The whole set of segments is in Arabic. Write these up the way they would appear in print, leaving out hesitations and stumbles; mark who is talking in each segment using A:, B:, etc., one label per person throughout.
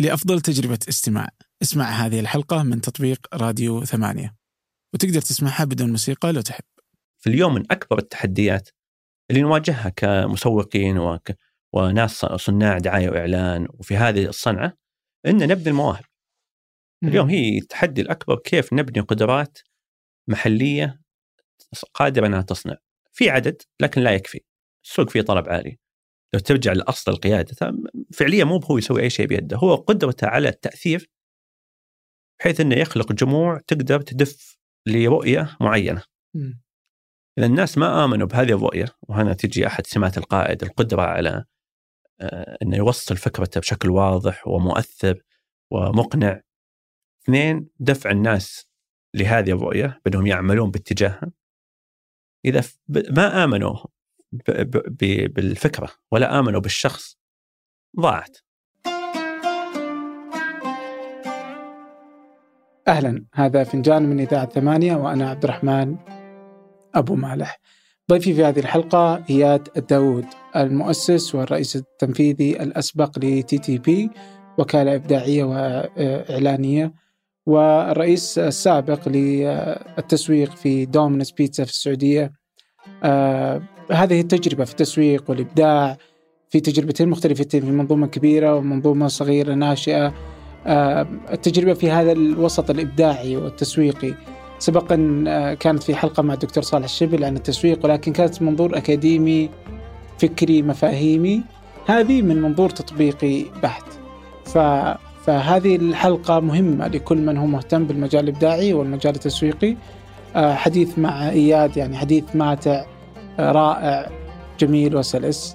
A: لأفضل تجربة استماع. اسمع هذه الحلقة من تطبيق راديو 8، وتقدر تسمعها بدون موسيقى لو تحب.
B: في اليوم من أكبر التحديات اللي نواجهها كمسوقين وناس صناع دعاية وإعلان وفي هذه الصنعة إن نبني المواهب. اليوم هي التحدي الأكبر، كيف نبني قدرات محلية قادرة أنها تصنع في عدد لكن لا يكفي. السوق فيه طلب عالي. لو ترجع لأصل القيادة فعليا مو هو يسوي أي شيء بيده، هو قدرته على التأثير بحيث أنه يخلق جموع تقدر تدف لرؤية معينة. إذا الناس ما آمنوا بهذه الرؤية، وهنا تجي أحد سمات القائد، القدرة على أنه يوصل فكرته بشكل واضح ومؤثر ومقنع. 2، دفع الناس لهذه الرؤية بأنهم يعملون باتجاهها. إذا ما آمنوا بالفكرة ولا آمنوا بالشخص ضاعت.
C: أهلا، هذا فنجان من إذاعة 8 وأنا عبد الرحمن أبو مالح. ضيفي في هذه الحلقة إياد الداود، المؤسس والرئيس التنفيذي الأسبق لTTP، وكالة إبداعية وإعلانية، والرئيس السابق للتسويق في دومينوز بيتزا في السعودية. هذه التجربة في التسويق والإبداع في تجربتين مختلفتين، في منظومة كبيرة ومنظومة صغيرة ناشئة. التجربة في هذا الوسط الإبداعي والتسويقي سبقا كانت في حلقة مع الدكتور صالح الشبل عن التسويق، ولكن كانت منظور أكاديمي فكري مفاهيمي، هذه من منظور تطبيقي بحت. فهذه الحلقة مهمة لكل من هو مهتم بالمجال الإبداعي والمجال التسويقي. حديث مع إياد يعني حديث ماتع رائع جميل وسلس.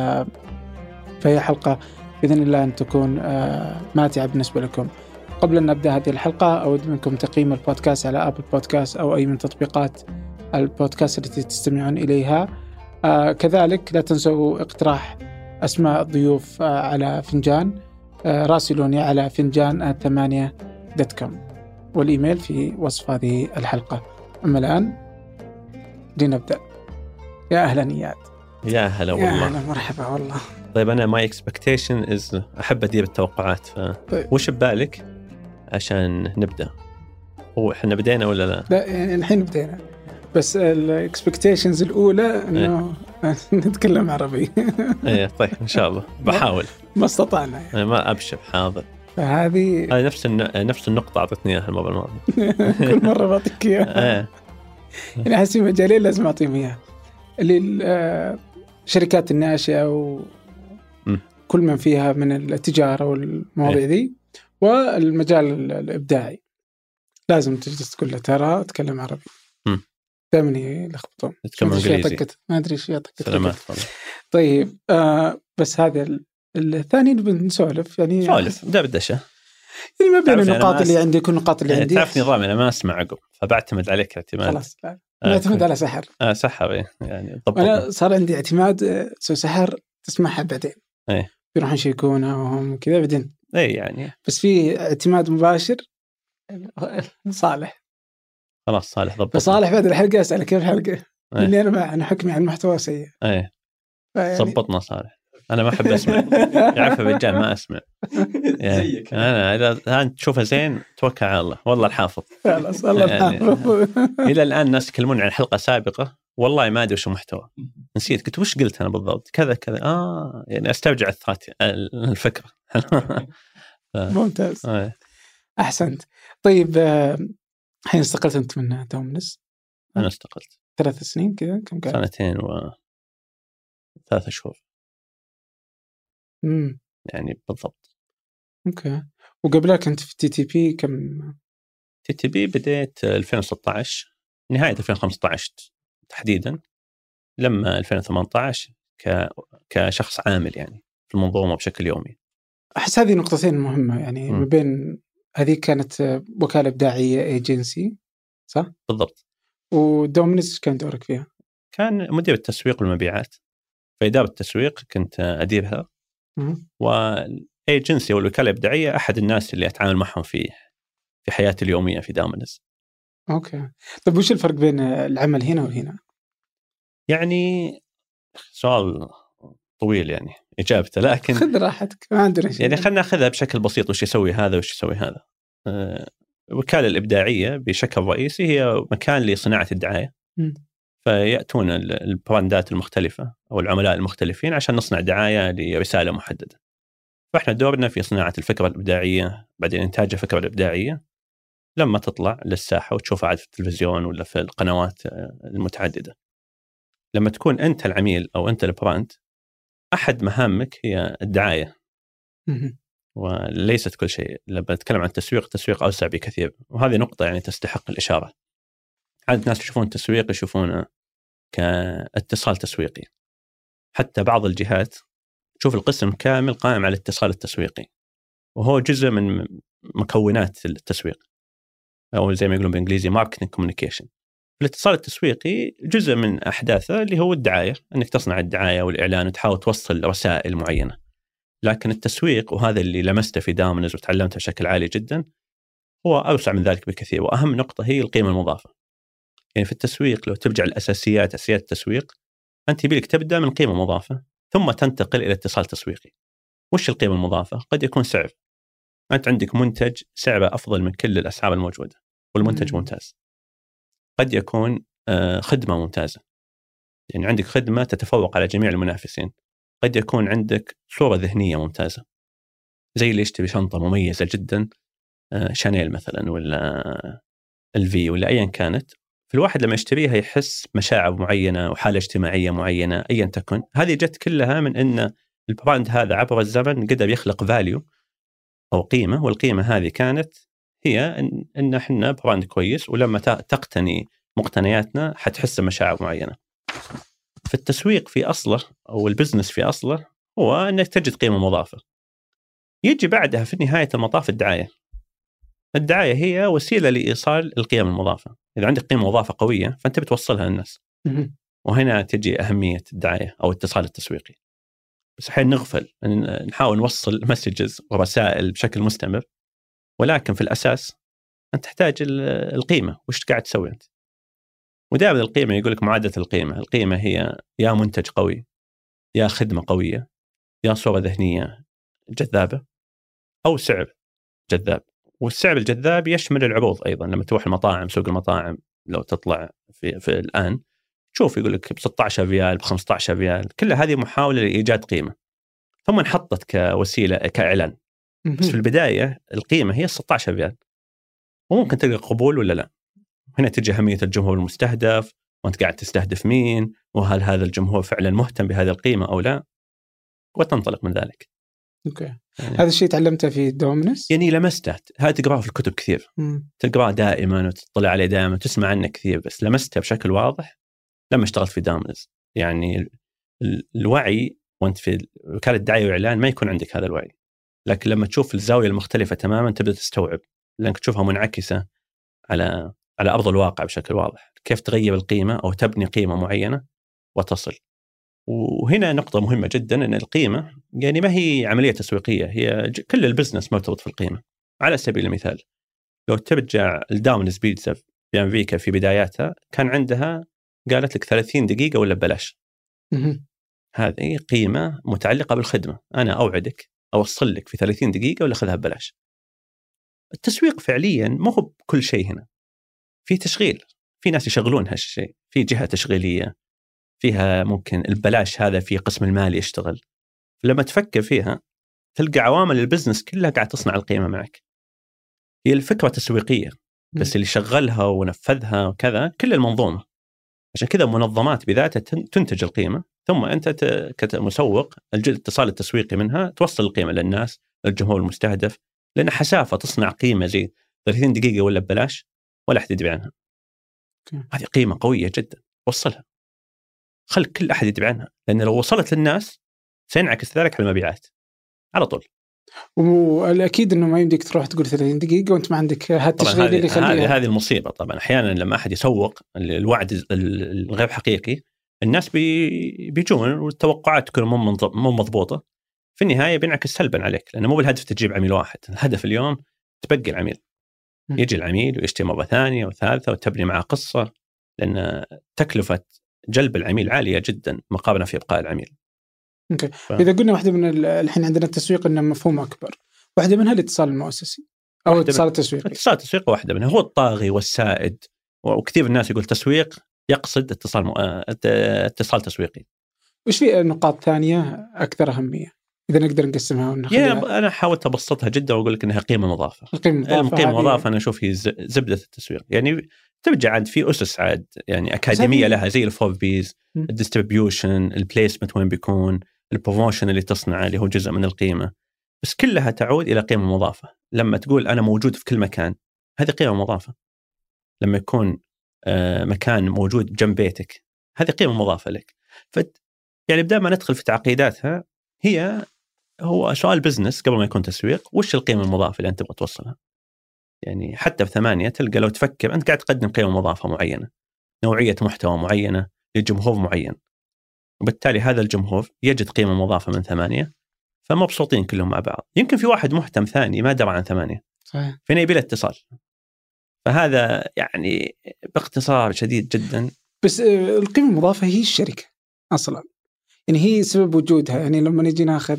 C: فهي حلقة بإذن الله أن تكون ماتعة بالنسبة لكم. قبل أن نبدأ هذه الحلقة أود منكم تقييم البودكاست على أبل بودكاست أو أي من تطبيقات البودكاست التي تستمعون إليها. كذلك لا تنسوا اقتراح أسماء الضيوف على فنجان. راسلوني على finjan@8.com، والإيميل في وصف هذه الحلقة. أما الآن لنبدأ. يا أهلا إياد.
B: يا هلا والله.
C: يا هلا مرحبا والله.
B: طيب أنا my expectation is أحب أدير التوقعات.
C: طيب.
B: وش ببالك عشان نبدأ؟ هو إحنا بدينا ولا لا؟
C: لا يعني الحين بدينا، بس الاكسبكتيشنز الأولى إنه نتكلم عربي.
B: إيه طيب إن شاء الله بحاول
C: ما استطعنا
B: يعني. ما أبشر حاضر.
C: فهذه
B: نفس النقطة أعطتني إياها المرة الماضية.
C: كل مرة بعطيك إياها. يعني أحس في مجالين لازم أعطيهم إياها، اللي شركات الناشئة وكل من فيها من التجارة والمواضيع ذي، والمجال الإبداعي لازم تجلس تقول له ترى أتكلم عربي. دائما يلخبطون.
B: أتكلم إنجليزي.
C: ما أدري إيش يعطيك.
B: سلامات.
C: طيب بس هذا الثاني بنسولف يعني.
B: سولف ده بدشة.
C: يعني ما بين النقاط اللي عندي كل النقاط اللي عندي.
B: تعرف نظامي أنا ما أسمع عقب، فبعتمد عليك اعتماد.
C: خلاص لا. اعتمد على سحر.
B: سحر يعني.
C: أنا صار عندي اعتماد سو سحر تسمعها بعدين.
B: إيه.
C: يروحون يشيكونها وهم كذا بعدين.
B: إيه يعني.
C: بس في اعتماد مباشر. صالح.
B: خلاص صالح ضبط.
C: فصالح بعد الحلقة أسأله كيف الحلقة؟ لأني أنا حكمي على المحتوى سيء.
B: إيه. ضبطنا صالح. أنا ما أحب أسمع. يعرف الرجال ما أسمع. يعني أنا إذا تشوفه زين توكل على الله، والله الحافظ.
C: خلاص الله الحافظ.
B: إلى الآن الناس يكلمون عن حلقة سابقة والله ما أدري وش المحتوى، نسيت قلت وش قلت أنا بالضبط كذا يعني أسترجع الفكرة.
C: ممتاز. أحسنت. طيب حين استقلت أنت من دومينوز؟
B: أنا استقلت
C: 3 سنين كذا. كم كان؟
B: 2 و3 شهور. يعني بالضبط.
C: أوكي. وقبلها كنت في TTP كم؟
B: TTP بديت 2016 نهاية 2015 تحديدا، لما 2018 كشخص عامل يعني في المنظومة بشكل يومي.
C: أحس هذه نقطتين مهمة يعني ما بين هذه كانت وكالة إبداعية ايجنسي صح؟
B: بالضبط.
C: ودومينوز كان دورك فيها؟
B: كان مدير التسويق والمبيعات، فإدارة التسويق كنت أديرها، والايجنسي والوكالة الإبداعية أحد الناس اللي أتعامل معهم في حياتي اليومية في دومينوز.
C: أوكي. طيب وش الفرق بين العمل هنا وهنا؟
B: يعني سؤال طويل يعني إجابته، لكن
C: خذ راحتك ما عندنا شيء.
B: يعني خلنا ناخذها بشكل بسيط، وش يسوي هذا وش يسوي هذا. الوكالة الإبداعية بشكل رئيسي هي مكان لصناعة الدعاية. فيأتون البراندات المختلفة أو العملاء المختلفين عشان نصنع دعاية لرسالة محددة. فإحنا دورنا في صناعة الفكرة الإبداعية، بعدين إنتاج الفكرة الإبداعية لما تطلع للساحة وتشوفها عاد في التلفزيون ولا في القنوات المتعددة. لما تكون أنت العميل أو أنت البراند، أحد مهامك هي الدعاية وليست كل شيء. لما نتكلم عن التسويق أوسع بكثير، وهذه نقطة يعني تستحق الإشارة. عادة الناس يشوفون التسويق يشوفونه كاتصال تسويقي، حتى بعض الجهات تشوف القسم كامل قائم على الاتصال التسويقي، وهو جزء من مكونات التسويق، أو زي ما يقولون بالإنجليزي marketing communication. الاتصال التسويقي جزء من أحداثه اللي هو الدعاية، أنك تصنع الدعاية والإعلان وتحاول توصل رسائل معينة. لكن التسويق، وهذا اللي لمسته في دامنز وتعلمته بشكل عالي جدا، هو أوسع من ذلك بكثير. وأهم نقطة هي القيمة المضافة. يعني في التسويق لو ترجع الأساسيات التسويق، أنت يبيلك تبدأ من قيمة مضافة ثم تنتقل إلى اتصال تسويقي. وش القيمة المضافة؟ قد يكون سعر، أنت عندك منتج سعره أفضل من كل الأسعار الموجودة والمنتج ممتاز. قد يكون خدمة ممتازة، يعني عندك خدمة تتفوق على جميع المنافسين. قد يكون عندك صورة ذهنية ممتازة، زي اللي يشتري شنطة مميزة جدا، شانيل مثلا ولا الفي ولا أيا كانت، فالواحد لما يشتريها يحس مشاعر معينة وحالة اجتماعية معينة أيا تكن. هذه جت كلها من أن البراند هذا عبر الزمن قدر يخلق فاليو أو قيمة، والقيمة هذه كانت هي إن إحنا براند كويس، ولما تقتني مقتنياتنا حتحس بمشاعر معينة. في التسويق في أصله أو البزنس في أصله هو أنك تجد قيمة مضافة. يجي بعدها في نهاية المطاف الدعاية. الدعاية هي وسيلة لإيصال القيم المضافة. إذا عندك قيمة مضافة قوية فأنت بتوصلها للناس، وهنا تجي أهمية الدعاية أو الاتصال التسويقي. بس حين نغفل نحاول نوصل مسجز ورسائل بشكل مستمر، ولكن في الأساس أنت تحتاج القيمة. وش قاعد تسوي أنت؟ ودائما القيمة يقولك معادلة القيمة. القيمة هي يا منتج قوي، يا خدمة قوية، يا صورة ذهنية جذابة، أو سعر جذاب. والسعر الجذاب يشمل العروض أيضا. لما تروح المطاعم، سوق المطاعم لو تطلع في الآن شوف يقولك ب16 ريال ب15 ريال، كل هذه محاولة لإيجاد قيمة ثم انحطت كوسيلة كإعلان. بس في البداية القيمة هي 16 ريال، وممكن تلقى قبول ولا لا. هنا تجي أهمية الجمهور المستهدف، وأنت قاعد تستهدف مين، وهل هذا الجمهور فعلا مهتم بهذه القيمة أو لا، وتنطلق من ذلك.
C: أوكي. هذا الشيء تعلمته في دومينوس؟
B: يعني لمسته، هذا تقرأه في الكتب كثير، تقرأه دائما وتطلع عليه دائما وتسمع عنه كثير، بس لمسته بشكل واضح لما اشتغلت في دومينوس. يعني الوعي وأنت في وكالة دعاية وإعلان ما يكون عندك هذا الوعي، لكن لما تشوف الزاوية المختلفة تماما تبدأ تستوعب، لأنك تشوفها منعكسة على أرض الواقع بشكل واضح، كيف تغير القيمة أو تبني قيمة معينة وتصل. وهنا نقطة مهمة جدا، أن القيمة يعني ما هي عملية تسويقية، هي كل البزنس مرتبط في القيمة. على سبيل المثال لو ترجع الداونز بيتزا في أمريكا في بداياتها كان عندها قالت لك 30 دقيقة ولا ببلاش. هذه قيمة متعلقة بالخدمة، أنا أوعدك أوصل لك في 30 دقيقة ولا أخذها ببلاش. التسويق فعليا ما هو بكل شيء، هنا في تشغيل، في ناس يشغلون هالشيء، في جهة تشغيلية فيها ممكن البلاش هذا في قسم المالي يشتغل. لما تفكر فيها تلقى عوامل البزنس كلها قاعد تصنع القيمة معك. هي الفكرة تسويقية بس اللي شغلها ونفذها وكذا كل المنظومة. عشان كذا منظمات بذاتها تنتج القيمة، ثم أنت كمسوق الاتصال التسويقي منها توصل القيمة للناس، للجمهور المستهدف، لأن حسافة تصنع قيمة زي 30 دقيقة ولا ببلاش ولا أحد يدري عنها. هذه قيمة قوية جدا، وصلها، خل كل أحد يدري عنها، لأن لو وصلت للناس سينعكس ذلك على المبيعات على طول.
C: والأكيد إنه ما يمديك تروح تقول 30 دقيقة وأنت ما عندك هالتشغيل اللي يخليها.
B: هذه المصيبة طبعا. أحيانا لما أحد يسوق الوعد الغير حقيقي الناس بيجون والتوقعات تكون مو مضبوطة، في النهاية بينعكس سلبا عليك، لأنه مو بالهدف تجيب عميل واحد، الهدف اليوم تبقي العميل، يجي العميل ويشتري مرة ثانية وثالثة وتبني معه قصة، لأن تكلفة جلب العميل عالية جدا مقابلة في إبقاء العميل.
C: اوكي. اذا قلنا واحده من الحين عندنا التسويق انه مفهوم اكبر، واحده منها الاتصال المؤسسي او الاتصال التسويقي.
B: اتصال التسويق واحده منها، هو الطاغي والسائد، وكثير الناس يقول تسويق يقصد اتصال تسويقي.
C: وش في نقاط ثانيه اكثر اهميه اذا نقدر نقسمها ونخليها؟
B: انا حاولت ابسطها جدا واقول لك انها قيمه مضافه.
C: القيمه
B: المضافه انا اشوف هي زبده التسويق، يعني ترجع عند في اسس عاد يعني اكاديميه لها زي الفور بيز، الديستريبيوشن، البليسمنت وين بيكون، البروموشن اللي تصنعه اللي هو جزء من القيمه، بس كلها تعود الى قيمه مضافه. لما تقول انا موجود في كل مكان، هذه قيمه مضافه. لما يكون مكان موجود جنب بيتك، هذه قيمه مضافه لك. يعني بدل ما ندخل في تعقيداتها، هو سؤال بزنس قبل ما يكون تسويق. وش القيمة المضافة اللي أنت تبغى توصلها؟ يعني حتى في 8 تلقى لو تفكر أنت قاعد تقدم قيمة مضافة معينة، نوعية محتوى معينة لجمهور معين، وبالتالي هذا الجمهور يجد قيمة مضافة من 8، فمبسوطين كلهم مع بعض. يمكن في واحد مهتم ثاني ما درى عن 8،
C: صحيح،
B: فينا يبي له اتصال. فهذا يعني باختصار شديد جدا.
C: بس القيمة المضافة هي الشركة أصلا، يعني هي سبب وجودها. يعني لما نجي ناخذ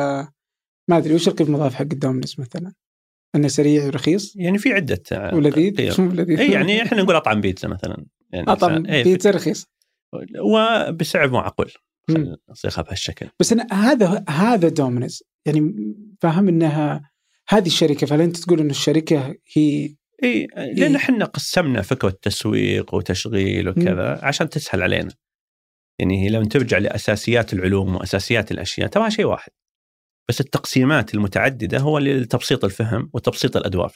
C: ما أدري وش القيمة المضافة حق دومينوز مثلا، أنه سريع ورخيص،
B: يعني في عدة
C: ولذيذ.
B: يعني إحنا نقول أطعم بيتزا مثلا، يعني
C: أطعم بيتزا رخيص
B: وبسعر معقول، نصيغها بهالشكل.
C: بس أنا هذا دومينوز، يعني فاهم أنها هذه الشركة. فلا أنت تقول إنه الشركة هي
B: لأن إحنا قسمنا فكرة تسويق وتشغيل وكذا عشان تسهل علينا. يعني لما ترجع لأساسيات العلوم وأساسيات الأشياء ترى شيء واحد، بس التقسيمات المتعددة هو لتبسيط الفهم وتبسيط الأدوار.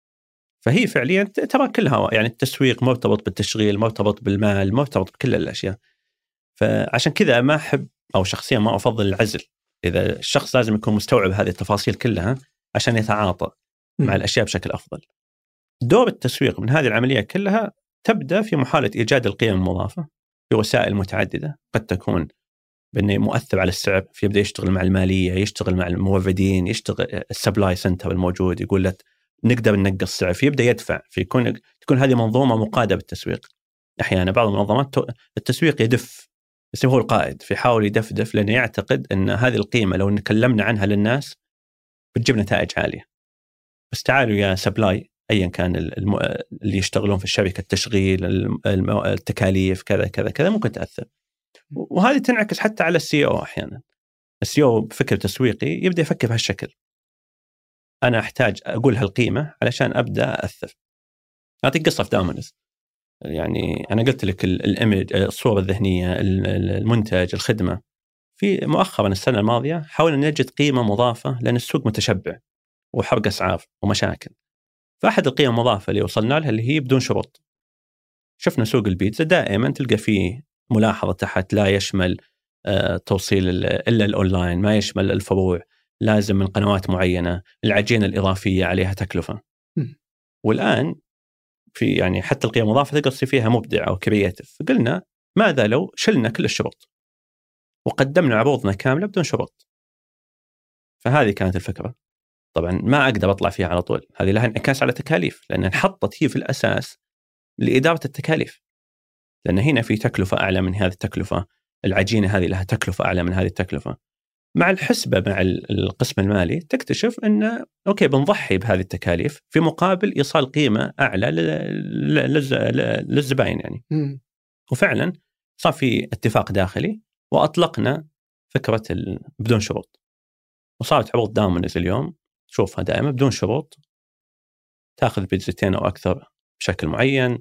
B: فهي فعليا ترى كلها، يعني التسويق مرتبط بالتشغيل، مرتبط بالمال، مرتبط بكل الأشياء. فعشان كذا ما أحب، أو شخصيا ما أفضل العزل. إذا الشخص لازم يكون مستوعب هذه التفاصيل كلها عشان يتعاطى مع الأشياء بشكل أفضل. دور التسويق من هذه العملية كلها تبدأ في محاولة إيجاد القيم المضافة بوسائل متعددة، قد تكون بأنه مؤثر على السعر، فيبدأ يشتغل مع المالية، يشتغل مع الموردين، يشتغل السبلاي سنتر الموجود يقول لك نقدر ننقص السعر، فيبدأ يدفع، تكون هذه منظومة مقادة بالتسويق. أحيانا بعض المنظمات التسويق يدف، بس هو القائد فيحاول يدفدف، لأنه يعتقد أن هذه القيمة لو نكلمنا عنها للناس بتجيب نتائج عالية. بس تعالوا يا سبلاي أيا كان اللي يشتغلون في الشركة، التشغيل، التكاليف، كذا كذا كذا، ممكن تأثر. وهذه تنعكس حتى على السي او. أحيانا السي او بفكر تسويقي يبدأ يفكر بهالشكل، أنا أحتاج أقول هالقيمة علشان أبدأ أثر. أعطيك قصة في دومينوز. يعني أنا قلت لك الإيمج، الصورة الذهنية، المنتج، الخدمة. في مؤخرا السنة الماضية حاولنا نجد قيمة مضافة، لأن السوق متشبع وحرق أسعار ومشاكل. فأحد القيم المضافة اللي وصلنا لها اللي هي بدون شروط. شفنا سوق البيتزا دائما تلقى فيه ملاحظة تحت لا يشمل توصيل إلا الأونلاين، ما يشمل الفروع، لازم من قنوات معينة، العجينة الإضافية عليها تكلفة. والآن في يعني حتى القيم المضافة تقصي فيها مبدع أو كرياتيف. فقلنا ماذا لو شلنا كل الشروط وقدمنا عروضنا كاملة بدون شروط؟ فهذه كانت الفكرة. طبعا ما أقدر أطلع فيها على طول، هذه لها انعكاس على تكاليف، لأن انحطت هي في الأساس لإدارة التكاليف، لأن هنا في تكلفة أعلى من هذه التكلفة، العجينة هذه لها تكلفة أعلى من هذه التكلفة. مع الحسبة مع القسم المالي تكتشف أن أوكي بنضحي بهذه التكاليف في مقابل إيصال قيمة أعلى للزبائن يعني. وفعلا صار في اتفاق داخلي وأطلقنا فكرة بدون شروط، وصارت عروض دومينوز اليوم شوفها دائما بدون شروط، تأخذ بيتزتين أو أكثر بشكل معين،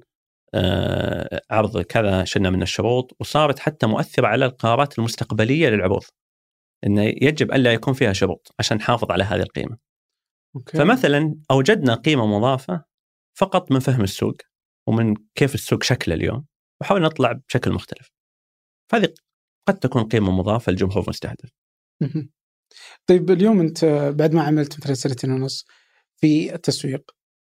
B: عرض كذا شلنا من الشروط. وصارت حتى مؤثرة على القرارات المستقبلية للعروض، إنه يجب أن لا يكون فيها شروط عشان نحافظ على هذه القيمة. فمثلا أوجدنا قيمة مضافة فقط من فهم السوق ومن كيف السوق شكله اليوم، وحاولنا نطلع بشكل مختلف. فهذه قد تكون قيمة مضافة للجمهور المستهدف.
C: طيب اليوم أنت بعد ما عملت مثلا 2 سنين ونص في التسويق،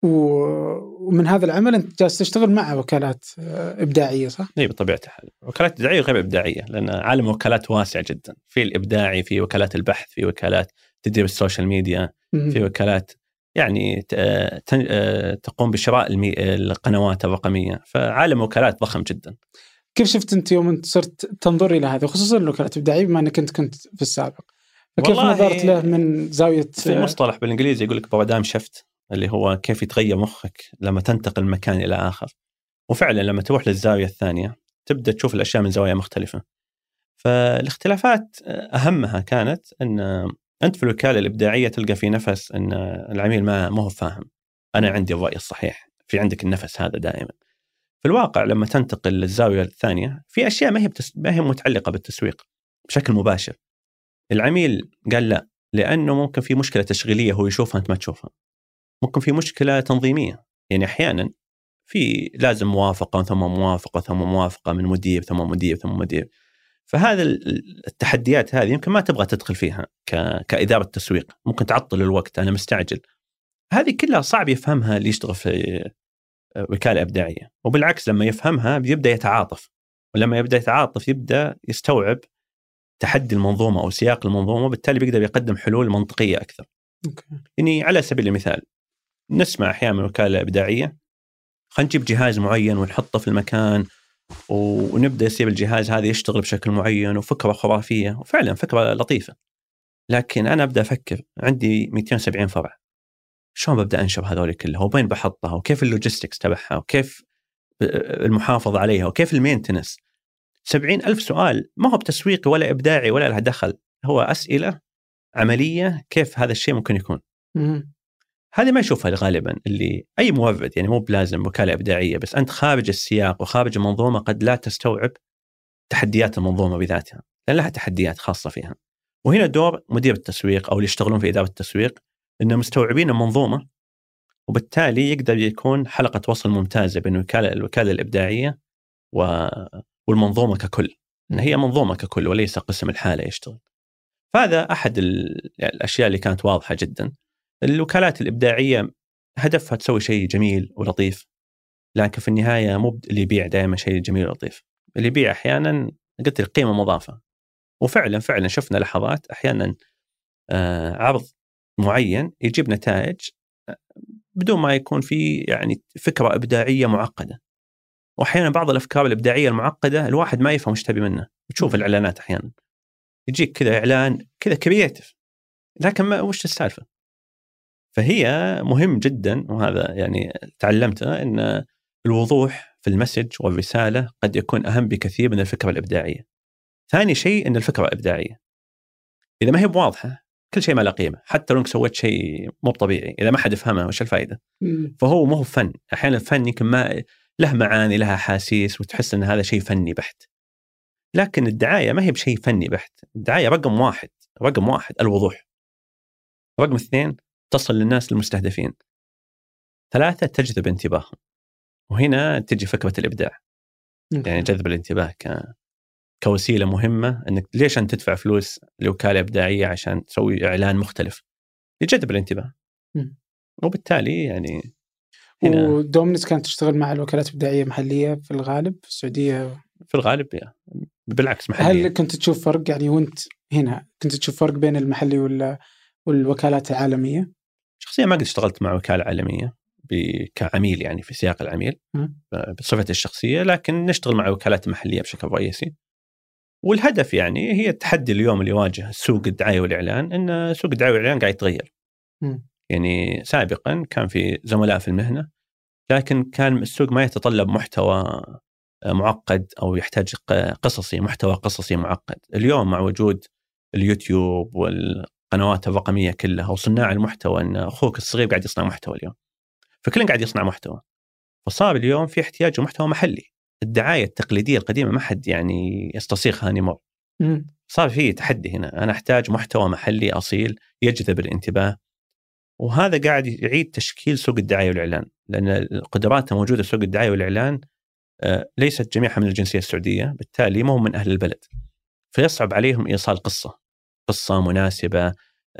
C: ومن هذا العمل أنت جالس تشتغل مع وكالات إبداعية صح؟
B: إيه بطبيعة الحال، وكالات إبداعية غير إبداعية، لأن عالم وكالات واسع جدا. في الإبداعي، في وكالات البحث، في وكالات تدير السوشيال ميديا، في وكالات يعني تقوم بشراء القنوات الرقمية. فعالم وكالات ضخم جدا.
C: كيف شفت أنت يوم أنت صرت تنظر إلى هذا، خصوصا الوكالات الإبداعية بما أنك كنت في السابق، فكيف نظرت له من زاوية؟
B: في مصطلح بالإنجليزي يقول لك بارادايم شيفت، اللي هو كيف يتغير مخك لما تنتقل من مكان إلى آخر. وفعلا لما تروح للزاوية الثانية تبدأ تشوف الأشياء من زوايا مختلفة. فالاختلافات أهمها كانت أن أنت في الوكالة الإبداعية تلقى في نفس أن العميل ما هو فاهم أنا عندي الرأي الصحيح، في عندك النفس هذا دائما. في الواقع لما تنتقل للزاوية الثانية في أشياء ما هي متعلقة بالتسويق بشكل مباشر. العميل قال لا لأنه ممكن في مشكلة تشغيلية هو يشوفها أنت ما تشوفها، ممكن في مشكلة تنظيمية، يعني أحيانا في لازم موافقة ثم موافقة ثم موافقة من مدير ثم مدير ثم مدير. فهذا التحديات هذه يمكن ما تبغى تدخل فيها كإدارة تسويق، ممكن تعطل الوقت، أنا مستعجل. هذه كلها صعب يفهمها اللي يشتغل في وكالة إبداعية، وبالعكس لما يفهمها بيبدأ يتعاطف، ولما يبدأ يتعاطف يبدأ يستوعب تحدي المنظومة أو سياق المنظومة، وبالتالي بيقدر يقدم حلول منطقية أكثر. يعني على سبيل المثال نسمع أحيانا من وكالة إبداعية خلينا نجيب جهاز معين ونحطه في المكان ونبدأ يصير الجهاز هذا يشتغل بشكل معين وفكرة خرافية، وفعلا فكرة لطيفة، لكن أنا أبدأ أفكر عندي 270 فرع، شلون ببدأ أنشر هذول كلها، وبين بحطها، وكيف اللوجيستكس تبعها، وكيف المحافظة عليها، وكيف المينتنس. 70,000 سؤال ما هو بتسويقي ولا إبداعي ولا لها دخل، هو أسئلة عملية كيف هذا الشيء ممكن يكون. هذه ما يشوفها غالبا اللي أي مورد، يعني مو بلازم وكالة إبداعية، بس أنت خارج السياق وخارج المنظومة قد لا تستوعب تحديات المنظومة بذاتها، لأن لها تحديات خاصة فيها. وهنا دور مدير التسويق أو اللي يشتغلون في إدارة التسويق إنهم مستوعبين المنظومة، وبالتالي يقدر يكون حلقة وصل ممتازة بين الوكالة الإبداعية والمنظومة ككل، إن هي منظومة ككل وليس قسم الحالة يشتغل. فهذا أحد الأشياء اللي كانت واضحة جدا. الوكالات الإبداعية هدفها تسوي شيء جميل ولطيف، لكن في النهاية مو اللي يبيع دائما شيء جميل ولطيف، اللي يبيع أحيانا قلت القيمة مضافة. وفعلا شفنا لحظات أحيانا عرض معين يجيب نتائج بدون ما يكون في يعني فكرة إبداعية معقدة. وأحيانا بعض الأفكار الإبداعية المعقدة الواحد ما يفهم وش تبي منه. تشوف الإعلانات أحيانا يجيك كذا إعلان كذا كرياتيف، لكن ما وش السالفة. فهي مهم جدا، وهذا يعني تعلمته أن الوضوح في المسج والرسالة قد يكون أهم بكثير من الفكرة الإبداعية. ثاني شيء أن الفكرة إبداعية إذا ما هي بواضحة كل شيء ما له قيمة، حتى لو انك سويت شيء مو طبيعي إذا ما حد يفهمه وش الفائدة. فهو مو فن. أحيانا الفن يمكن ما له معاني، لها حاسيس، وتحس أن هذا شيء فني بحت، لكن الدعاية ما هي بشيء فني بحت. الدعاية رقم واحد الوضوح، رقم 2 تصل للناس المستهدفين، 3 تجذب انتباههم. وهنا تجي فكرة الإبداع، يعني جذب الانتباه كوسيلة مهمة. أنك ليش أنت تدفع فلوس لوكالة إبداعية عشان تسوي إعلان مختلف؟ يجذب الانتباه. وبالتالي يعني
C: ودومينيز كانت تشتغل مع الوكالات الإبداعية محلية في الغالب في السعودية؟
B: في الغالب بالعكس محلية.
C: هل كنت تشوف فرق يعني وانت هنا كنت تشوف فرق بين المحلي والوكالات العالمية؟
B: شخصيا ما قد اشتغلت مع وكالة عالمية كعميل، يعني في سياق العميل بصفتي الشخصية، لكن نشتغل مع وكالات محلية بشكل رئيسي. والهدف يعني هي التحدي اليوم اللي يواجه سوق الدعاية والإعلان، إن سوق الدعاية والإعلان قاعد يتغير. يعني سابقا كان في زملاء في المهنة، لكن كان السوق ما يتطلب محتوى معقد أو يحتاج محتوى قصصي معقد. اليوم مع وجود اليوتيوب والقنوات الرقمية كلها وصناع المحتوى، أن أخوك الصغير قاعد يصنع محتوى اليوم، فكلنا قاعد يصنع محتوى، فصار اليوم في احتياج محتوى محلي. الدعاية التقليدية القديمة ما حد يعني يستصيغها انيمور. صار في تحدي هنا، أنا أحتاج محتوى محلي أصيل يجذب الانتباه، وهذا قاعد يعيد تشكيل سوق الدعاية والإعلان، لأن القدرات الموجودة في سوق الدعاية والإعلان ليست جميعها من الجنسية السعودية، بالتالي ما هم من أهل البلد، فيصعب عليهم إيصال قصة مناسبة،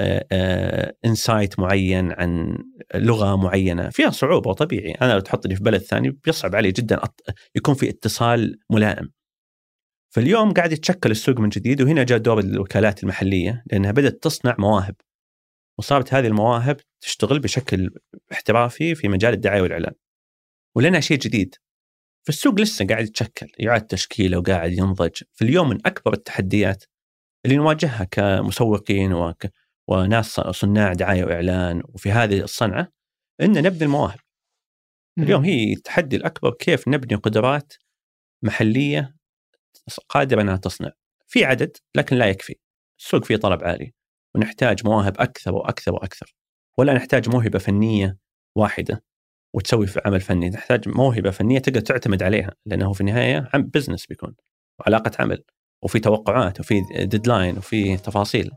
B: إنسايت معين عن لغة معينة، فيها صعوبة. وطبيعي أنا لو تحطني في بلد ثاني بيصعب علي جدا يكون في اتصال ملائم. فاليوم قاعد يتشكل السوق من جديد، وهنا جاء دور الوكالات المحلية، لأنها بدأت تصنع مواهب، وصارت هذه المواهب تشتغل بشكل احترافي في مجال الدعاية والإعلان. ولنا شيء جديد فالسوق لسه قاعد يتشكل، يعاد تشكيله وقاعد ينضج. في اليوم من أكبر التحديات اللي نواجهها كمسوقين وناس صناع دعاية وإعلان وفي هذه الصنعة إن نبني المواهب. اليوم هي التحدي الأكبر كيف نبني قدرات محلية قادرة أنها تصنع في عدد لكن لا يكفي. السوق فيه طلب عالي ونحتاج مواهب أكثر وأكثر وأكثر، ولا نحتاج موهبة فنية واحدة وتسوي في عمل فني، نحتاج موهبة فنية تقدر تعتمد عليها، لأنه في النهاية بزنس بيكون وعلاقة عمل وفي توقعات وفي ديدلاين وفي تفاصيل.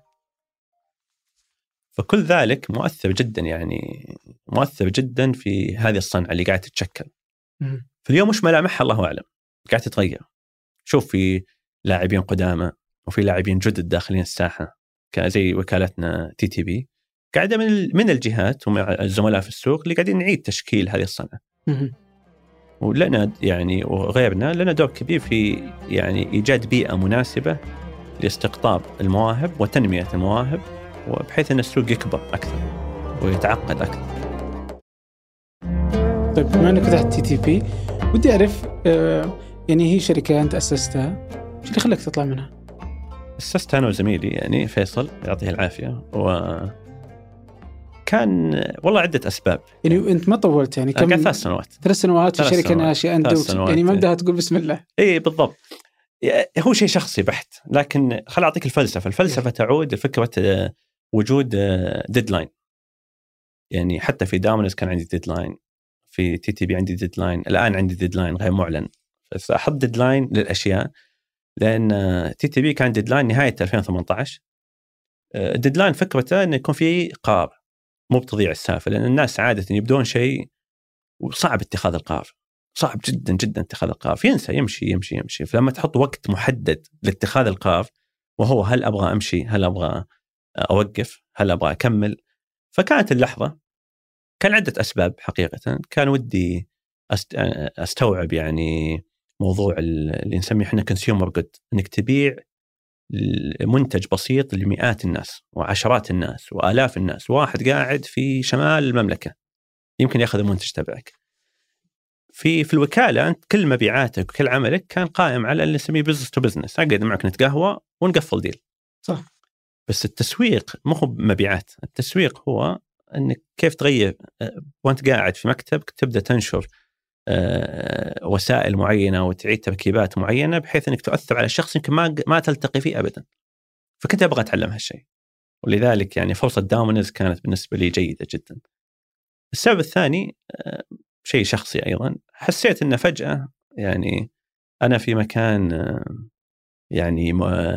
B: فكل ذلك مؤثر جدا، يعني مؤثر جدا في هذه الصنعة اللي قاعدة تتشكل. في اليوم مش ملامحها الله أعلم قاعدة تتغير. شوف في لاعبين قدامى وفي لاعبين جدد داخلين الساحة زي وكالتنا TTB، قاعدة من الجهات ومع الزملاء في السوق اللي قاعدين نعيد تشكيل هذه الصنعة. ولنا يعني وغيرنا لنا دور كبير في يعني إيجاد بيئة مناسبة لاستقطاب المواهب وتنمية المواهب، وبحيث أن السوق يكبر أكثر ويتعقد أكثر.
C: طيب بما أنك فتحت TTB ودي أعرف يعني هي شركة أنت أسستها، شو اللي خلك تطلع منها؟
B: أسستها أنا وزميلي يعني فيصل يعطيه العافية، كان والله عدة أسباب.
C: يعني أنت ما طولت يعني كم؟
B: 3 سنوات.
C: 3 سنوات في شركة ناشئة أنت يعني ما بدها تقول بسم الله.
B: إيه بالضبط. هو شيء شخصي بحت، لكن خل أعطيك الفلسفة تعود لفكرة وجود ديدلاين. يعني حتى في دامونز كان عندي ديدلاين، في TTB عندي ديدلاين، الآن عندي ديدلاين غير معلن. فأحط ديدلاين للأشياء، لأن TTB كان ديدلاين نهاية 2018. الديدلاين فكرته أن يكون في قرار، مو بتضيع السالفة، لأن الناس عادة يبدون شيء وصعب اتخاذ القرار، صعب جدا جدا اتخاذ القرار، ينسى يمشي. فلما تحط وقت محدد لاتخاذ القرار، وهو هل أبغى أمشي، هل أبغى أوقف، هل أبغى أكمل. فكانت اللحظة كان عدة أسباب حقيقة. كان ودي أستوعب يعني موضوع اللي نسميه إحنا consumer good، إنك تبيع منتج بسيط لمئات الناس وعشرات الناس وآلاف الناس. واحد قاعد في شمال المملكة يمكن يأخذ المنتج تبعك. في الوكالة أنت كل مبيعاتك وكل عملك كان قائم على اللي نسميه business to business، أقعد معك نتقهوى ونقفل ديل.
C: صح.
B: بس التسويق مو هو مبيعات، التسويق هو أنك كيف تغير وأنت قاعد في مكتبك تبدأ تنشر وسائل معينة وتعيد تركيبات معينة بحيث أنك تؤثر على الشخص يمكن ما تلتقي فيه أبدا. فكنت أبغى أتعلم هالشيء، ولذلك يعني فرصة دامونز كانت بالنسبة لي جيدة جدا. السبب الثاني شيء شخصي أيضا، حسيت أن فجأة يعني أنا في مكان يعني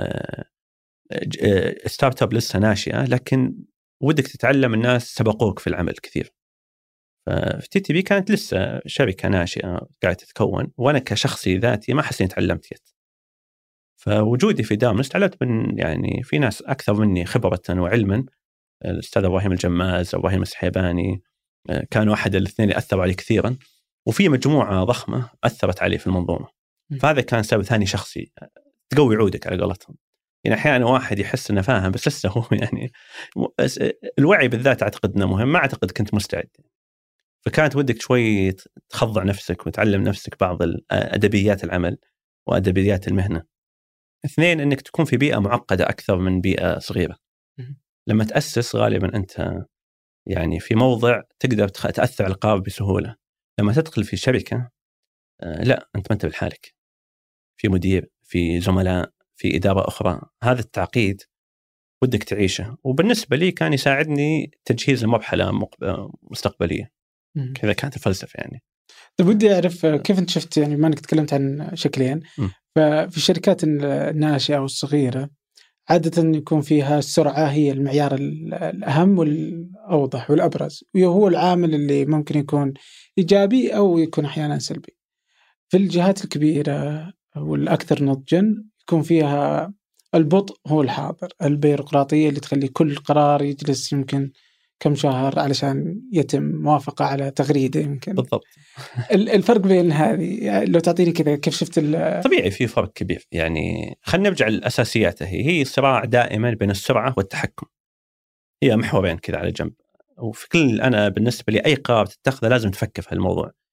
B: ستارت اب لسه ناشئة، لكن ودك تتعلم، الناس سبقوك في العمل كثير. في TTB كانت لسه شركة ناشئة قاعدة تتكون، وأنا كشخصي ذاتي ما حسيت تعلمت يد. فوجودي في دامونز تعلمت من يعني في ناس أكثر مني خبرة وعلما، الأستاذ إبراهيم الجماز أو إبراهيم السحيباني كانوا أحد الاثنين اللي أثروا علي كثيرا، وفي مجموعة ضخمة أثرت علي في المنظومة. فهذا كان سبب ثاني شخصي، تقوي عودك على قولتهم. يعني أحيانا واحد يحس إنه فاهم بس لسه هو يعني الوعي بالذات أعتقد إنه مهم، ما أعتقد كنت مستعد. فكانت ودك شوي تخضع نفسك وتعلم نفسك بعض أدبيات العمل وأدبيات المهنة. 2 إنك تكون في بيئة معقدة أكثر من بيئة صغيرة. لما تأسس غالبا أنت يعني في موضع تقدر تأثر على القرار بسهولة. لما تدخل في شركة لا، أنت ما أنت بالحالك، في مدير، في زملاء، في إدارة أخرى. هذا التعقيد ودك تعيشه، وبالنسبة لي كان يساعدني تجهيز المرحلة مستقبلية. كذا كانت الفلسفة يعني.
C: طيب ودي أعرف كيف أنت شفت، يعني ما أنك تكلمت عن شكلين، ففي الشركات الناشئة والصغيرة عادة يكون فيها السرعة هي المعيار الأهم والأوضح والأبرز، وهو العامل اللي ممكن يكون إيجابي أو يكون أحيانا سلبي. في الجهات الكبيرة والأكثر نضجا يكون فيها البطء هو الحاضر، البيروقراطية اللي تخلي كل قرار يجلس يمكن كم شهر علشان يتم موافقة على تغريدة يمكن.
B: بالضبط.
C: الفرق بين هذه لو تعطيني كذا كيف شفت؟
B: طبيعي في فرق كبير. يعني خلينا نرجع للأساسيات. هي صراع دائما بين السرعة والتحكم، هي محورين كذا على جنب. وفي كل أنا بالنسبة لي أي قرار تتخذه لازم تفكر في هالموضوع،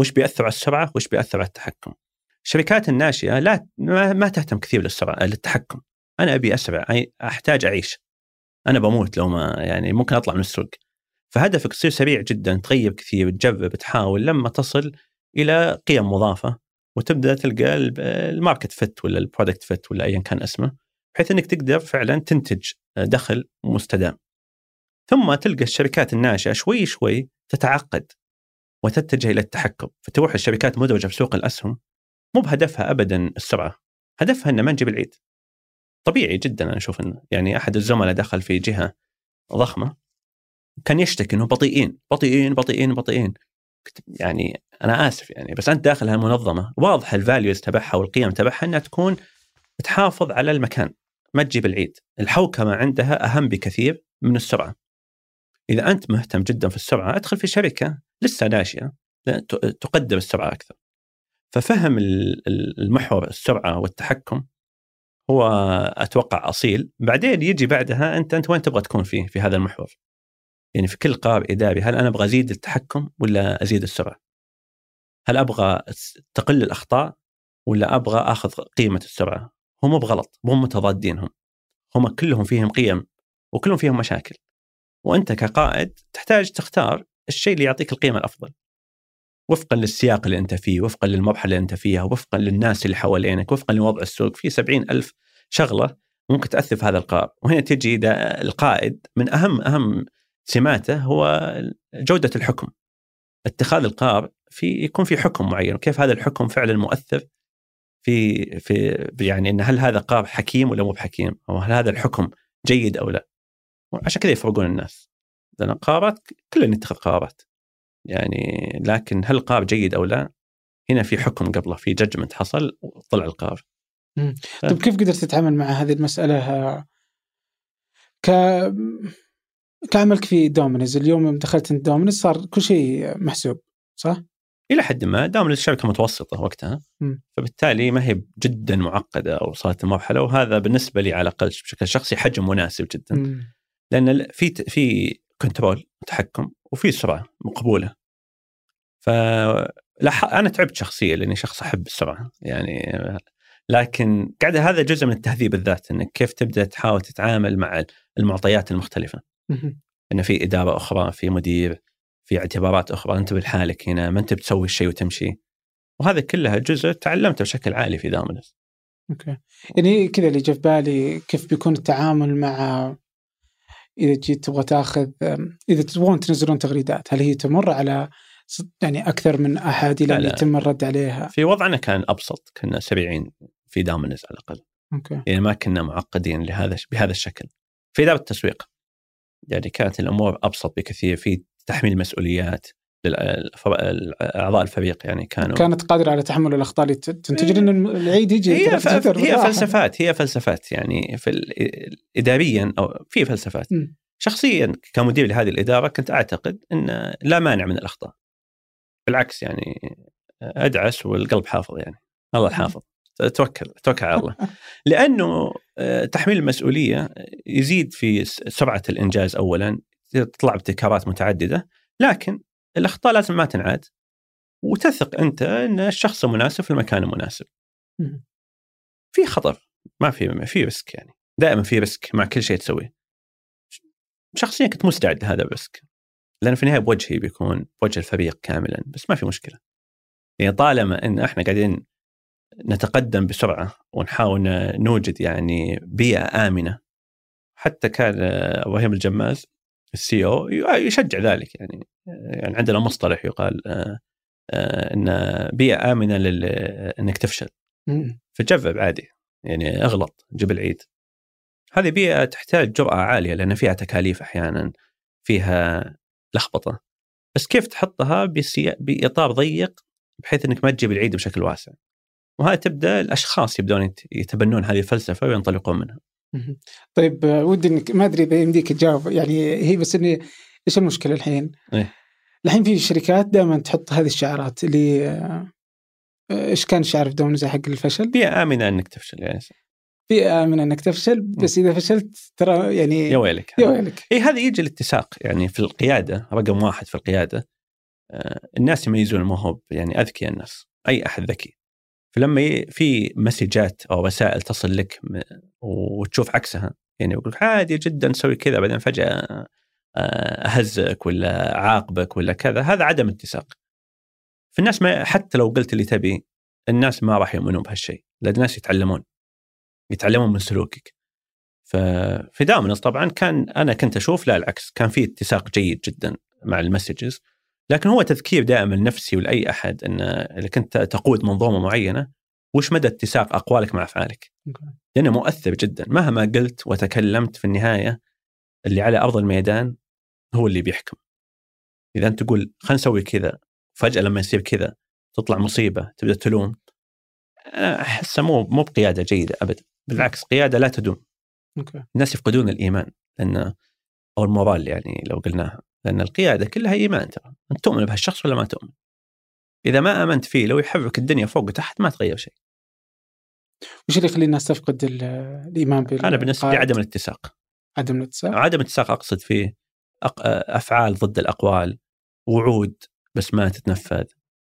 B: وش بيأثر على السرعة وش بيأثر على التحكم. الشركات الناشئة لا ما تهتم كثير للتحكم. أنا أبي أسرع، أحتاج أعيش، أنا بموت لو ما يعني ممكن أطلع من السوق. فهدفك تصير سريع جدا، تغير كثير، تجرب، تحاول لما تصل إلى قيم مضافة وتبدأ تلقى الماركت فت ولا البرودكت فت ولا أيا كان اسمه، بحيث أنك تقدر فعلا تنتج دخل مستدام. ثم تلقى الشركات الناشئة شوي شوي تتعقد وتتجه إلى التحكم، فتروح الشركات مدرجة في سوق الأسهم مو بهدفها أبدا السرعة، هدفها أن ما نجيب العيد. طبيعي جدا. أنا أشوف أنه يعني أحد الزملاء دخل في جهة ضخمة كان يشتكي أنه بطيئين بطيئين بطيئين بطيئين. يعني أنا آسف يعني، بس أنت داخل هالمنظمة واضح الفاليوز تبعها والقيم تبعها أنها تكون تحافظ على المكان، ما تجيب العيد. الحوكمة عندها أهم بكثير من السرعة. إذا أنت مهتم جدا في السرعة أدخل في شركة لسه ناشئة تقدر السرعة أكثر. ففهم المحور السرعة والتحكم هو أتوقع أصيل. بعدين يجي بعدها أنت وين تبغى تكون في هذا المحور. يعني في كل قرار إداري، هل أنا أبغى أزيد التحكم ولا أزيد السرعة؟ هل أبغى تقل الأخطاء ولا أبغى أخذ قيمة السرعة؟ هم بغلط، هم متضادين، هم كلهم فيهم قيم وكلهم فيهم مشاكل. وأنت كقائد تحتاج تختار الشيء اللي يعطيك القيمة الأفضل وفقا للسياق اللي أنت فيه، وفقا للمرحلة اللي أنت فيها، وفقا للناس اللي حوالينك، وفقا لوضع السوق. في 70,000 شغلة ممكن تأثر في هذا القرار. وهنا تجي القائد من أهم سماته هو جودة الحكم. اتخاذ القرار يكون في حكم معين، وكيف هذا الحكم فعلا مؤثر في يعني إن هل هذا قرار حكيم ولا مو بحكيم، أو هل هذا الحكم جيد أو لا. عشان كذا يفرقون الناس. لأن قرارات كلنا نتخذ قرارات يعني، لكن هل القرار جيد أو لا هنا في حكم قبله، في جادجمنت حصل وطلع القرار.
C: طيب كيف قدرت تتعامل مع هذه المسألة كعملك في دومينز؟ اليوم يوم دخلت انت دومينز صار كل شيء محسوب صح؟
B: إلى حد ما. دومينز شركة متوسطة وقتها، فبالتالي ما هي جدا معقدة أو وصلت المرحلة، وهذا بالنسبة لي على الأقل بشكل شخصي حجم مناسب جدا. لأن في كنترول تحكم وفي سرعة مقبولة. أنا تعبت شخصيا لأني شخص أحب السرعة يعني، لكن قاعد هذا جزء من التهذيب الذات، إنك كيف تبدأ تحاول تتعامل مع المعطيات المختلفة. إن في إدارة أخرى، في مدير، في اعتبارات أخرى، أنت بالحالك هنا ما أنت بتسوي الشيء وتمشي. وهذا كلها جزء تعلمته بشكل عالي في دومينز.
C: أوكي. يعني كذا اللي جاء في بالي كيف بيكون التعامل مع إذا جيت تبغى تأخذ، إذا تبغون تنزلون تغريدات، هل هي تمر على يعني أكثر من أحد إلى يتم الرد عليها؟
B: في وضعنا كان أبسط، كنا سريعين في دومينز على الأقل.
C: أوكي.
B: يعني ما كنا معقدين بهذا الشكل. في إدارة التسويق يعني كانت الأمور أبسط بكثير، في تحميل مسؤوليات أعضاء الفريق يعني كانت
C: قادرة على تحمل الأخطاء اللي تنتج لأن العيد يجي.
B: هي فلسفات يعني إداريا أو في فلسفات. شخصيا كمدير لهذه الإدارة كنت أعتقد أن لا مانع من الأخطاء، بالعكس يعني أدعس والقلب حافظ، يعني الله الحافظ، توكل على الله. لأنه تحميل المسؤولية يزيد في سرعة الإنجاز أولا، تطلع ابتكارات متعددة، لكن الأخطاء لازم ما تنعاد، وتثق أنت أن الشخص المناسب في المكان المناسب. في خطر، ما في ريسك، يعني دائما في ريسك مع كل شيء تسويه. شخصيا كنت مستعد لهذا الريسك، لأن في النهاية بوجهي بيكون بوجه الفريق كاملا، بس ما في مشكلة. يعني طالما أن إحنا قاعدين نتقدم بسرعة ونحاول نوجد يعني بيئة آمنة. حتى كان وهيم الجماز الCEO يشجع ذلك، يعني عندنا مصطلح يقال إن بيئة آمنة إنك تفشل. فجرب عادي، يعني اغلط، جيب العيد. هذه بيئة تحتاج جرأة عالية لأن فيها تكاليف أحيانا، فيها لخبطة، بس كيف تحطها بإطار ضيق بحيث إنك ما تجيب العيد بشكل واسع. وهذا تبدأ الأشخاص يبدون يتبنون هذه الفلسفة وينطلقون منها.
C: طيب ودي إنك ما أدري إذا يمديك تجاوب، يعني هي بس إني إيش المشكلة الحين؟ الحين في شركات دائما تحط هذه الشعارات اللي إيش كان الشعار في دومينز حق الفشل؟
B: بيئة آمنة إنك تفشل، يعني بيئة
C: آمنة إنك تفشل، بس إذا فشلت ترى يعني
B: يا ويلك. هذا يجي الاتساق يعني في القيادة. رقم واحد في القيادة الناس يميزون الموهوب، يعني أذكياء الناس، أي أحد ذكي. فلما في مسجات أو رسائل تصل لك وتشوف عكسها، يعني يقول عادي جدا نسوي كذا، بعدين فجأة أهزك ولا عاقبك ولا كذا، هذا عدم اتساق. في الناس ما حتى لو قلت اللي تبي، الناس ما راح يؤمنون بهالشيء، لأن الناس يتعلمون من سلوكك. ففي دامنس طبعا أنا كنت أشوف لا العكس، كان في اتساق جيد جدا مع المسجز، لكن هو تذكير دائما لنفسي ولأي أحد أن إذا كنت تقود منظومة معينة وش مدى اتساق أقوالك مع أفعالك، لأنه مؤثر جدا. مهما قلت وتكلمت في النهاية اللي على أرض الميدان هو اللي بيحكم. إذا أنت تقول خلنا نسوي كذا، فجأة لما يصير كذا تطلع مصيبة تبدأ تلوم، أنا أحسها مو بقيادة جيدة أبدا، بالعكس قيادة لا تدوم. الناس يفقدون الإيمان أو المورال، يعني لو قلناها، لأن القيادة كلها إيمان. ترى أنت تؤمن بهالشخص ولا ما تؤمن؟ إذا ما آمنت فيه لو يحرك الدنيا فوق وتحت ما تغير شيء.
C: وش اللي يخلي الناس تفقد الإيمان بالقائد؟
B: أنا بالنسبة لي عدم الاتساق. عدم الاتساق أقصد فيه أفعال ضد الأقوال، وعود بس ما تتنفذ،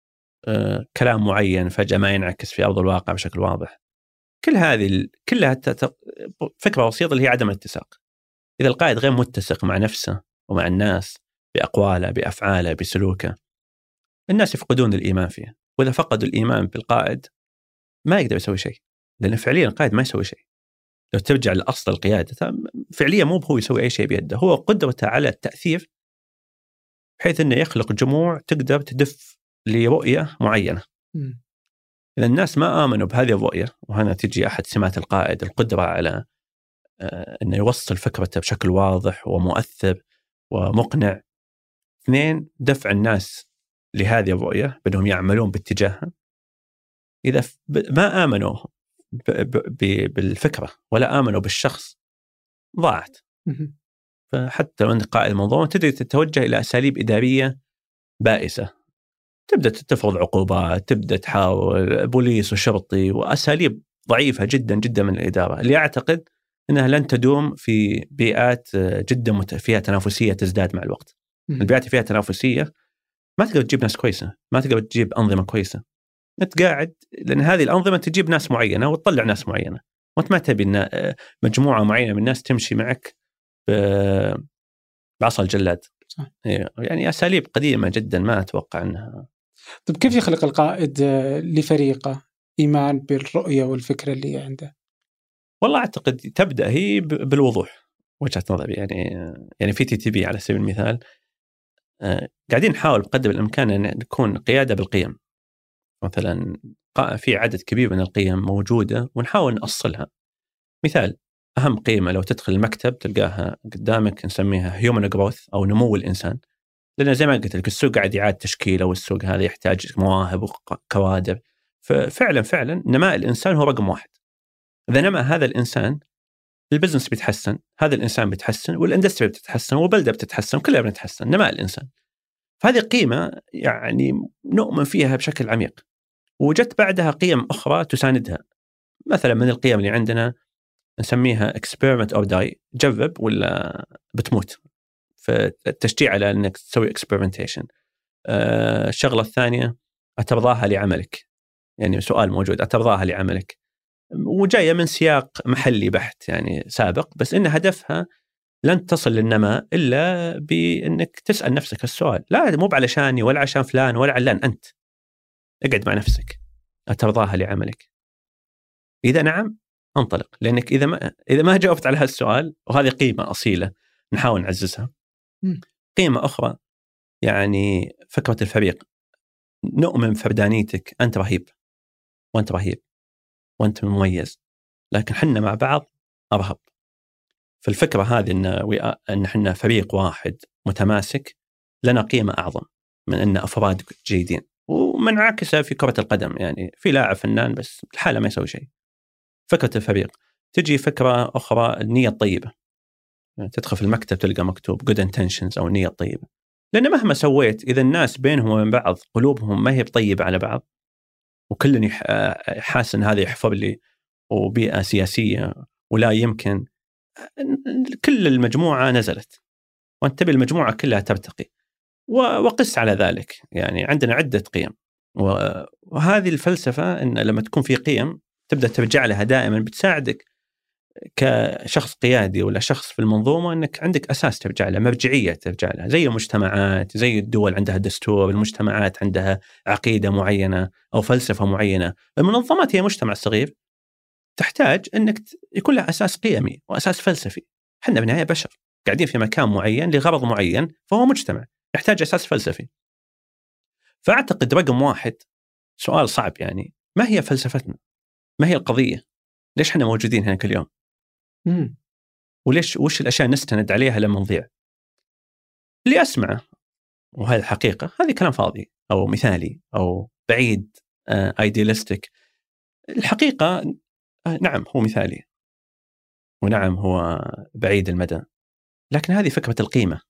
B: كلام معين فجأة ما ينعكس في أرض الواقع بشكل واضح. كل هذه كلها فكرة بسيطة اللي هي عدم الاتساق. إذا القائد غير متسق مع نفسه ومع الناس بأقواله بأفعاله بسلوكه، الناس يفقدون الإيمان فيه. وإذا فقدوا الإيمان بالقائد ما يقدر يسوي شيء، لأن فعليا القائد ما يسوي شيء. لو ترجع لأصل القيادة فعليا مو هو يسوي أي شيء بيده، هو قدرته على التأثير بحيث أنه يخلق جموع تقدر تدف لرؤية معينة. إذا الناس ما آمنوا بهذه الرؤية، وهنا تجي أحد سمات القائد، القدرة على أنه يوصل فكرته بشكل واضح ومؤثر ومقنع. 2، دفع الناس لهذه الرؤية بأنهم يعملون باتجاهها. إذا ما آمنوا بالفكرة ولا آمنوا بالشخص ضاعت. فحتى لو أنت قائد المنظومة تقدر تتوجه إلى أساليب إدارية بائسة، تبدأ تفرض عقوبات، تبدأ تحاول بوليس وشرطي، وأساليب ضعيفة جدا جدا من الإدارة اللي أعتقد أنها لن تدوم في بيئات جدا فيها تنافسية تزداد مع الوقت. البيئات فيها تنافسية ما تقدر تجيب ناس كويسة، ما تقدر تجيب أنظمة كويسة. أنت قاعد لأن هذه الأنظمة تجيب ناس معينة وتطلع ناس معينة، وأنت ما تبي أن مجموعة معينة من الناس تمشي معك بعصا الجلاد. يعني أساليب قديمة جدا ما أتوقع أنها.
C: طيب كيف يخلق القائد لفريقه إيمان بالرؤية والفكرة اللي عنده؟
B: والله أعتقد تبدأ هي بالوضوح، وجهة نظري. يعني في TTB على سبيل المثال قاعدين نحاول بقدر الإمكان أن نكون قيادة بالقيم. مثلا في عدد كبير من القيم موجودة ونحاول نأصلها. مثال، أهم قيمة لو تدخل المكتب تلقاها قدامك نسميها human growth أو نمو الإنسان، لأن زي ما قلت لك السوق قاعد يعاد تشكيله، والسوق هذا يحتاج مواهب وكوادر. ففعلا نماء الإنسان هو رقم 1. إذا نما هذا الإنسان البزنس بيتحسن، هذا الإنسان بيتحسن، والإندستري بتتحسن، والبلدة بتتحسن، كلها بنتحسن. نماء الإنسان، فهذه قيمة يعني نؤمن فيها بشكل عميق. وجدت بعدها قيم أخرى تساندها. مثلا من القيم اللي عندنا نسميها experiment or die، جرب ولا بتموت. فالتشجيع على أنك تسوي experimentation. الشغلة الثانية أترضاها لعملك، يعني سؤال موجود أترضاها لعملك، وجاية من سياق محلي بحت يعني سابق، بس إن هدفها لن تصل للنماء إلا بأنك تسأل نفسك السؤال، لا مو علشاني ولا عشان فلان ولا علان، أنت اقعد مع نفسك أترضاها لعملك؟ إذا نعم انطلق، لأنك إذا ما جاوبت على هالسؤال، وهذه قيمة أصيلة نحاول نعززها. قيمة أخرى يعني فكرة الفريق، نؤمن فردانيتك، أنت رهيب وأنت رهيب وأنت مميز، لكن حنا مع بعض أرهب. فالفكرة هذه أن حنا فريق واحد متماسك لنا قيمة أعظم من أن أفراد جيدين. ومنعكسة في كرة القدم، يعني في لاعب فنان بس الحالة ما يسوي شيء. فكرة الفريق. تجي فكرة أخرى النية الطيبة، يعني تدخل في المكتب تلقى مكتوب good intentions أو النية الطيبة، لأن مهما سويت إذا الناس بينهم وبين بعض قلوبهم ما هي طيبة على بعض، وكل حاسس أن هذا يحفر لي وبيئة سياسية ولا يمكن، كل المجموعة نزلت وأنت تبي المجموعة كلها ترتقي. وقس على ذلك. يعني عندنا عدة قيم، وهذه الفلسفة أن لما تكون في قيم تبدأ ترجع لها دائما، بتساعدك كشخص قيادي ولا شخص في المنظومة أنك عندك أساس ترجع له، مرجعية ترجع لها. زي المجتمعات، زي الدول عندها دستور، المجتمعات عندها عقيدة معينة أو فلسفة معينة. المنظمات هي مجتمع صغير تحتاج أنك يكون لها أساس قيمي وأساس فلسفي. احنا بالنهاية بشر قاعدين في مكان معين لغرض معين، فهو مجتمع يحتاج أساس فلسفي. فأعتقد رقم واحد سؤال صعب، يعني ما هي فلسفتنا؟ ما هي القضية؟ ليش احنا موجودين هنا كل يوم؟ وش الأشياء نستند عليها لما نضيع؟ اللي أسمعه، وهذه الحقيقة، هذه كلام فاضي أو مثالي أو بعيد، ايديالستيك. الحقيقة نعم هو مثالي، ونعم هو بعيد المدى، لكن هذه فكرة القيمة.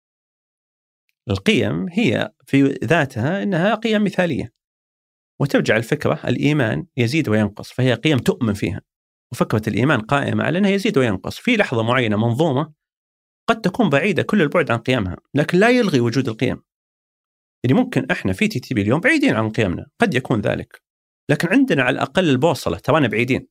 B: القيم هي في ذاتها إنها قيم مثالية، وترجع الفكرة الإيمان يزيد وينقص، فهي قيم تؤمن فيها. وفكرة الإيمان قائمة على أنها يزيد وينقص. في لحظة معينة منظومة قد تكون بعيدة كل البعد عن قيمها، لكن لا يلغي وجود القيم. يعني ممكن إحنا في TTB اليوم بعيدين عن قيمنا، قد يكون ذلك، لكن عندنا على الأقل البوصلة، ترانا بعيدين.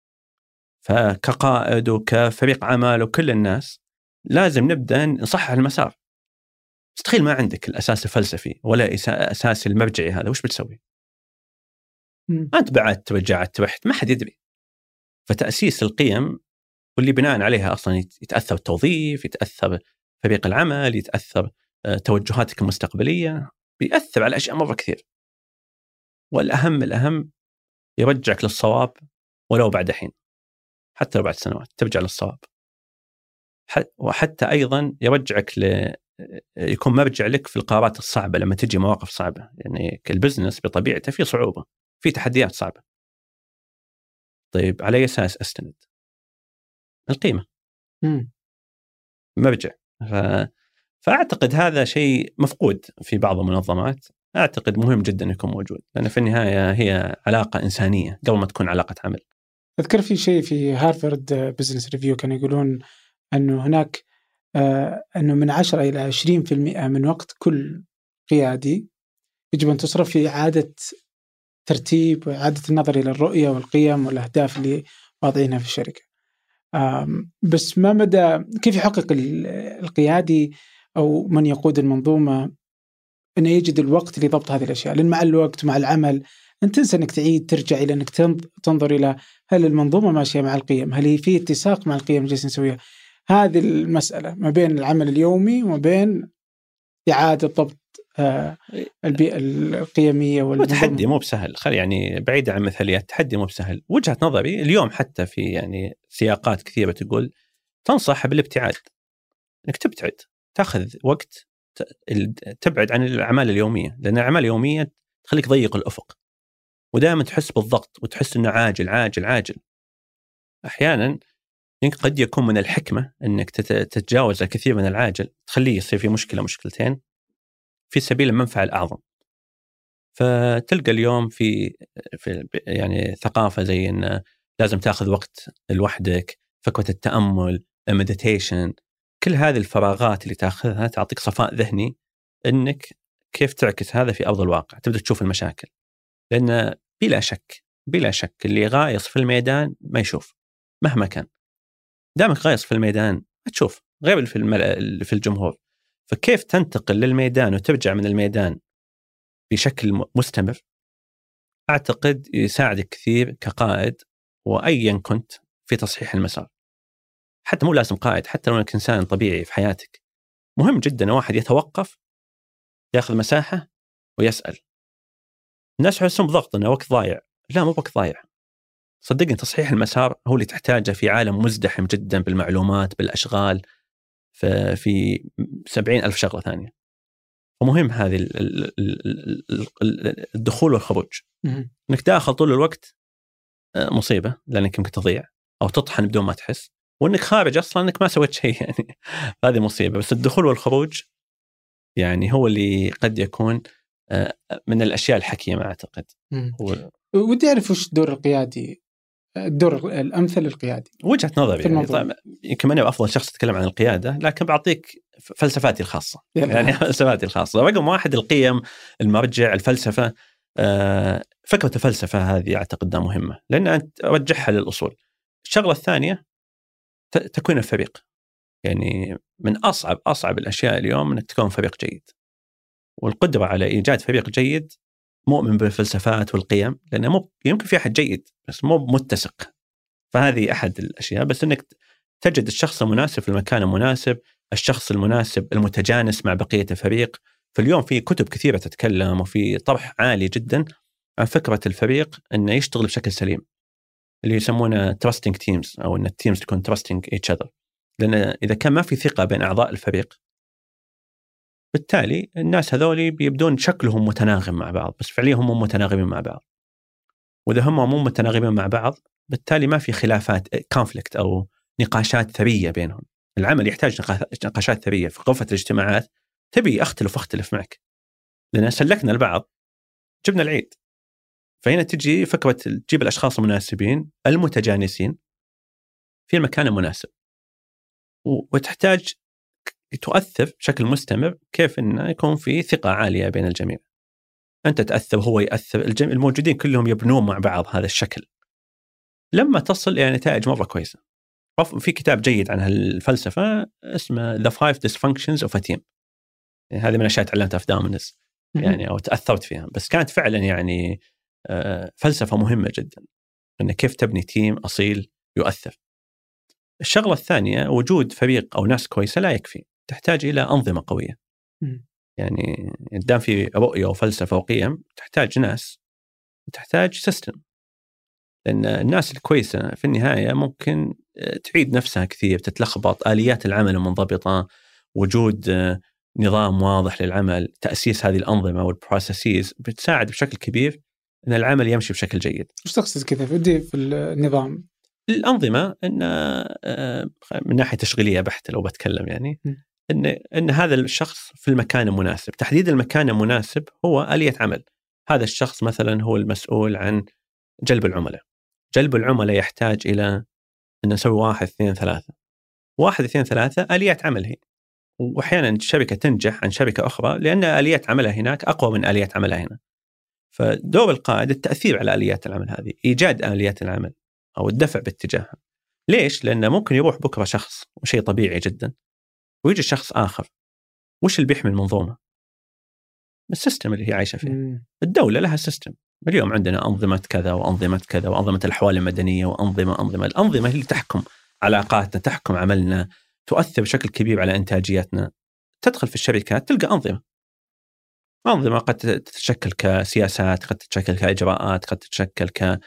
B: فكقائد وكفريق عمل وكل الناس لازم نبدأ نصحح المسار. تخيل ما عندك الأساس الفلسفي ولا أساس المرجعي، هذا وش بتسوي؟ أنت بعدت رجعت رحت، ما حد يدري. فتأسيس القيم واللي بناء عليها أصلا يتأثر التوظيف، يتأثر فريق العمل، يتأثر توجهاتك المستقبلية، بيأثر على أشياء مرة كثير. والأهم يرجعك للصواب ولو بعد حين، حتى لو بعد سنوات ترجع للصواب. وحتى أيضا يرجعك يكون مرجع لك في القرارات الصعبة لما تجي مواقف صعبة. يعني البزنس بطبيعته فيه صعوبة، فيه تحديات صعبة. طيب على أي أساس أستند؟ القيمة مرجع. فأعتقد هذا شيء مفقود في بعض المنظمات. أعتقد مهم جدا يكون موجود، لأن في النهاية هي علاقة إنسانية قبل ما تكون علاقة عمل.
C: أذكر في شيء في هارفارد بزنس ريفيو كانوا يقولون أنه هناك أنه من 10 إلى 20% من وقت كل قيادي يجب أن تصرف في إعادة ترتيب وإعادة النظر إلى الرؤية والقيم والأهداف اللي واضعينها في الشركة. بس ما مدى كيف يحقق القيادي أو من يقود المنظومة أنه يجد الوقت لضبط هذه الأشياء؟ لأن مع الوقت مع العمل أنت تنسى أنك تعيد ترجع إلى أنك تنظر إلى هل المنظومة ماشية مع القيم، هل هي في اتساق مع القيم اللي جالسين نسويها. هذه المسألة ما بين العمل اليومي وما بين إعادة ضبط البيئة القيمية والمنظومة.
B: تحدي مو بسهل، يعني بعيد عن مثاليات، تحدي مو بسهل. وجهة نظري اليوم حتى في يعني سياقات كثيرة تقول تنصح بالابتعاد، انك تبتعد، تاخذ وقت، تبعد عن الأعمال اليومية، لأن الأعمال اليومية تخليك ضيق الأفق، ودائما تحس بالضغط وتحس إنه عاجل عاجل عاجل. أحيانا قد يكون من الحكمة أنك تتجاوز الكثير من العاجل، تخليه يصير في مشكلة مشكلتين في سبيل المنفعة الأعظم. فتلقى اليوم في يعني ثقافة زي إن لازم تأخذ وقت لوحدك، فكرة التأمل، المديتيشن، كل هذه الفراغات اللي تأخذها تعطيك صفاء ذهني إنك كيف تعكس هذا في أرض الواقع، تبدأ تشوف المشاكل. لأن بلا شك اللي غايص في الميدان ما يشوف مهما كان. دامك غايص في الميدان هتشوف، غير في الجمهور. فكيف تنتقل للميدان وترجع من الميدان بشكل مستمر، أعتقد يساعدك كثير كقائد وأيا كنت في تصحيح المسار. حتى مو لازم قائد، حتى لو أنك إنسان طبيعي في حياتك، مهم جدا واحد يتوقف، يأخذ مساحة ويسأل. الناس يحسون بضغط أنه وقت ضايع. لا، مو وقت ضايع، صدقني تصحيح المسار هو اللي تحتاجه في عالم مزدحم جدا بالمعلومات، بالأشغال، في 70,000 شغلة ثانية. ومهم هذه الدخول والخروج. انك داخل طول الوقت مصيبة، لأنك يمكن تضيع أو تطحن بدون ما تحس، وانك خارج أصلا انك ما سويت شيء، يعني هذه مصيبة. بس الدخول والخروج يعني هو اللي قد يكون من الأشياء الحكيمة أعتقد.
C: ودي أعرف وش دور القيادي الدور الأمثل للقيادي؟
B: وجهة نظري يعني يمكن أنا أفضل شخص أتكلم عن القيادة، لكن بعطيك فلسفاتي الخاصة. يعني فلسفاتي الخاصة. رقم واحد القيم، المرجع، الفلسفة. فكرة الفلسفة هذه أعتقد أنها مهمة لأن أنت أرجعها للأصول. الشغلة الثانية تكوين الفريق. يعني من أصعب الأشياء اليوم أنك تكون فريق جيد، والقدرة على إيجاد فريق جيد مؤمن بالفلسفات والقيم، لأنه يمكن في أحد جيد بس مو متسق. فهذه أحد الأشياء، بس أنك تجد الشخص المناسب في المكان المناسب، الشخص المناسب المتجانس مع بقية الفريق. فاليوم في كتب كثيرة تتكلم وفي طرح عالي جدا عن فكرة الفريق أنه يشتغل بشكل سليم، اللي يسمونه trusting teams، أو أن التيمز تكون trusting each other. لأن إذا كان ما في ثقة بين أعضاء الفريق، بالتالي الناس هذولي بيبدون شكلهم متناغم مع بعض، بس فعليا هم متناغمين مع بعض. وإذا هم مو متناغمين مع بعض، بالتالي ما في خلافات conflict أو نقاشات ثرية بينهم. العمل يحتاج نقاشات ثرية. في غرفة الاجتماعات تبي أختلف معك، لأن سلكنا البعض جبنا العيد. فهنا تجي فكرة تجيب الأشخاص المناسبين المتجانسين في المكان المناسب، وتحتاج تؤثر بشكل مستمر كيف إنه يكون في ثقة عالية بين الجميع. أنت تأثر، هو يأثر، الموجودين كلهم يبنون مع بعض هذا الشكل لما تصل إلى نتائج مرة كويسة. في كتاب جيد عن هالفلسفة اسمه The 5 Dysfunctions of a Team. يعني هذه من الأشياء تعلمتها في دامنس يعني، أو تأثرت فيها، بس كانت فعلا يعني فلسفة مهمة جدا، إن كيف تبني تيم أصيل يؤثر. الشغلة الثانية وجود فريق أو ناس كويسة لا يكفي، تحتاج إلى أنظمة قوية. يعني قدام في رؤية وفلسفة وقيم، تحتاج ناس، تحتاج سيستم. لأن الناس الكويسة في النهاية ممكن تعيد نفسها كثير، تتلخبط، آليات العمل منضبطة، وجود نظام واضح للعمل، تأسيس هذه الأنظمة والبروسيسز بتساعد بشكل كبير أن العمل يمشي بشكل جيد.
C: وش تقصد كذا في النظام؟
B: الأنظمة إن من ناحية تشغيلية بحتة لو بتكلم يعني إن هذا الشخص في المكان المناسب. تحديد المكان المناسب هو آلية عمل. هذا الشخص مثلا هو المسؤول عن جلب العملاء. جلب العملاء يحتاج إلى أن نسوي 1 2 3. 1 2 3 آليات عمل هي. وأحيانا شركة تنجح عن شركة أخرى لأن آليات عملها هناك أقوى من آليات عملها هنا. فدور القائد التأثير على آليات العمل هذه، إيجاد آليات العمل أو الدفع باتجاهها. ليش؟ لأنه ممكن يروح بكرة شخص، وشيء طبيعي جدا، ويجي شخص آخر. وش اللي بيحمي المنظومة؟ السيستم اللي هي عايشة فيه. الدولة لها سيستم. اليوم عندنا أنظمة كذا وأنظمة كذا وأنظمة الأحوال المدنية وأنظمة. الأنظمة هي اللي تحكم علاقاتنا، تحكم عملنا، تؤثر بشكل كبير على إنتاجيتنا. تدخل في الشركات تلقى أنظمة قد تتشكل كسياسات، قد تتشكل كإجراءات، قد تتشكل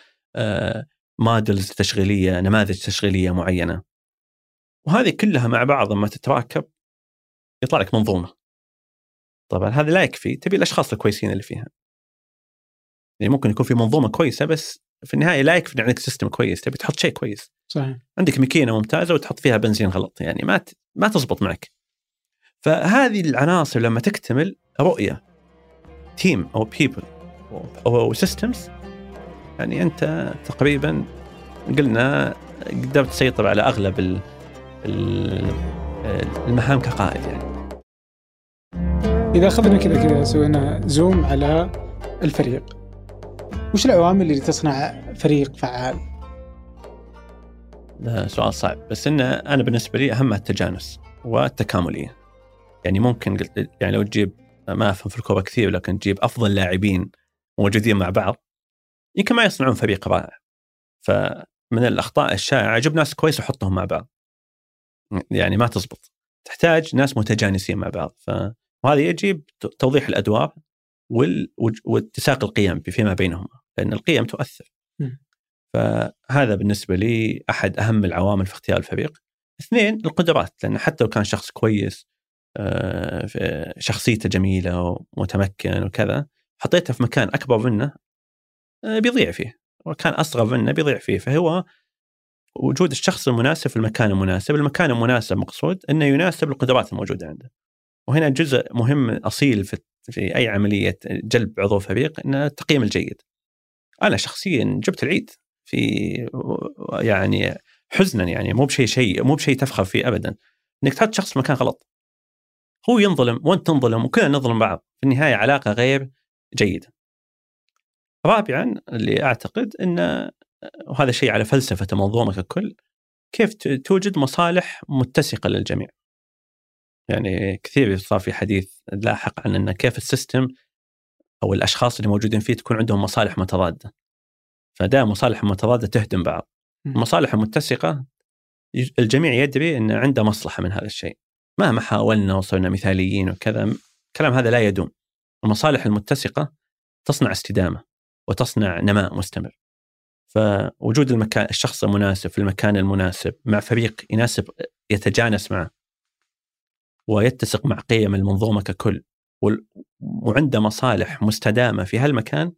B: موديلز تشغيلية، نماذج تشغيلية معينة. وهذه كلها مع بعض لما تتراكب يطلع لك منظومة. طبعا هذا لا يكفي، تبي الأشخاص الكويسين اللي فيها. يعني ممكن يكون في منظومة كويسة بس في النهاية لا يكفي عندك سيستم كويس، تبي تحط شيء كويس.
C: صحيح.
B: عندك ماكينة ممتازة وتحط فيها بنزين غلط، يعني ما تزبط معك. فهذه العناصر لما تكتمل، رؤية، تيم أو people أو systems، يعني أنت تقريبا قلنا قدرت تسيطر على أغلب المهام كقائد. يعني
C: إذا أخذنا كذا سوينا زوم على الفريق، وش العوامل اللي تصنع فريق فعال؟
B: ده سؤال صعب، بس أنا بالنسبة لي أهم التجانس والتكاملية. يعني ممكن يعني لو تجيب، ما أفهم في الكورة كثير، لكن تجيب أفضل لاعبين موجودين مع بعض يمكن ما يصنعون فريق رائع. فمن الأخطاء الشائعة جب ناس كويس وحطهم مع بعض، يعني ما تزبط. تحتاج ناس متجانسين مع بعض. وهذا يجب توضيح الأدوار واتساق القيم فيما بينهم، لأن القيم تؤثر. فهذا بالنسبة لي أحد أهم العوامل في اختيار الفريق. 2 القدرات، لأن حتى لو كان شخص كويس، شخصيته جميلة ومتمكن وكذا، حطيته في مكان أكبر منه بيضيع فيه، وكان أصغر منه بيضيع فيه. فهو وجود الشخص المناسب في المكان المناسب. المكان المناسب مقصود أنه يناسب القدرات الموجودة عنده. وهنا جزء مهم أصيل في أي عملية جلب عضو فريق، أن التقييم الجيد. أنا شخصيا جبت العيد في يعني حزنا، يعني مو بشيء تفخر فيه ابدا، انك تحط شخص في مكان غلط، هو ينظلم وانت تنظلم وكلنا نظلم بعض، في النهايه علاقه غير جيده. رابعا اللي اعتقد انه، وهذا شيء على فلسفه منظومه ككل، كيف توجد مصالح متسقه للجميع. يعني كثير صار في حديث لاحق عن ان كيف السيستم او الاشخاص اللي موجودين فيه تكون عندهم مصالح متضاده، فدائما مصالح متضاده تهدم بعض. المصالح المتسقه الجميع يدري ان عنده مصلحه من هذا الشيء، مهما حاولنا وصرنا مثاليين وكذا، الكلام هذا لا يدوم. المصالح المتسقه تصنع استدامه وتصنع نماء مستمر. فوجود المكان، الشخص المناسب في المكان المناسب مع فريق يناسب يتجانس معه ويتسق مع قيم المنظومه ككل، وعنده مصالح مستدامه في هالمكان،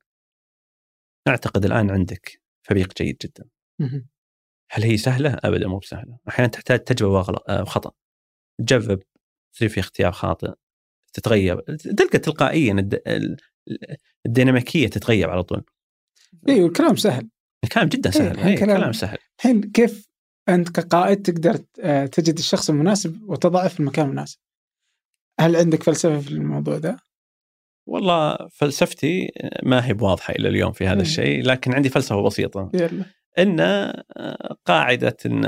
B: اعتقد الان عندك فريق جيد جدا. هل هي سهله؟ ابدا مو بسهله، احيانا تحتاج تجربه وخطا، تجرب، تصير في اختيار خاطئ، تتغير، تلقى تلقائيا الديناميكيه تتغير على طول.
C: ايوه الكلام سهل،
B: الكلام جدا سهل. كلام سهل.
C: الحين كيف انت كقائد تقدر تجد الشخص المناسب وتضعه في المكان المناسب؟ هل عندك فلسفه في الموضوع ده؟
B: والله فلسفتي ما هي واضحه الى اليوم في هذا الشيء، لكن عندي فلسفه بسيطه. ان قاعده ان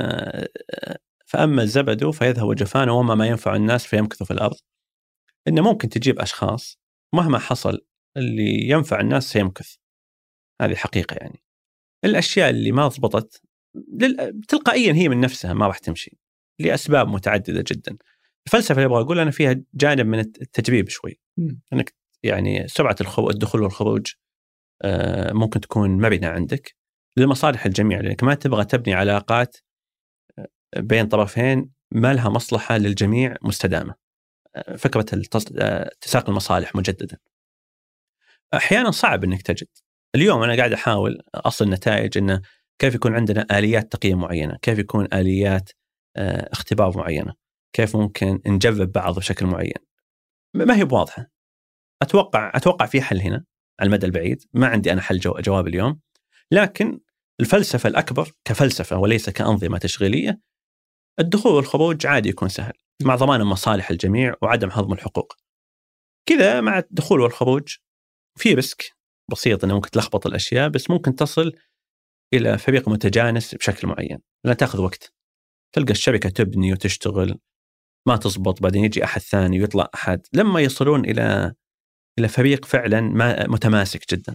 B: فاما الزبد فيذهب جفانه وما ما ينفع الناس فيمكث في الارض. إنه ممكن تجيب أشخاص مهما حصل اللي ينفع الناس سيمكث، هذه حقيقة. يعني الأشياء اللي ما ضبطت تلقائيا هي من نفسها ما راح تمشي لأسباب متعددة جدا. الفلسفة اللي أبغى أقول أنا فيها جانب من التجريب شوي، أنك يعني سرعة الدخول والخروج ممكن تكون مرنة عندك لمصالح الجميع، لأنك ما تبغى تبني علاقات بين طرفين ما لها مصلحة للجميع مستدامة. فكرة اتساق المصالح مجددا أحيانا صعب أنك تجد. اليوم أنا قاعد أحاول أصل النتائج أنه كيف يكون عندنا آليات تقييم معينة، كيف يكون آليات اختبار معينة، كيف ممكن نجرب بعض بشكل معين. ما هي بواضحة. أتوقع في حل هنا على المدى البعيد، ما عندي أنا حل جواب اليوم، لكن الفلسفة الأكبر كفلسفة وليس كأنظمة تشغيلية، الدخول والخروج عادي يكون سهل مع ضمان مصالح الجميع وعدم هضم الحقوق. كذا مع الدخول والخروج في ريسك بسيط أنه ممكن تلخبط الأشياء، بس ممكن تصل إلى فريق متجانس بشكل معين، لأنها تأخذ وقت. تلقى الشركة تبني وتشتغل ما تزبط، بعدين يجي أحد ثاني ويطلع أحد، لما يصلون إلى فريق فعلا متماسك جدا.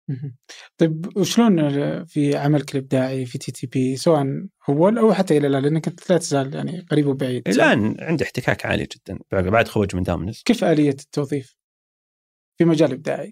C: طيب وشلون في عملك الإبداعي في TTP، سواء هو أو حتى إلى الآن، لأنك أنت لا تزال يعني قريب وبعيد؟
B: الآن عندي احتكاك عالي جدا بعد خروج من دامنس.
C: كيف آلية التوظيف في مجال إبداعي؟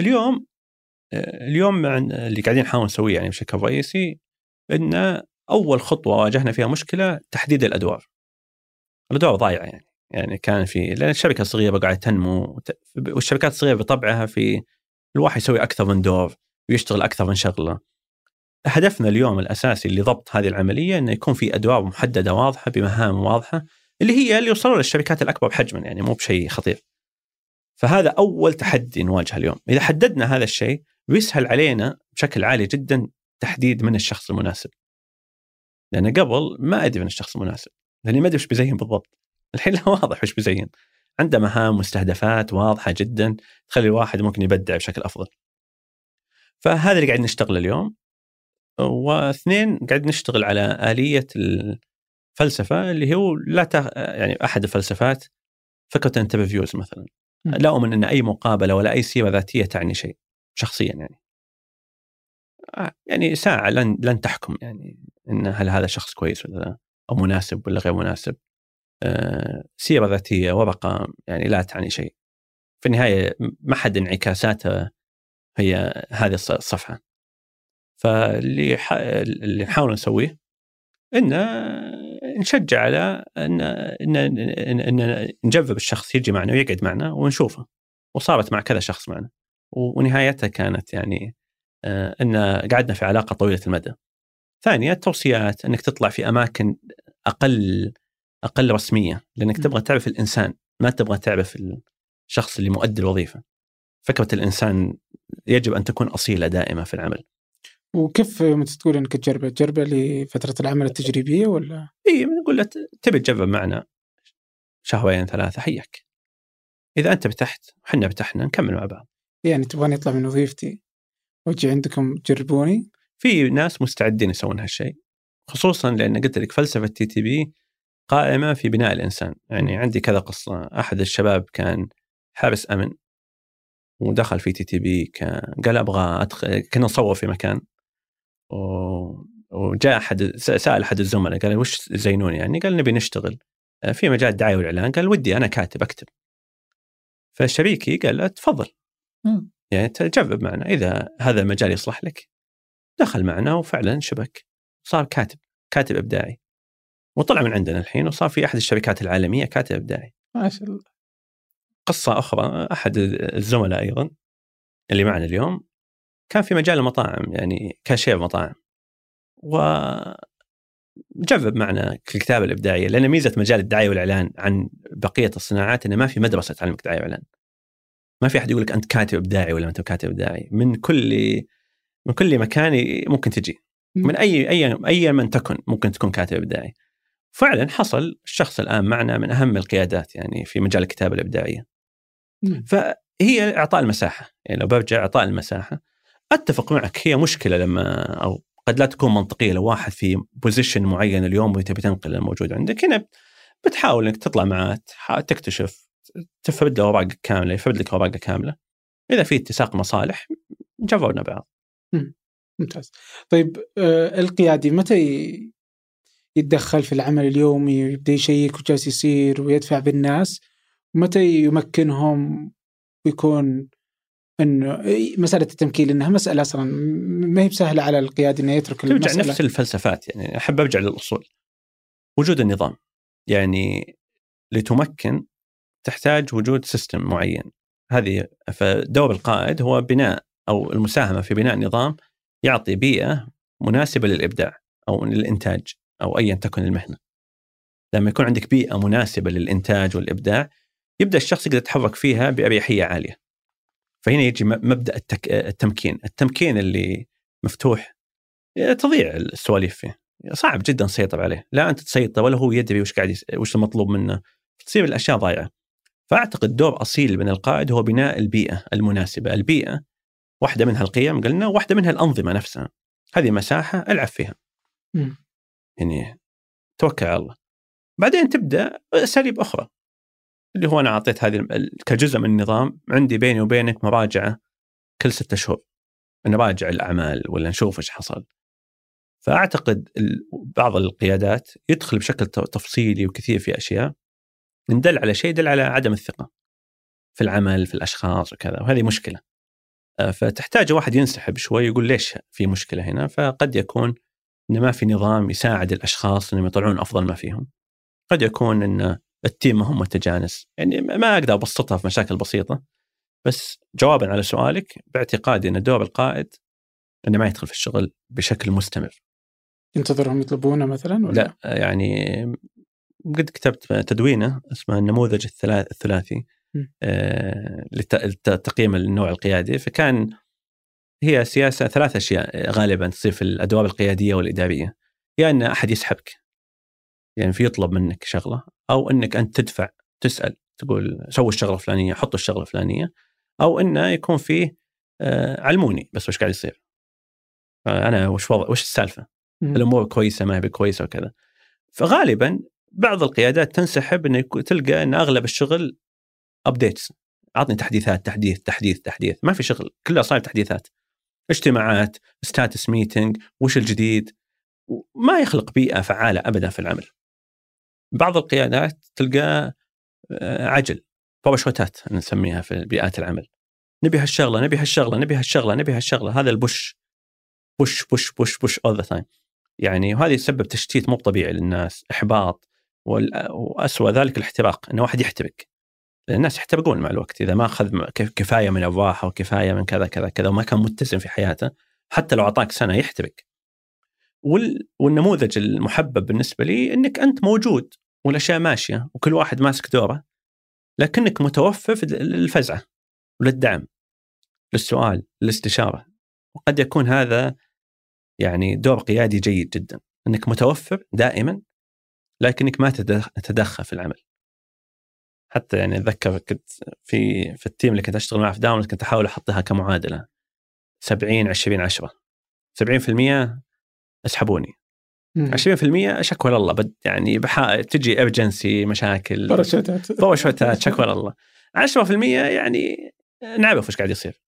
B: اليوم اللي قاعدين نحاول نسويه يعني بشكل رئيسي، إن أول خطوة واجهنا فيها مشكلة تحديد الأدوار ضايعة. يعني كان لأن الشركة الصغيرة قاعدة تنمو، والشركات الصغيرة بطبعها في الواحد يسوي أكثر من دور ويشتغل أكثر من شغلة. هدفنا اليوم الأساسي لضبط هذه العملية إنه يكون في أدوار محددة واضحة بمهام واضحة، اللي يوصلوا للشركات الأكبر بحجما، يعني مو بشيء خطير. فهذا أول تحدي نواجهه اليوم. إذا حددنا هذا الشيء بيسهل علينا بشكل عالي جدا تحديد من الشخص المناسب، لأن قبل ما أدري من الشخص المناسب، لأني ما أدري وش بيزين بالضبط. الحين لا، واضح وش بيزين، عنده مهام مستهدفات واضحة جدا تخلي الواحد ممكن يبدع بشكل أفضل. فهذا اللي قاعد نشتغل اليوم. واثنين قاعد نشتغل على آلية الفلسفة اللي هو يعني أحد الفلسفات فكرة انترفيوز مثلا. لا أؤمن أن أي مقابلة ولا أي سيرة ذاتية تعني شيء شخصيا. يعني ساعة لن تحكم يعني إن هل هذا شخص كويس ولا لا، أو مناسب ولا غير مناسب. سيرة ذاتية ورقة يعني لا تعني شيء في النهاية. ما حد انعكاساته هي هذه الصفحة. فاللي نحاول نسويه إن نشجع على إن نجذب الشخص يجي معنا ويقعد معنا ونشوفه. وصارت مع كذا شخص معنا، ونهايتها كانت يعني إن قعدنا في علاقة طويلة المدى. ثانيا التوصيات، أنك تطلع في أماكن أقل رسمية، لأنك تبغى تعرف الإنسان، ما تبغى تعرف الشخص اللي مؤدي الوظيفة. فكرة الإنسان يجب أن تكون أصيلة دائمة في العمل.
C: وكيف متى تقول إنك تجربه لفترة العمل التجريبية ولا؟
B: إيه، نقول له تبي تجرب معنا شهرين 3 حيك، إذا أنت بتحت وحنا بتحنا نكمل مع بعض.
C: يعني تبغاني أطلع من وظيفتي وأجي عندكم تجربوني؟
B: في ناس مستعدين يسوون هالشيء، خصوصا لأن قلت لك فلسفة TTB قائمة في بناء الإنسان. يعني عندي كذا قصة. أحد الشباب كان حارس أمن ودخل في TTB، قال أبغى أدخل. كنا نصور في مكان وجاء سأل أحد الزملاء قال وش زينوني؟ يعني قال نبي نشتغل في مجال الدعاية والإعلان. قال ودي أنا أكتب. فشريكي قال له تفضل، يعني تجرب معنا إذا هذا المجال يصلح لك. دخل معنا وفعلا شبك، صار كاتب إبداعي، وطلع من عندنا الحين وصار في أحد الشركات العالمية كاتب إبداعي.
C: ما شاء الله.
B: قصة أخرى، أحد الزملاء أيضا اللي معنا اليوم كان في مجال المطاعم، يعني كاشير مطاعم، وجرب معنا الكتابة الإبداعية. لأن ميزة مجال الدعاية والإعلان عن بقية الصناعات إنه ما في مدرسة تعلمك دعاية وإعلان، ما في أحد يقولك أنت كاتب إبداعي ولا أنت كاتب إبداعي. من كل مكان ممكن تجي، من أي من تكن ممكن تكون كاتب إبداعي. فعلا حصل الشخص الآن معنا من أهم القيادات يعني في مجال الكتابة الإبداعية. فهي إعطاء المساحة. يعني لو برجع إعطاء المساحة، أتفق معك هي مشكلة لما أو قد لا تكون منطقية لو واحد في بوزيشن معين اليوم وتبي تنقل الموجود عندك. هنا بتحاول إنك تطلع معاه، تكتشف، تفرد له أوراق كاملة، يفرد لك أوراق كاملة. إذا في اتساق مصالح جربنا بعض.
C: ممتاز. طيب القيادي متى يتدخل في العمل اليومي ويبدأ يشيك وجالس يصير ويدفع بالناس؟ متى يمكنهم ويكون إنه مسألة التمكين، إنها مسألة أصلا ما هي بسهلة على القيادي إنه يترك المسألة.
B: ترجع نفس الفلسفات. يعني أحب أرجع للأصول. وجود النظام، يعني لتمكن تحتاج وجود سيستم معين. هذه فدور القائد هو بناء أو المساهمة في بناء نظام يعطي بيئة مناسبة للإبداع أو للإنتاج أو أيا تكن المهنة. لما يكون عندك بيئة مناسبة للإنتاج والإبداع يبدأ الشخص يقدر يتحرك فيها بأريحية عالية. فهنا يجي مبدأ التمكين اللي مفتوح تضيع السواليف فيه. صعب جدا تسيطر عليه، لا أنت تسيطر ولا هو يدري وش المطلوب منه، تصير الأشياء ضايعة. فأعتقد دور أصيل من القائد هو بناء البيئة المناسبة. البيئة واحدة منها القيم قلنا، واحدة منها الأنظمة نفسها. هذه مساحة ألعب فيها. يعني توكل على الله. بعدين تبدأ أساليب أخرى اللي هو أنا أعطيت هذه كجزء من النظام. عندي بيني وبينك مراجعة كل 6 شهور، نراجع الأعمال ولا نشوف إيش حصل. فأعتقد بعض القيادات يدخل بشكل تفصيلي وكثير في أشياء ندل على شيء يدل على عدم الثقة في العمل في الأشخاص وكذا، وهذه مشكلة. فتحتاج واحد ينسحب شوي يقول ليش في مشكلة هنا. فقد يكون إن ما في نظام يساعد الأشخاص إنهم يطلعون أفضل ما فيهم. قد يكون إن التيم ما هم متجانس. يعني ما أقدر أبسطها في مشاكل بسيطة، بس جوابا على سؤالك باعتقادي أن دور القائد أنه ما يدخل في الشغل بشكل مستمر.
C: ينتظرهم يطلبونه مثلا ولا؟
B: لا، يعني قد كتبت تدوينه اسمه النموذج الثلاثي لتقييم النوع القيادي. فكان هي سياسة 3 أشياء غالبا تصير في الأدوار القيادية والإدارية. يعني أن أحد يسحبك، يعني في يطلب منك شغلة، أو أنك أنت تدفع تسأل تقول سوي الشغلة الفلانية، حط الشغلة الفلانية، أو أنه يكون فيه علموني بس وش قاعد يصير، أنا وش السالفة، الأمور كويسة ما هي كويسة وكذا. فغالبا بعض القيادات تنسحب أنه تلقى أن أغلب الشغل أبديتس، أعطني تحديثات تحديث. ما في شغل، كله صار تحديثات، اجتماعات، ستاتس ميتينج، وش الجديد، ما يخلق بيئة فعالة أبدا في العمل. بعض القيادات تلقى عجل، بوشوتات نسميها في بيئات العمل، نبي هالشغلة، هذا البوش all the time. يعني وهذا يسبب تشتيت مو طبيعي للناس، إحباط، وأسوأ ذلك الاحتراق، إنه واحد يحترق. الناس يحترقون مع الوقت إذا ما أخذ كفاية من الراحة وكفاية من كذا وما كان متزن في حياته. حتى لو أعطاك سنة يحترق. والنموذج المحبب بالنسبة لي إنك أنت موجود والأشياء ماشية وكل واحد ماسك دوره، لكنك متوفر للفزعة وللدعم، للسؤال، للاستشارة. وقد يكون هذا يعني دور قيادي جيد جدا، أنك متوفر دائما لكنك ما تتدخل في العمل. حتى يعني أتذكر كنت في التيم اللي كنت أشتغل معه في داون، كنت أحاول أحطها كمعادلة 70-20-10. 70% اسحبوني، 20% شكوى الله، يعني تجي إرجنسي مشاكل باراشوتات شكوى الله. 10% يعني نعرف وش قاعد يصير.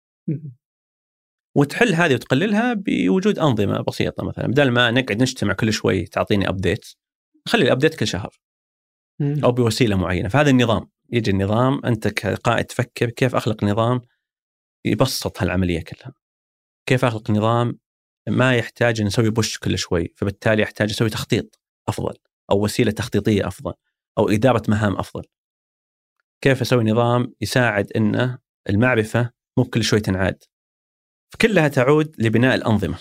B: وتحل هذه وتقللها بوجود أنظمة بسيطة، مثلا بدل ما نقعد نجتمع كل شوي تعطيني أبديت، خلي الأبديت كل شهر أو بوسيلة معينة. فهذا النظام، يجي النظام أنت كقائد تفكر كيف أخلق نظام يبسط هالعملية كلها، كيف أخلق نظام ما يحتاج نسوي بوش كل شوي، فبالتالي يحتاج أسوي تخطيط أفضل أو وسيلة تخطيطية أفضل أو إدارة مهام أفضل. كيف أسوي نظام يساعد إنه المعرفة مو كل شوي تنعاد. فكلها تعود لبناء الأنظمة.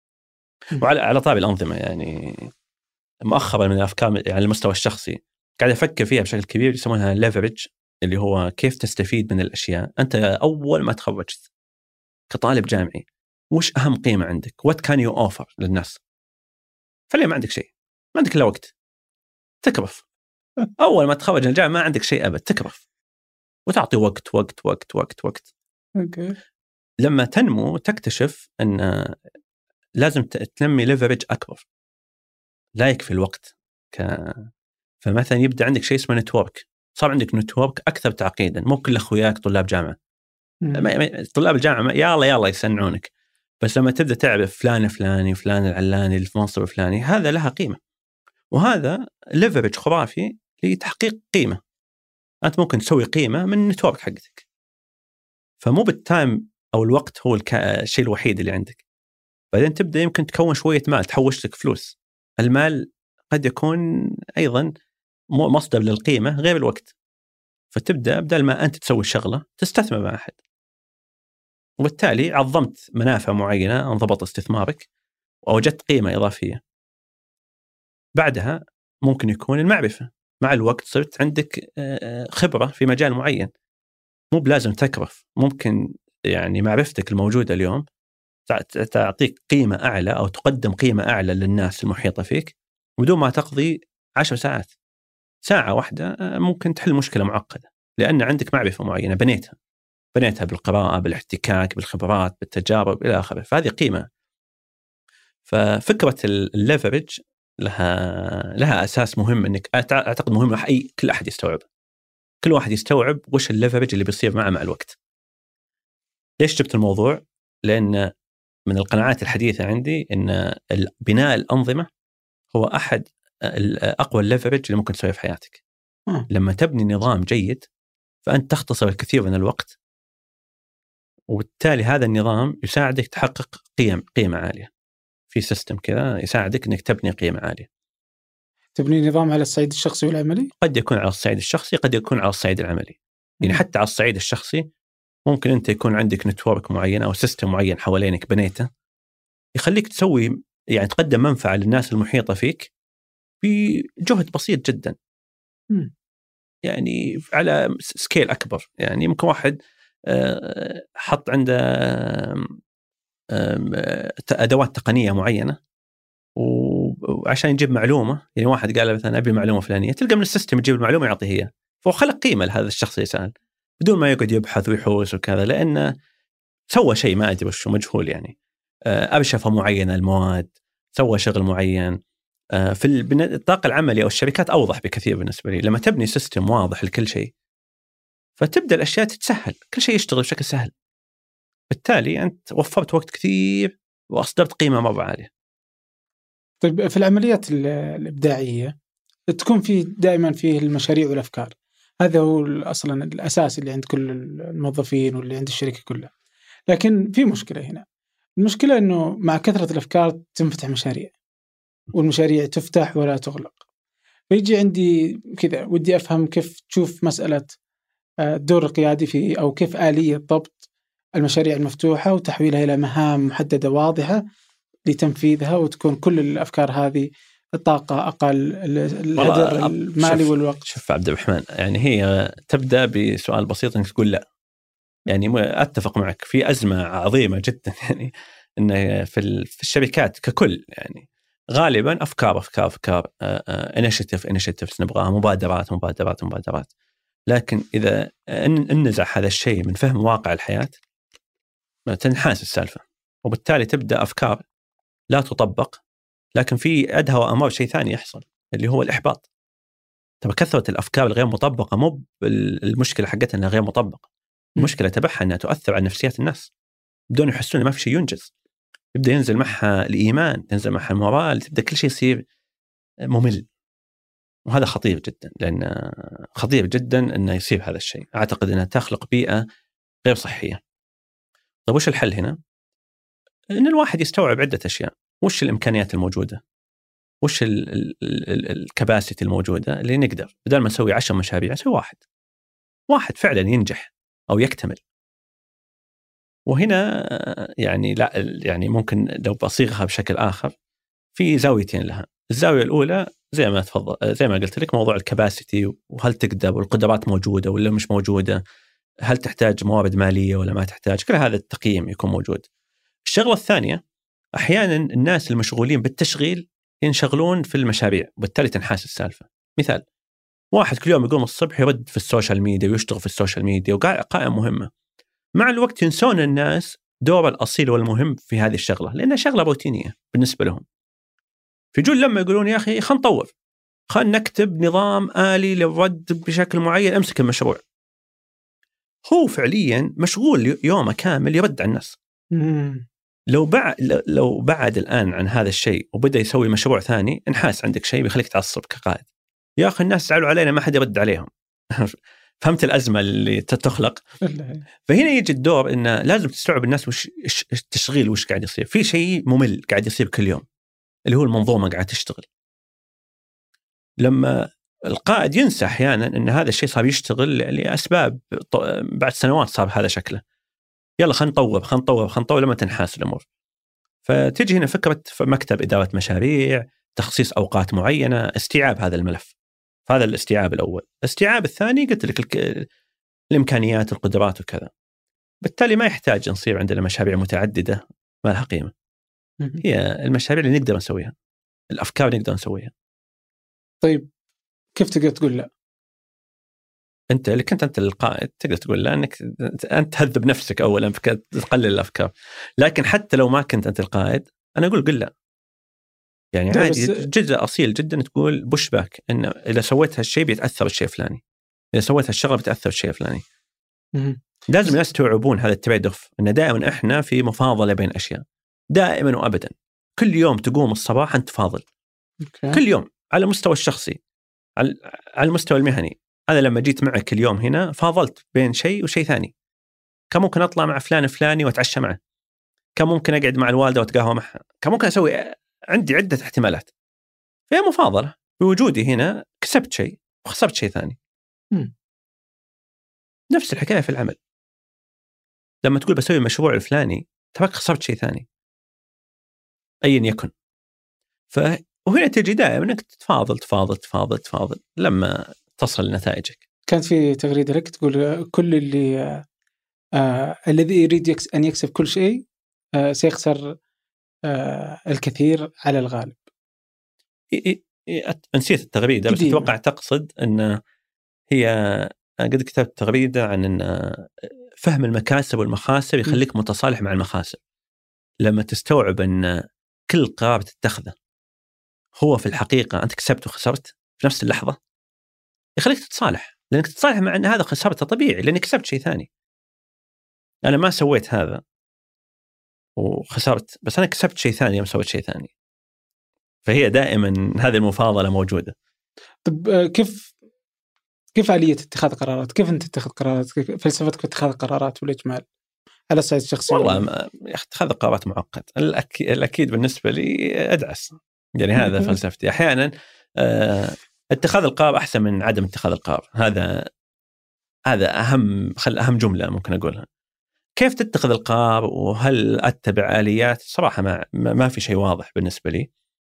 B: وعلى طابع الأنظمة، يعني مؤخرا من الأفكار على يعني المستوى الشخصي قاعد أفكر فيها بشكل كبير، يسمونها leverage، اللي هو كيف تستفيد من الأشياء. أنت أول ما تخرجت كطالب جامعي وش أهم قيمة عندك؟ what can you offer للناس؟ فليه ما عندك شيء؟ ما عندك إلا وقت، تكرف. أول ما تخرج من الجامعة ما عندك شيء أبد، تكرف وتعطي وقت وقت وقت وقت وقت. لما تنمو تكتشف أن لازم تنمي leverage أكبر، لا يكفي الوقت. فمثلا يبدأ عندك شيء اسمه نتورك، صار عندك نتورك أكثر تعقيدا. مو كل أخوياك طلاب جامعة، طلاب الجامعة يلا يسنعونك، بس لما تبدأ تعرف فلان الفلاني وفلان العلاني اللي في منصب الفلاني، هذا لها قيمة. وهذا leverage خرافي لتحقيق قيمة. أنت ممكن تسوي قيمة من النتورك حقتك. فمو بالتايم أو الوقت هو الشيء الوحيد اللي عندك. بعدين تبدأ يمكن تكون شوية مال، تحوش لك فلوس. المال قد يكون أيضا مصدر للقيمة غير الوقت. فتبدأ بدل ما أنت تسوي الشغلة تستثمر مع أحد، وبالتالي عظمت منافع معينة، انضبط استثمارك ووجدت قيمة إضافية. بعدها ممكن يكون المعرفة، مع الوقت صرت عندك خبرة في مجال معين. مو بلازم تكرف، ممكن يعني معرفتك الموجودة اليوم تعطيك قيمة أعلى أو تقدم قيمة أعلى للناس المحيطة فيك بدون ما تقضي 10 ساعات. ساعة واحدة ممكن تحل مشكلة معقدة، لأن عندك معرفة معينة بنيتها بالقراءة، بالاحتكاك، بالخبرات، بالتجارب إلى آخره. فهذه قيمة. ففكرة الليفرج لها أساس مهم، إنك أعتقد مهم كل أحد يستوعب. كل واحد يستوعب وش الليفرج اللي بيصير معه مع الوقت. ليش جبت الموضوع؟ لأن من القناعات الحديثة عندي إن بناء الأنظمة هو أحد أقوى الليفرج اللي ممكن تسويه في حياتك. لما تبني نظام جيد فأنت تختصر الكثير من الوقت، وبالتالي هذا النظام يساعدك تحقق قيمة عالية. في سيستم كذا يساعدك إنك تبني قيمة عالية.
C: تبني نظام على الصعيد الشخصي والعملي؟
B: قد يكون على الصعيد الشخصي، قد يكون على الصعيد العملي. يعني حتى على الصعيد الشخصي ممكن أنت يكون عندك نتورك معين أو سيستم معين حوالينك بنيته، يخليك تسوي يعني تقدم منفعة للناس المحيطة فيك بجهد بسيط جدا. يعني على سكيل أكبر. يعني يمكن واحد حط عنده أدوات تقنية معينة وعشان يجيب معلومة، يعني واحد قال مثلا أبي معلومة فلانية، تلقى من السيستم يجيب المعلومة يعطيه هي، فهو خلق قيمة لهذا الشخص يسأل بدون ما يقعد يبحث ويحوس وكذا، لأنه سوى شيء ما أدري وش مجهول. يعني أبشفة معينة المواد، سوى شغل معين. في الطاقة العملية أو الشركات أوضح بكثير بالنسبة لي لما تبني سيستم واضح لكل شيء، فتبدأ الأشياء تتسهل، كل شيء يشتغل بشكل سهل. بالتالي أنت وفرت وقت كثير وأصدرت قيمة مرة عالية.
C: طيب في العمليات الإبداعية تكون دائما فيه المشاريع والأفكار، هذا هو أصلا الأساس اللي عند كل الموظفين واللي عند الشركة كلها. لكن في مشكلة هنا، المشكلة أنه مع كثرة الأفكار تنفتح مشاريع، والمشاريع تفتح ولا تغلق. فيجي عندي كذا ودي أفهم كيف تشوف مسألة الدور القيادي في، أو كيف آلية ضبط المشاريع المفتوحة وتحويلها إلى مهام محددة واضحة لتنفيذها، وتكون كل الأفكار هذه الطاقة أقل، الهدر المالي والوقت.
B: شوف عبد الرحمن، يعني هي تبدأ بسؤال بسيط إنك تقول لا. يعني أتفق معك في أزمة عظيمة جدا يعني إن في الشركات ككل يعني غالبا أفكار initiatives نبغاها مبادرات. لكن إذا ننزع هذا الشيء من فهم واقع الحياة تنحاس السالفة، وبالتالي تبدأ أفكار لا تطبق، لكن في أدهى وأمر شيء ثاني يحصل اللي هو الإحباط. طب كثرة الأفكار الغير مطبقة مو المشكلة حقتها أنها غير مطبقة، المشكلة تبعها أنها تؤثر على نفسيات الناس بدون يحسون ما في شيء ينجز. يبدأ ينزل معها الإيمان، تنزل معها المورال، تبدأ كل شيء يصير ممل. وهذا خطير جدا، لأن خطير جدا أنه يصير هذا الشيء. أعتقد أنها تخلق بيئة غير صحية. طيب وش الحل هنا؟ أن الواحد يستوعب عدة أشياء. وش الإمكانيات الموجودة؟ وش الكباسيتي الموجودة اللي نقدر بدل ما نسوي 10 مشاريع نسوي واحد فعلا ينجح أو يكتمل. وهنا يعني لا يعني ممكن لو بصيغها بشكل آخر في زاويتين لها. الزاوية الأولى زي ما قلت لك موضوع الكباسيتي، وهل تقدر والقدرات موجودة ولا مش موجودة، هل تحتاج موارد مالية ولا ما تحتاج، كل هذا التقييم يكون موجود. الشغلة الثانية أحيانا الناس المشغولين بالتشغيل ينشغلون في المشاريع، وبالتالي تنحاس السالفة. مثال، واحد كل يوم يقوم الصبح يرد في السوشيال ميديا ويشتغل في السوشيال ميديا وقائم مهمة، مع الوقت ينسون الناس دور الأصيل والمهم في هذه الشغلة، لأنها شغلة روتينية بالنسبة لهم. فيجون لما يقولون يا أخي خلينا نطور، خلينا نكتب نظام آلي للرد بشكل معين، أمسك المشروع. هو فعليا مشغول يومه كامل يرد على الناس. لو بعد الآن عن هذا الشيء وبدأ يسوي مشروع ثاني، انحاس عندك شيء بيخليك تعصب كقائد. يا أخي الناس زعلوا علينا ما حد يرد عليهم. فهمت الأزمة اللي تخلق؟ فهنا يجي الدور إنه لازم تستوعب الناس وش التشغيل وش قاعد يصير. في شيء ممل قاعد يصير كل يوم اللي هو المنظومة قاعد تشتغل. لما القائد ينسى أحيانا إن هذا الشيء صار يشتغل لأسباب بعد سنوات صار هذا شكله، يلا خلينا نطور لما تنحاس الأمور. فتجي هنا فكرة مكتب إدارة مشاريع، تخصيص أوقات معينة، استيعاب هذا الملف. هذا الاستيعاب الأول. الاستيعاب الثاني قلت لك الإمكانيات القدرات وكذا. بالتالي ما يحتاج نصير عندنا مشاريع متعددة ما لها قيمة. هي المشاريع اللي نقدر نسويها، الأفكار اللي نقدر نسويها.
C: طيب كيف تقدر تقول لا؟
B: أنت اللي كنت أنت القائد تقدر تقول لا، أنك أنت تهذب نفسك أولا تقلل الأفكار. لكن حتى لو ما كنت أنت القائد أنا أقول قل لا. يعني عادي جزء أصيل جدا تقول بوش باك، إن إذا سويت هالشيء بيتأثر الشيء الفلاني، إذا سويت هالشغلة بتأثر الشيء الفلاني. لازم الناس يستوعبون هذا التريد اوف، إن دائما إحنا في مفاضلة بين أشياء دائما وأبدا. كل يوم تقوم الصباح أنت تفاضل. كل يوم على المستوى الشخصي، على المستوى المهني. أنا لما جيت معك اليوم هنا فاضلت بين شيء وشيء ثاني. كان ممكن أطلع مع فلان الفلاني وأتعشى معه، كان ممكن أقعد مع الوالدة وأتقهوى معها، كان ممكن أسوي، عندي عدة احتمالات. فهي مفاضلة. بوجودي هنا كسبت شيء وخسرت شيء ثاني. نفس الحكاية في العمل. لما تقول بسوي مشروع الفلاني تراك خسرت شيء ثاني أيا يكن. وهنا تجي دائما أنك تفاضل لما تصل نتائجك.
C: كانت في تغريدة لك تقول كل الذي يريد أن يكسب كل شيء سيخسر الكثير على الغالب.
B: نسيت التغريدة بس أتوقع تقصد أن هي قد كتبت تغريدة عن أن فهم المكاسب والمخاسر يخليك متصالح مع المخاسر. لما تستوعب أن كل قرار تتخذه هو في الحقيقة أنت كسبت وخسرت في نفس اللحظة، يخليك تتصالح، لأنك تتصالح مع أن هذا خسرته طبيعي لأنك كسبت شيء ثاني. أنا ما سويت هذا وخسرت، بس أنا كسبت شيء ثاني يوم سويت شيء ثاني. فهي دائما هذه المفاضلة موجودة. طب
C: كيف آلية اتخاذ قرارات؟ كيف أنت تتخذ قرارات؟ فلسفتك في اتخاذ قرارات والإجمال على الصعيد الشخصي؟
B: والله اتخاذ قرارات معقد. الأكيد بالنسبة لي أدعس، يعني هذا فلسفتي. أحيانا اتخاذ القرار أحسن من عدم اتخاذ القرار. هذا أهم جملة ممكن أقولها. كيف تتخذ القرار وهل أتبع آليات؟ صراحة ما في شيء واضح بالنسبة لي.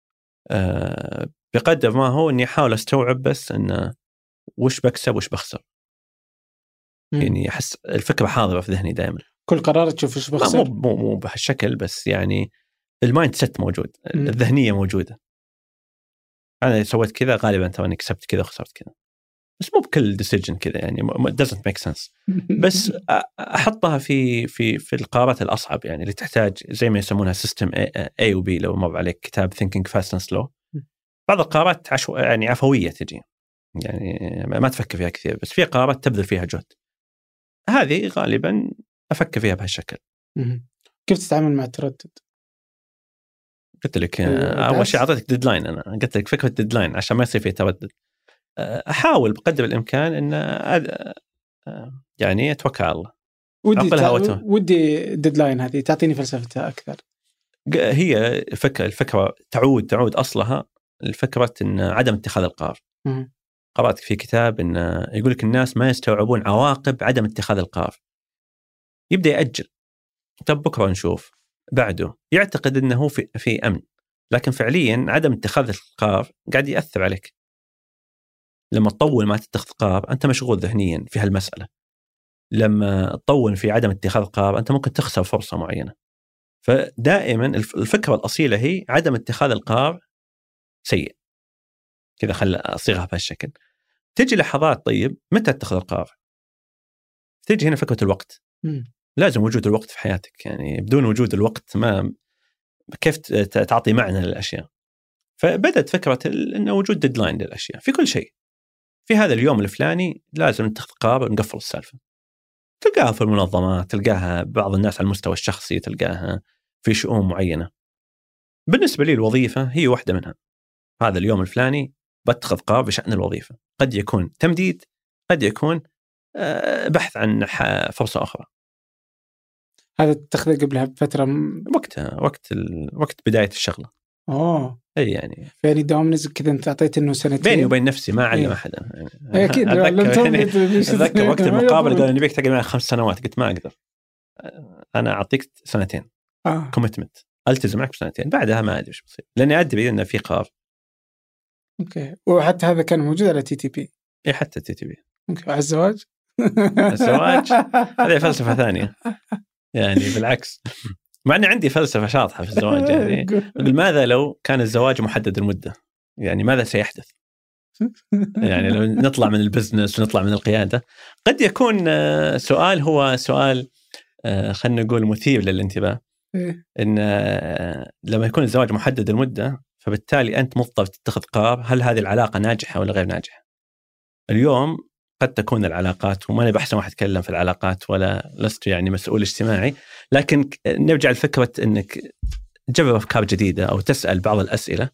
B: بقدر ما هو إني أحاول أستوعب بس إن وش بكسب وش بخسر. يعني أحس الفكرة حاضرة في ذهني دائما.
C: كل قرار تشوف ايش بخسر.
B: مو بهالشكل، بس يعني المايند سيت موجود، الذهنيه موجوده. انا سويت كذا غالبا تراني كسبت كذا وخسرت كذا، بس مو بكل ديسيجن كذا يعني doesn't make sense. بس احطها في القرارات الاصعب يعني اللي تحتاج زي ما يسمونها سيستم A و B. لو مر عليك كتاب Thinking Fast and Slow، بعض القرارات يعني عفويه تجي، يعني ما تفكر فيها كثير، بس في قرارات تبذل فيها جهد. هذه غالبا افكر فيها بهالشكل.
C: كيف تتعامل مع التردد؟
B: قلت لك اول شيء اعطيتك ديدلاين. انا قلت لك فكره ديدلاين عشان ما يصير في تردد. احاول بقدر الامكان ان يعني اتوكل على الله.
C: ودي ديدلاين هذه تعطيني فلسفتها اكثر.
B: هي الفكره تعود اصلها الفكره ان عدم اتخاذ القرار. قرأت في كتاب ان يقول لك الناس ما يستوعبون عواقب عدم اتخاذ القرار. يبدا يأجل، طب بكره نشوف، بعده يعتقد انه في امن، لكن فعليا عدم اتخاذ القرار قاعد يأثر عليك. لما تطول ما تتخذ قرار انت مشغول ذهنيا في هالمساله. لما تطول في عدم اتخاذ قرار انت ممكن تخسر فرصه معينه. فدائما الفكره الاصيله هي عدم اتخاذ القرار سيء. كذا خل اصيغها بهالشكل. تجي لحظات طيب متى اتخذ القرار؟ تجي هنا فكره الوقت. لازم وجود الوقت في حياتك، يعني بدون وجود الوقت ما كيف تعطي معنى للاشياء. فبدت فكره انه وجود ديدلاين للاشياء في كل شيء. في هذا اليوم الفلاني لازم نتخذ قرار ونقفل السالفه. تلقاها في المنظمات، تلقاها بعض الناس على المستوى الشخصي، تلقاها في شؤون معينه. بالنسبه لي الوظيفه هي واحده منها. هذا اليوم الفلاني بتخذ قرار بشأن الوظيفة، قد يكون تمديد، قد يكون بحث عن فرصة أخرى.
C: هذا تتخذه قبلها بفترة
B: وقت بداية الشغلة. أي يعني
C: دوام نزل كذا. أنت أعطيت إنه سنتين
B: بيني وبين نفسي، ما أعلم أحدا.
C: أكيد
B: أتذكر وقت المقابلة قال نبيك تقعد معي 5 سنوات، قلت ما أقدر، أنا أعطيك 2 كوميتمنت، ألتزم معك ب2. بعدها ما أدري إيش بصير، لأني أدري إن في قرار.
C: اوكي. وحتى هذا كان موجود على TTP.
B: اي حتى TTP.
C: اوكي. على الزواج
B: هذه فلسفة ثانية يعني. بالعكس، مع أن عندي فلسفة شاطحة في الزواج يعني. ماذا لو كان الزواج محدد المدة؟ يعني ماذا سيحدث؟ يعني لو نطلع من البزنس ونطلع من القيادة، قد يكون سؤال هو سؤال خلنا نقول مثير للانتباه. إن لما يكون الزواج محدد المدة، فبالتالي أنت مضطر تتخذ قرار هل هذه العلاقة ناجحة ولا غير ناجحة. اليوم قد تكون العلاقات، وما أنا بحسن واحد أتكلم في العلاقات ولا لست يعني مسؤول اجتماعي، لكن نرجع لفكرة أنك تجرب أفكار جديدة أو تسأل بعض الأسئلة.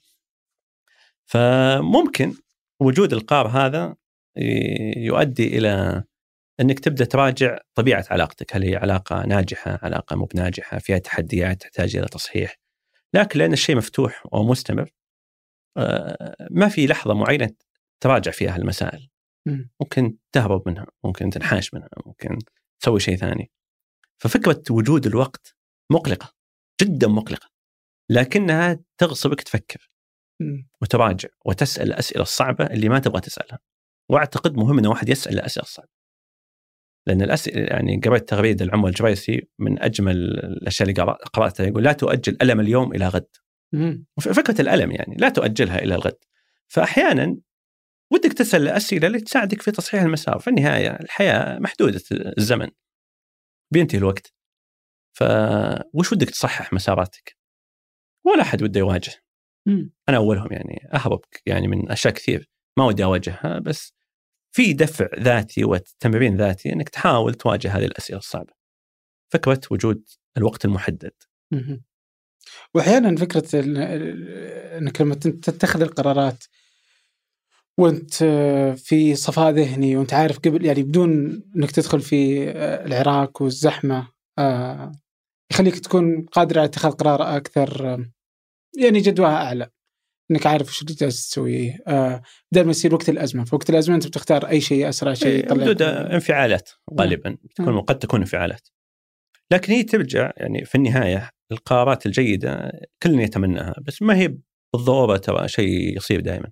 B: فممكن وجود القرار هذا يؤدي إلى أنك تبدأ تراجع طبيعة علاقتك. هل هي علاقة ناجحة، علاقة مو بناجحة، فيها تحديات تحتاج إلى تصحيح. لكن لأن الشيء مفتوح ومستمر، ما في لحظة معينة تراجع فيها المسائل. ممكن تهرب منها، ممكن تنحاش منها، ممكن تسوي شيء ثاني. ففكرة وجود الوقت مقلقة، جدا مقلقة، لكنها تغصبك تفكر وتراجع وتسأل الأسئلة الصعبة اللي ما تبغى تسألها. وأعتقد مهم أن واحد يسأل الأسئلة الصعبة، لأن الأسئلة يعني قرأت تغريدة العمر الجريسي من أجمل الأشياء اللي قرأتها، يقول لا تؤجل ألم اليوم إلى غد. فكرة الألم يعني لا تؤجلها إلى الغد. فأحيانا ودك تسأل الأسئلة اللي تساعدك في تصحيح المسار. في النهاية الحياة محدودة الزمن، بينتهي الوقت. فوش ودك تصحح مساراتك؟ ولا أحد وده يواجه. أنا أولهم يعني. أهرب يعني من أشياء كثير ما ودي أواجهها، بس في دفع ذاتي وتمرين ذاتي أنك تحاول تواجه هذه الأسئلة الصعبة. فكرة وجود الوقت المحدد.
C: وأحيانا فكرة أنك لما تتخذ القرارات وأنت في صفاء ذهني وأنت عارف قبل، يعني بدون أنك تدخل في العراك والزحمة، يخليك تكون قادر على اتخاذ قرار أكثر، يعني جدواها أعلى، أنك عارف وش جالس تسويه. بدل ما يصير وقت الأزمة، في وقت الأزمة أنت بتختار أي شيء أسرع شيء يطلع.
B: حدود انفعالات غالبا قد تكون انفعالات، لكن هي ترجع يعني في النهاية القرارات الجيدة كلنا يتمناها، بس ما هي بالضرورة ترى شيء يصير دائما.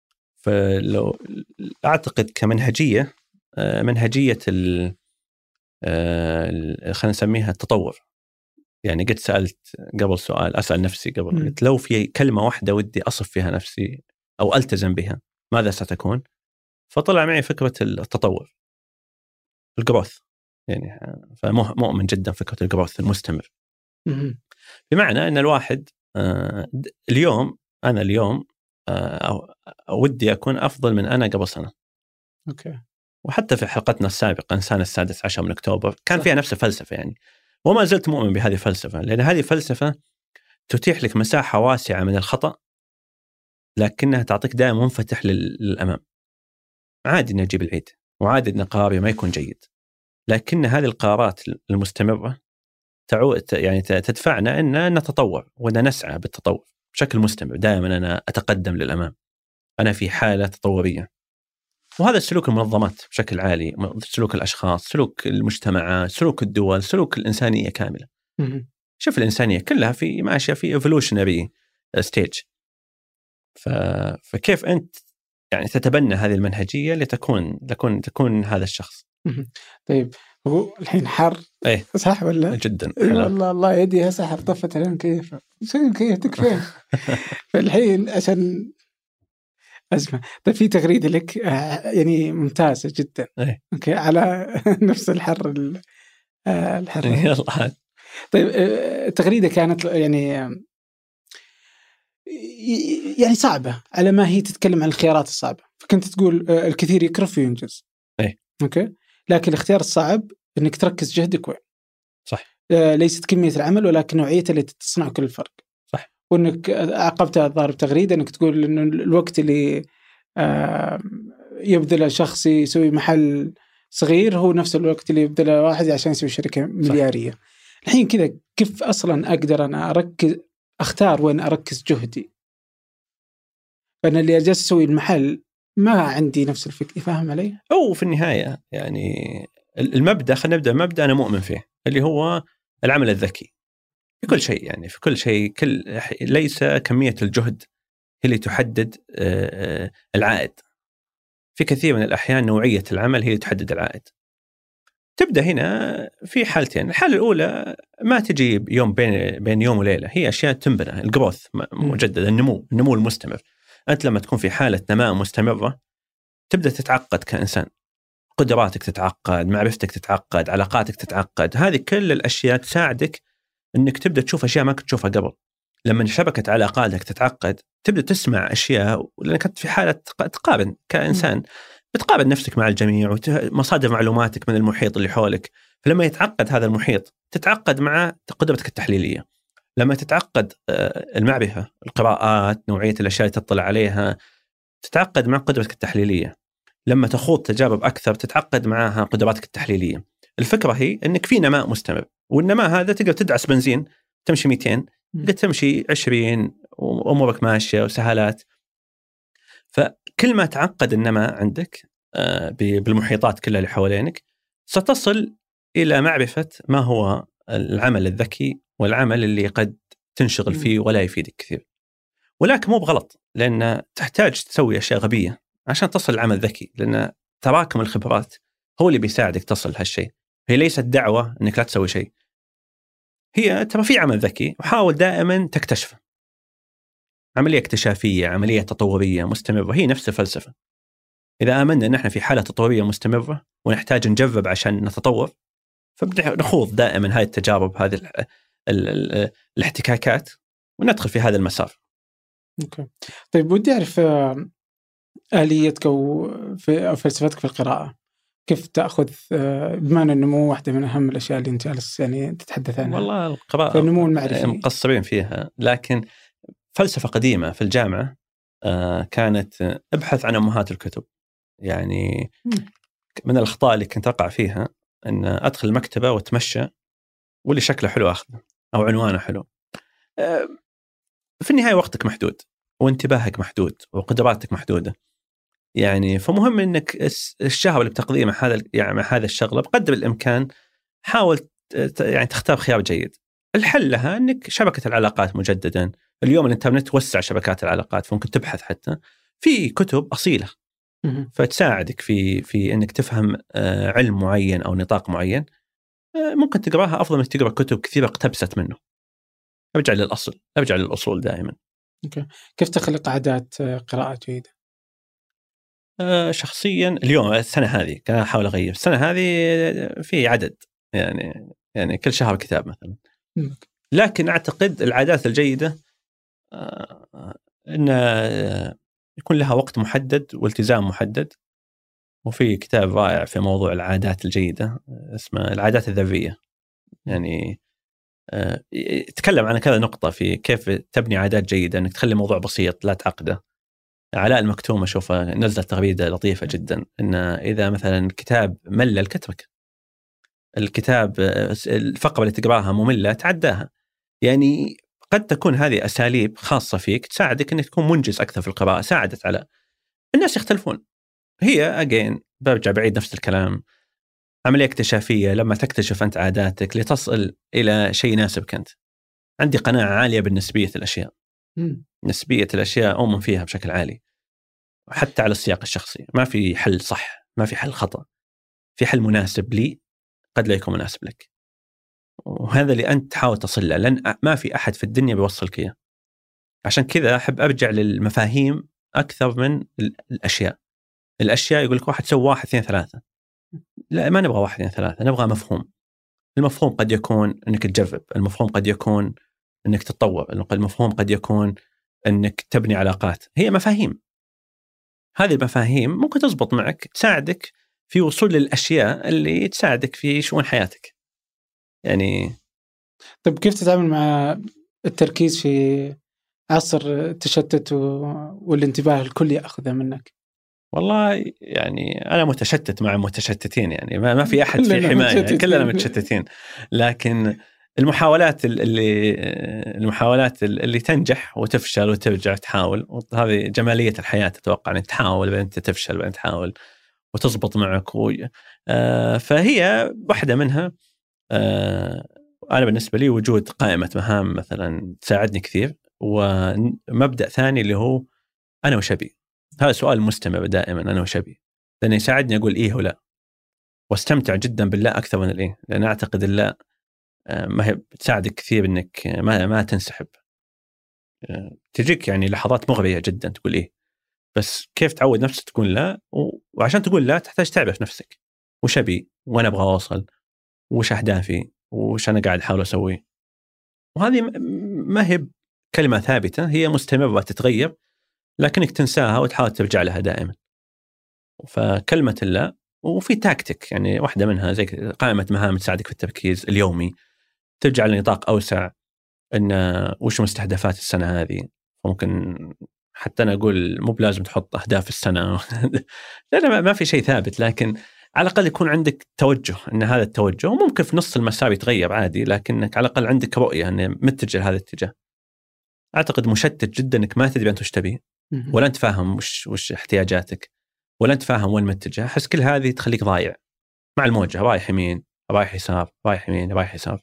B: فلو أعتقد كمنهجية، منهجية خلينا نسميها التطور. يعني قد سألت قبل سؤال أسأل نفسي قبل، قلت لو في كلمة واحدة ودي أصف فيها نفسي أو ألتزم بها ماذا ستكون؟ فطلع معي فكرة التطور، الجروث. يعني فمؤمن جدا فكرة الجروث المستمر، بمعنى أن الواحد اليوم أنا اليوم ودي أكون أفضل من أنا قبل سنة.
C: أوكي.
B: وحتى في حلقتنا السابقة إنسان 16 من أكتوبر كان فيها نفس الفلسفة يعني، وما زلت مؤمن بهذه الفلسفة، لأن هذه الفلسفة تتيح لك مساحة واسعة من الخطأ، لكنها تعطيك دائما منفتح للأمام. عادي أن أجيب العيد، وعادي أن قراري ما يكون جيد، لكن هذه القرارات المستمرة يعني تدفعنا أن نتطور وأن نسعى بالتطور بشكل مستمر. دائما أنا أتقدم للأمام، أنا في حالة تطورية. وهذا السلوك المنظمات بشكل عالي، سلوك الأشخاص، سلوك المجتمعات، سلوك الدول، سلوك الإنسانية كاملة. شوف الإنسانية كلها في ماشية في evolutionary stage. فكيف أنت يعني تتبنى هذه المنهجية لتكون هذا الشخص؟
C: طيب هو الحين حر
B: إيه؟
C: صح ولا؟
B: جدا.
C: والله الله يدي سحر طفت عليهم كيف سوي كيف تكفين. فالحين عشان أسمع، طيب في تغريدة لك يعني ممتازة جدا.
B: إيه؟
C: أوكي على نفس الحر
B: يلا.
C: طيب تغريدة كانت يعني صعبة على ما هي تتكلم عن الخيارات الصعبة، فكنت تقول الكثير يكرف وينجز.
B: إيه؟
C: أوكي، لكن الاختيار الصعب إنك تركز جهدك وين.
B: صح.
C: ليست كمية العمل ولكن نوعيته اللي تصنع كل الفرق.
B: صح.
C: وإنك عقبتها الظاهر بتغريدة إنك تقول إنه الوقت اللي يبذل شخص يسوي محل صغير هو نفس الوقت اللي يبذله واحد عشان يسوي شركة مليارية. صح. الحين كذا كيف أصلا أقدر أنا أختار وين أركز جهدي؟ فأنا اللي أجلس أسوي المحل ما عندي نفس الفكرة، فاهم علي؟
B: أو في النهاية يعني المبدأ، خلينا نبدأ مبدأ أنا مؤمن فيه اللي هو العمل الذكي في كل شيء. يعني في كل شيء ليس كمية الجهد هي اللي تحدد العائد. في كثير من الأحيان نوعية العمل هي اللي تحدد العائد. تبدأ هنا في حالتين. الحالة الأولى ما تجي يوم بين يوم وليلة، هي أشياء تنبنى، الجروث مجدد، النمو المستمر. أنت لما تكون في حالة نماء مستمرة تبدأ تتعقد كإنسان، قدراتك تتعقد، معرفتك تتعقد، علاقاتك تتعقد. هذه كل الأشياء تساعدك أنك تبدأ تشوف أشياء ما كنت تشوفها قبل. لما شبكة علاقاتك تتعقد تبدأ تسمع أشياء، لأنك في حالة تقارن كإنسان، بتقارن نفسك مع الجميع ومصادر معلوماتك من المحيط اللي حولك. فلما يتعقد هذا المحيط تتعقد مع قدرتك التحليلية. لما تتعقد المعرفة، القراءات، نوعية الأشياء اللي تطلع عليها، تتعقد مع قدرتك التحليلية. لما تخوض تجارب أكثر تتعقد معها قدراتك التحليلية. الفكرة هي أنك في نماء مستمر، والنماء هذا تقدر تدعس بنزين تمشي 200، تقدر تمشي 20 وأمورك ماشية وسهالات. فكل ما تعقد النماء عندك بالمحيطات كلها اللي حوالينك ستصل إلى معرفة ما هو العمل الذكي والعمل اللي قد تنشغل فيه ولا يفيدك كثير. ولكن مو بغلط، لأن تحتاج تسوي أشياء غبية عشان تصل لعمل ذكي، لأن تراكم الخبرات هو اللي بيساعدك تصل لهالشيء. هي ليست دعوة أنك لا تسوي شيء، هي ترى في عمل ذكي وحاول دائما تكتشفه. عملية اكتشافية، عملية تطورية مستمرة، هي نفس الفلسفة. إذا آمنا أن احنا في حالة تطورية مستمرة ونحتاج نجرب عشان نتطور، فبدأ نخوض دائما هذه التجارب، هذه الاحتكاكات، وندخل في هذا المسار.
C: أوكي. طيب ودي أعرف آليتك أو فلسفتك في القراءة، كيف تأخذ بما أن النمو واحدة من أهم الأشياء اللي أنت جالس يعني تتحدث عنها؟
B: والله القراءة
C: النمو المعرفي
B: مقصرين فيها، لكن فلسفة قديمة في الجامعة كانت ابحث عن أمهات الكتب. يعني من الأخطاء اللي كنت أقع فيها أن أدخل المكتبة وأتمشى واللي شكله حلو أخذه أو عنوانه حلو. في النهاية وقتك محدود وانتباهك محدود وقدراتك محدودة. يعني فمهم أنك الشهوة اللي بتقضيه مع هذا الشغلة بقدر الإمكان حاول يعني تختار خيار جيد. الحل لها أنك شبكة العلاقات مجددا. اليوم الإنترنت توسع شبكات العلاقات، فممكن تبحث حتى في كتب أصيلة فتساعدك في أنك تفهم علم معين أو نطاق معين ممكن تقراها أفضل من تقرأ كتب كثيرة اقتبست منه. أرجع للأصل، أرجع للأصول دائما.
C: أوكي. كيف تخلق عادات قراءة جيدة؟
B: شخصيا اليوم السنة هذه كان أحاول أغير. السنة هذه في عدد يعني كل شهر كتاب مثلا. لكن أعتقد العادات الجيدة أن يكون لها وقت محدد والتزام محدد. وفي كتاب رائع في موضوع العادات الجيدة اسمه العادات الذرية، يعني تكلم عن كذا نقطة في كيف تبني عادات جيدة، أنك تخلي الموضوع بسيط لا تعقده. علاء المكتوم أشوفه نزل تغريدة لطيفة جدا، أن إذا مثلا الكتاب ملل كترك، الكتاب الفقرة اللي تقراها مملة تعداها. يعني قد تكون هذه أساليب خاصة فيك تساعدك أنك تكون منجز أكثر في القراءة. ساعدت على الناس يختلفون. هي برجع بعيد نفس الكلام، عملية اكتشافية. لما تكتشف أنت عاداتك لتصل إلى شيء يناسبك أنت. عندي قناعة عالية بالنسبية الأشياء. نسبية الأشياء أؤمن فيها بشكل عالي، حتى على السياق الشخصي. ما في حل صح، ما في حل خطأ، في حل مناسب لي قد لا يكون مناسب لك. وهذا اللي أنت تحاول تصل له، لأن ما في أحد في الدنيا بيوصلك إياه. عشان كذا أحب أرجع للمفاهيم أكثر من الأشياء. الأشياء يقول لك واحد سوى 1 2 3. لا، ما نبغى 1 2 3، نبغى مفهوم. المفهوم قد يكون أنك تجرب، المفهوم قد يكون أنك تتطور، المفهوم قد يكون أنك تبني علاقات. هي مفاهيم. هذه المفاهيم ممكن تزبط معك، تساعدك في وصول للأشياء اللي تساعدك في شؤون حياتك. يعني
C: طيب كيف تتعامل مع التركيز في عصر التشتت والانتباه الكلي أخذه منك؟
B: والله يعني أنا متشتت مع متشتتين، يعني ما في أحد في حماية، يعني كلنا متشتتين. لكن المحاولات اللي تنجح وتفشل وترجع تحاول، وهذه جمالية الحياة. تتوقع أن تحاول بعدين تفشل بعدين تحاول وتزبط معك. فهي واحدة منها. أنا بالنسبة لي وجود قائمة مهام مثلا تساعدني كثير. ومبدأ ثاني اللي هو أنا وش أبي. هذا سؤال مستمر دائما، أنا وش أبي، لأنه يساعدني أقول إيه ولا. واستمتع جدا بالله أكثر من الإيه، لأن أعتقد اللا ما هي بتساعدك كثير إنك ما تنسحب. تجيك يعني لحظات مغرية جدا تقول إيه، بس كيف تعود نفسك تقول لا. وعشان تقول لا تحتاج تعرف نفسك وش أبي، وأنا أبغى أوصل، وش أهدافي، وش أنا قاعد أحاول أسوي. وهذه ما هي كلمة ثابتة، هي مستمرة تتغير، لكنك تنساها وتحاول ترجع لها دائما. فكلمة لا. وفي تاكتيك، يعني واحدة منها زي قائمة مهام تساعدك في التركيز اليومي، ترجع لنطاق أوسع، إن وش مستهدفات السنة هذه. ممكن حتى أنا أقول مو بلازم تحط أهداف السنة لا ما في شيء ثابت، لكن على الأقل يكون عندك توجه، إن هذا التوجه وممكن في نص المسار يتغير عادي، لكنك على الأقل عندك رؤية أن متجه هذا الاتجاه. أعتقد مشتت جدا إنك ما تدري أنت وش تبي، ولا أنت فاهم وش احتياجاتك، ولا أنت فاهم وين متجه. أحس كل هذه تخليك ضايع مع الموجة، رايح يمين رايح يسار رايح يمين رايح يسار.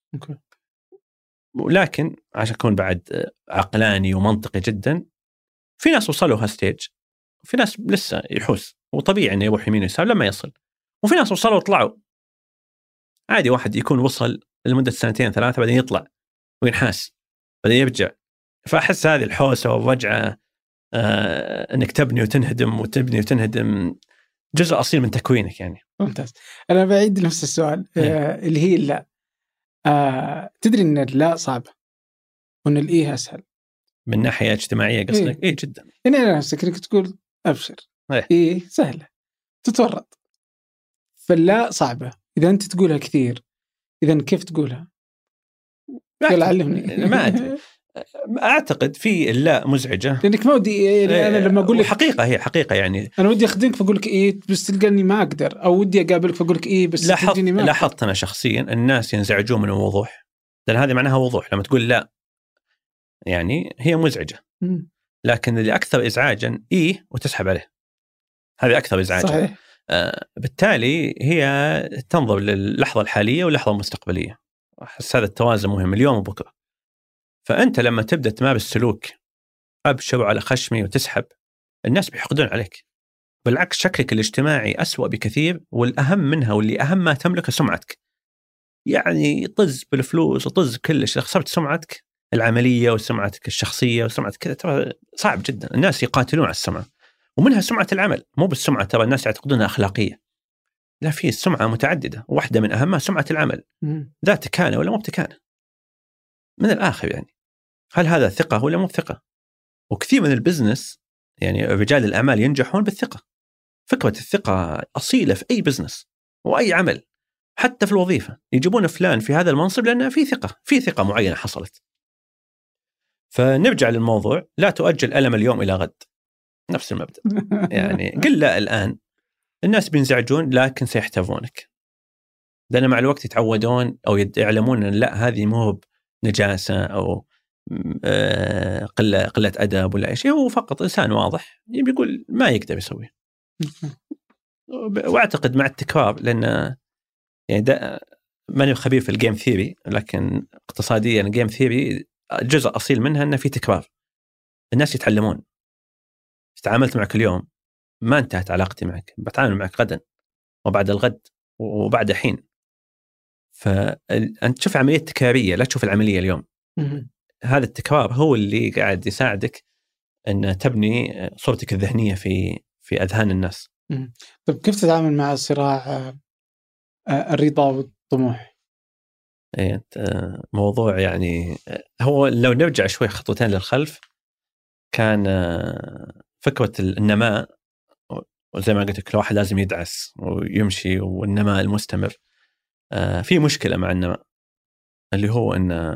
B: لكن عشان أكون بعد عقلاني ومنطقي جدا، في ناس وصلوا هالستيج، وفي ناس لسه يحوس، وطبيعي إنه يروح يمين ويسار لما يصل. وفي ناس وصلوا وطلعوا عادي. واحد يكون وصل لمدة 2 3 بعدين يطلع وينحاس بعدين يرجع. فأحس هذه الحوسة والرجعة أنك تبني وتنهدم وتبني وتنهدم جزء أصيل من تكوينك. يعني
C: ممتاز. أنا بعيد نفس السؤال اللي هي اللا. تدري أن اللا صعبة وأن الإيه أسهل
B: من ناحية اجتماعية قصدك؟ إيه جدا.
C: يعني أنا نفسك إنك تقول أبشر، إيه سهلة تتورط. فاللا صعبة إذا أنت تقولها كثير. إذا كيف تقولها؟ قال علمني.
B: ما أدري. أعتقد في اللا مزعجة،
C: لأنك ما ودي يعني أنا لما أقول لك
B: حقيقة، هي حقيقة يعني
C: أنا ودي أخدمك فأقول لك إيه بس تلقاني ما أقدر، أو ودي أقابلك فأقول لك إيه بس تجيني ما أقدر.
B: لاحظت أنا شخصيا الناس ينزعجون من الوضوح، لأن هذه معناها وضوح. لما تقول لا يعني هي مزعجة. لكن اللي أكثر إزعاجا إيه وتسحب عليه، هذه أكثر إزعاجا.
C: صحيح.
B: بالتالي هي تنظر للحظة الحالية واللحظة المستقبلية. أحس هذا التوازن مهم اليوم وبكرة. فأنت لما تبدأ تمارس سلوك أبشر على خشمي وتسحب، الناس بيحقدون عليك. بالعكس شكلك الاجتماعي أسوأ بكثير، والأهم منها واللي أهم ما تملك سمعتك. يعني طز بالفلوس وطز كل شيء، خسرت سمعتك العملية وسمعتك الشخصية وسمعتك كذا. ترى صعب جدا، الناس يقاتلون على السمعة، ومنها سمعة العمل. مو بالسمعة، ترى الناس يعتقدونها أخلاقية، لا، في السمعة متعددة، واحدة من أهمها سمعة العمل، ذات تكانة ولا مو بتكانة. من الآخر يعني هل هذا ثقة ولا مو ثقة؟ وكثير من البزنس يعني رجال الأعمال ينجحون بالثقة. فكرة الثقة أصيلة في أي بزنس وأي عمل، حتى في الوظيفة يجيبون فلان في هذا المنصب لأن في ثقة معينة حصلت. فنرجع للموضوع، لا تؤجل ألم اليوم إلى غد، نفس المبدأ. يعني قل لا الآن، الناس بينزعجون لكن سيحتوونك، لأن مع الوقت يتعودون أو يعلمون أن لا، هذه مو نجاسة أو قلة أدب ولا أي شيء، هو فقط إنسان واضح بيقول ما يقدر يسوي. وأعتقد مع التكرار، لأن يعني ماني خبير في الجيم ثيري، لكن اقتصاديا الجيم ثيري جزء أصيل منها أنه في تكرار. الناس يتعلمون. تعاملت معك اليوم، ما انتهت علاقتي معك، بتعامل معك غدا وبعد الغد وبعد حين. فأنت تشوف عملية تكرارية، لا تشوف العملية اليوم. هذا التكرار هو اللي قاعد يساعدك أن تبني صورتك الذهنية في أذهان الناس.
C: طيب كيف تتعامل مع صراع الرضا والطموح؟
B: موضوع يعني هو لو نرجع شوي خطوتين للخلف، كان فكرة النماء، وزي ما قلت كل واحد لازم يدعس ويمشي، والنماء المستمر. في مشكلة مع النماء اللي هو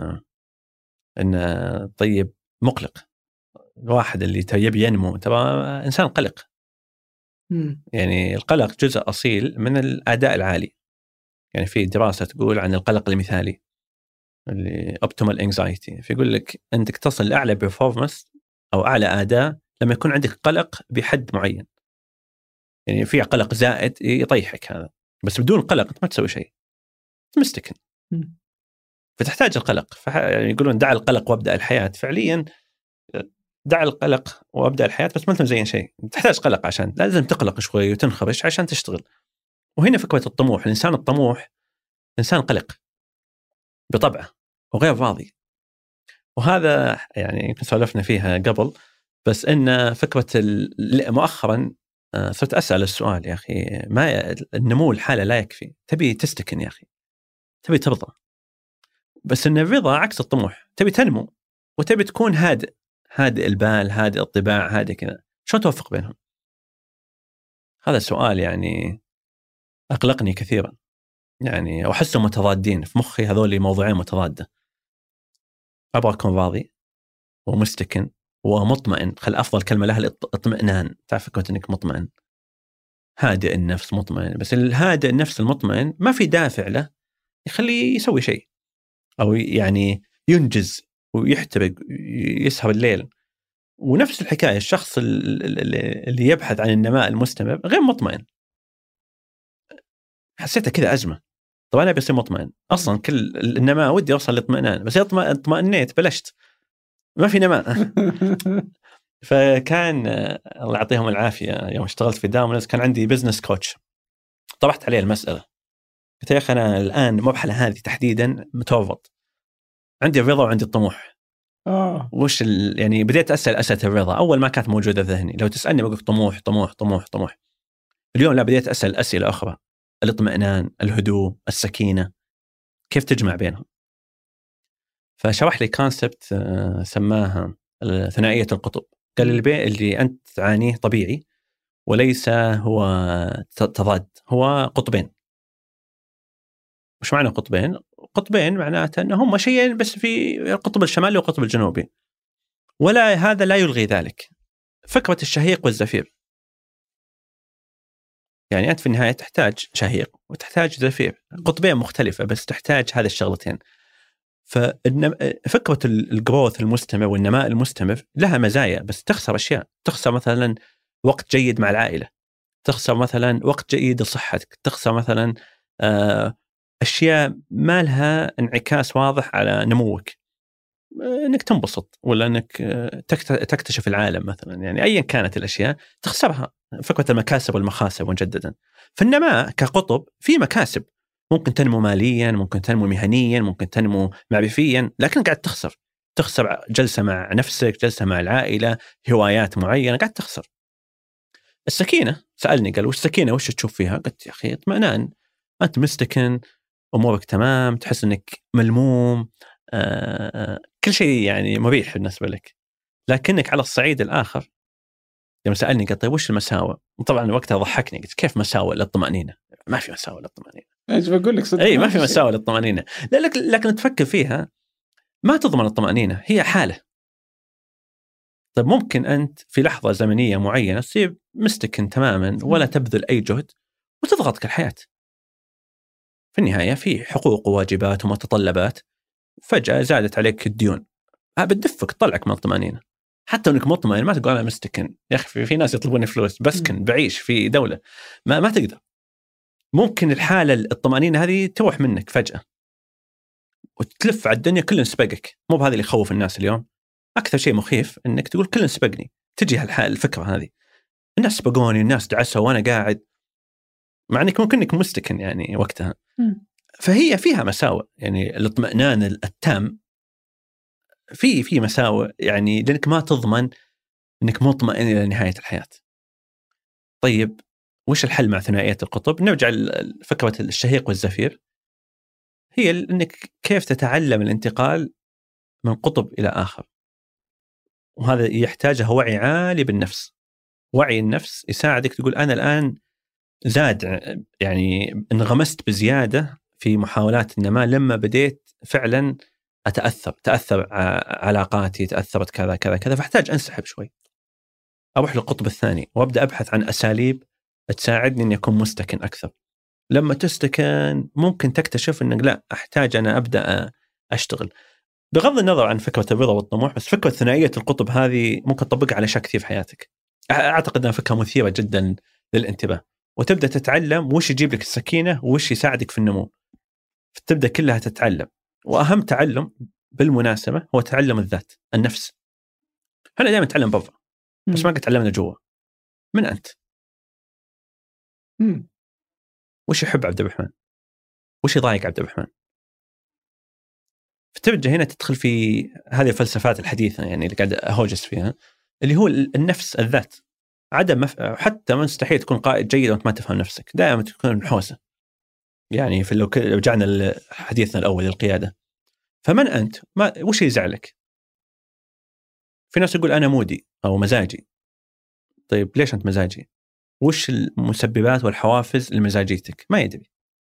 B: إن طيب مقلق. الواحد اللي يبي ينمو ترى إنسان قلق. يعني القلق جزء أصيل من الأداء العالي. يعني في دراسة تقول عن القلق المثالي اللي optimal anxiety، فيقول لك أنك تصل لأعلى performance أو أعلى أداء لما يكون عندك قلق بحد معين. يعني في قلق زائد يطيحك هذا، بس بدون قلق أنت ما تسوي شيء، مستكن. فتحتاج القلق. يعني يقولون دع القلق وابدأ الحياة. فعليا دع القلق وابدأ الحياة، بس ما أنت مزين شيء. تحتاج قلق عشان لازم تقلق شوي وتنخرش عشان تشتغل. وهنا فكرة الطموح. الإنسان الطموح إنسان قلق بطبعه وغير راضي. وهذا يعني يمكن سولفنا فيها قبل، بس إن فكرة مؤخرا صرت أسأل السؤال، يا أخي ما النمو الحالة لا يكفي، تبي تستكن يا أخي، تبي ترضى. بس إن الرضا عكس الطموح، تبي تنمو وتبي تكون هادئ البال، هادئ الطباع، هادئ كذا. شو توفق بينهم؟ هذا السؤال يعني أقلقني كثيرا، يعني وأحسهم متضادين في مخي. هذول موضوعين متضادة. أبغى أكون راضي ومستكن ومطمئن. خل أفضل كلمة لها الاطمئنان. تعرف فكرة أنك مطمئن، هادئ النفس، مطمئن. بس الهادئ النفس المطمئن ما في دافع له يخليه يسوي شيء، أو يعني ينجز ويحترق يسهر الليل. ونفس الحكاية الشخص اللي يبحث عن النماء المستمر غير مطمئن. حسيتها كذا أزمة. طبعا أنا بصير مطمئن أصلا، كل النماء ودي أوصل للاطمئنان، بس اطمئنيت بلشت ما في نماء. فكان الله يعطيهم العافية يوم اشتغلت في دامونز كان عندي بزنس كوتش، طرحت عليه المسألة، قلت يا أخي أنا الآن مرحلة هذه تحديدا متورط، عندي الرضا وعندي الطموح. وش يعني بديت أسأل أسئلة الرضا. أول ما كانت موجودة في ذهني، لو تسألني بقول طموح طموح طموح طموح. اليوم لا، بديت أسأل أسئلة أخرى، الاطمئنان، الهدوء، السكينة، كيف تجمع بينهم. فشرح لي كونسبت سماها ثنائية القطب. قال اللي أنت تعانيه طبيعي وليس هو تضاد، هو قطبين. وش معنى قطبين؟ قطبين معناته أنه هم شيئين بس في القطب الشمالي والقطب الجنوبي، ولا هذا لا يلغي ذلك. فكرة الشهيق والزفير، يعني أنت في النهاية تحتاج شهيق وتحتاج زفير، قطبين مختلفة بس تحتاج هذه الشغلتين. ففكرة الجروث المستمر والنماء المستمر لها مزايا، بس تخسر أشياء. تخسر مثلا وقت جيد مع العائلة، تخسر مثلا وقت جيد لصحتك، تخسر مثلا أشياء ما لها انعكاس واضح على نموك، أنك تنبسط ولا أنك تكتشف العالم مثلا. يعني أيا كانت الأشياء تخسرها. فكرة المكاسب والمخاسر مجددا. في النماء كقطب في مكاسب، ممكن تنمو ماليا، ممكن تنمو مهنيا، ممكن تنمو معرفيا، لكن قاعد تخسر جلسة مع نفسك، جلسة مع العائلة، هوايات معينة قاعد تخسر. السكينة سألني قال وش السكينة وش تشوف فيها؟ قلت يا أخي اطمئنان، أنت مستكن، أمورك تمام، تحس أنك ملموم، كل شيء يعني مريح بالنسبة لك. لكنك على الصعيد الآخر لما سألني قال طيب وش المساوئ؟ طبعا وقتها ضحكني، قلت كيف مساوئ للطمأنينة؟ ما في مساوئ للطمأنينة.
C: ايش بقول لك صدق؟
B: أي ما في مساوئ للطمأنينة. لكن تفكر فيها ما تضمن الطمأنينة، هي حالة. طيب ممكن أنت في لحظة زمنية معينة تصير مستكن تماما ولا تبذل أي جهد وتضغطك الحياة. في النهاية في حقوق وواجبات ومتطلبات، فجأة زادت عليك الديون، بتدفك تطلعك من الطمأنينة. حتى انك مطمئن ما تقول انا مستكن، يا اخي في ناس يطلبوني فلوس بسكن بعيش في دولة، ما تقدر. ممكن الحالة الطمأنينة هذه تروح منك فجأة وتلف على الدنيا، كل سبقك. مو بهذا اللي يخوف الناس اليوم؟ اكثر شيء مخيف انك تقول كل سبقني، تجي الفكرة هذه الناس سبقوني، الناس دعسوا وانا قاعد، مع انك ممكن انك مستكن يعني وقتها. فهي فيها مساوئ، يعني الاطمئنان التام في مساوئ، يعني لأنك ما تضمن أنك مطمئن إلى نهاية الحياة. طيب وش الحل مع ثنائية القطب؟ نرجع لفكرة الشهيق والزفير، هي أنك كيف تتعلم الانتقال من قطب إلى آخر. وهذا يحتاجه وعي عالي بالنفس. وعي النفس يساعدك تقول أنا الآن زاد، يعني انغمست بزيادة في محاولات النماء، لما بديت فعلا تأثر علاقاتي، تأثرت كذا كذا كذا، فاحتاج أنسحب شوي، أروح للقطب الثاني وأبدأ أبحث عن أساليب تساعدني أن يكون مستكن أكثر. لما تستكن ممكن تكتشف أنك لا، أحتاج أنا أبدأ أشتغل. بغض النظر عن فكرة الرضا والطموح، بس فكرة ثنائية القطب هذه ممكن تطبقها على أشياء كثير في حياتك. أعتقد أنها فكرة مثيرة جدا للانتباه، وتبدأ تتعلم وش يجيب لك السكينة وش يساعدك في النمو. فتبدأ كلها تتعلم. وأهم تعلم بالمناسبة هو تعلم الذات، النفس. أنا دائما أتعلم برا، بس ما قد تعلمنا جوا. من أنت؟ وش يحب عبد الرحمن؟ وش يضايق عبد الرحمن؟ فترجع هنا تدخل في هذه الفلسفات الحديثة يعني اللي قاعد أهوجس فيها، اللي هو النفس، الذات. عدم حتى مستحيل تكون قائد جيد وأنت ما تفهم نفسك، دائما تكون حوسة. يعني في لو رجعنا لحديثنا الأول للقيادة، فمن أنت؟ وش يزعلك؟ في ناس يقول أنا مودي أو مزاجي. طيب ليش أنت مزاجي؟ وش المسببات والحوافز لمزاجيتك؟ ما يدري.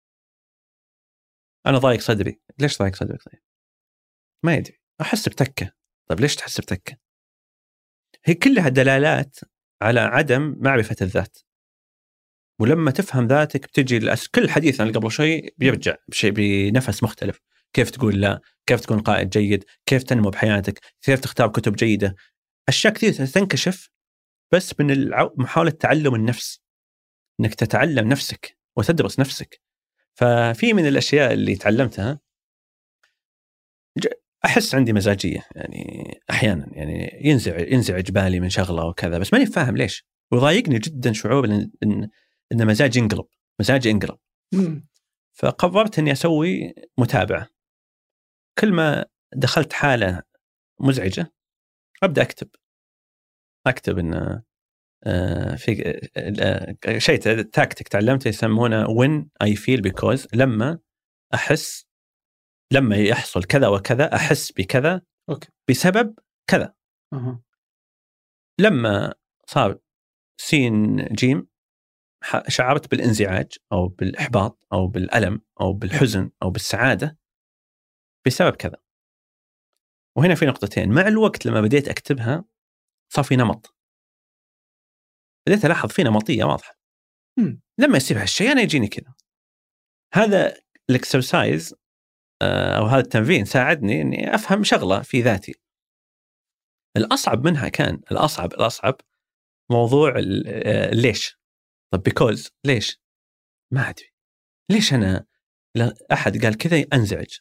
B: أنا ضايق صدري. ليش ضايق صدرك؟ طيب ما يدري. أحس بتكة. طيب ليش تحس بتكة؟ هي كلها دلالات على عدم معرفة الذات. ولما تفهم ذاتك بتجي كل حديث عن قبل شيء بيرجع بشيء بنفس مختلف. كيف تقول لا، كيف تكون قائد جيد، كيف تنمو بحياتك، كيف تختار كتب جيدة. أشياء كثير تنكشف بس من محاولة تعلم النفس، أنك تتعلم نفسك وتدرس نفسك. ففي من الأشياء اللي تعلمتها، أحس عندي مزاجية يعني أحيانا، يعني ينزعج بالي من شغلة وكذا، بس ماني فاهم ليش. وضايقني جدا شعور إن مزاجي ينقلب. فقررت إني أسوي متابعة. كل ما دخلت حالة مزعجة أبدأ أكتب إن في شيء تاكتيك تعلمته يسمونه when I feel because، لما يحصل كذا وكذا أحس بكذا بسبب كذا. لما صار سين جيم شعرت بالانزعاج أو بالإحباط أو بالألم أو بالحزن أو بالسعادة بسبب كذا. وهنا في نقطتين. مع الوقت لما بديت أكتبها صار في نمط، بديت ألاحظ في نمطية واضحة. لما يصير هالشيء أنا يجيني كذا. هذا الإكسرسايز أو هذا التمرين ساعدني إني أفهم شغلة في ذاتي. الأصعب منها كان الأصعب موضوع ليش. طب because ليش؟ ما أدري ليش أنا أحد قال كذا أنزعج،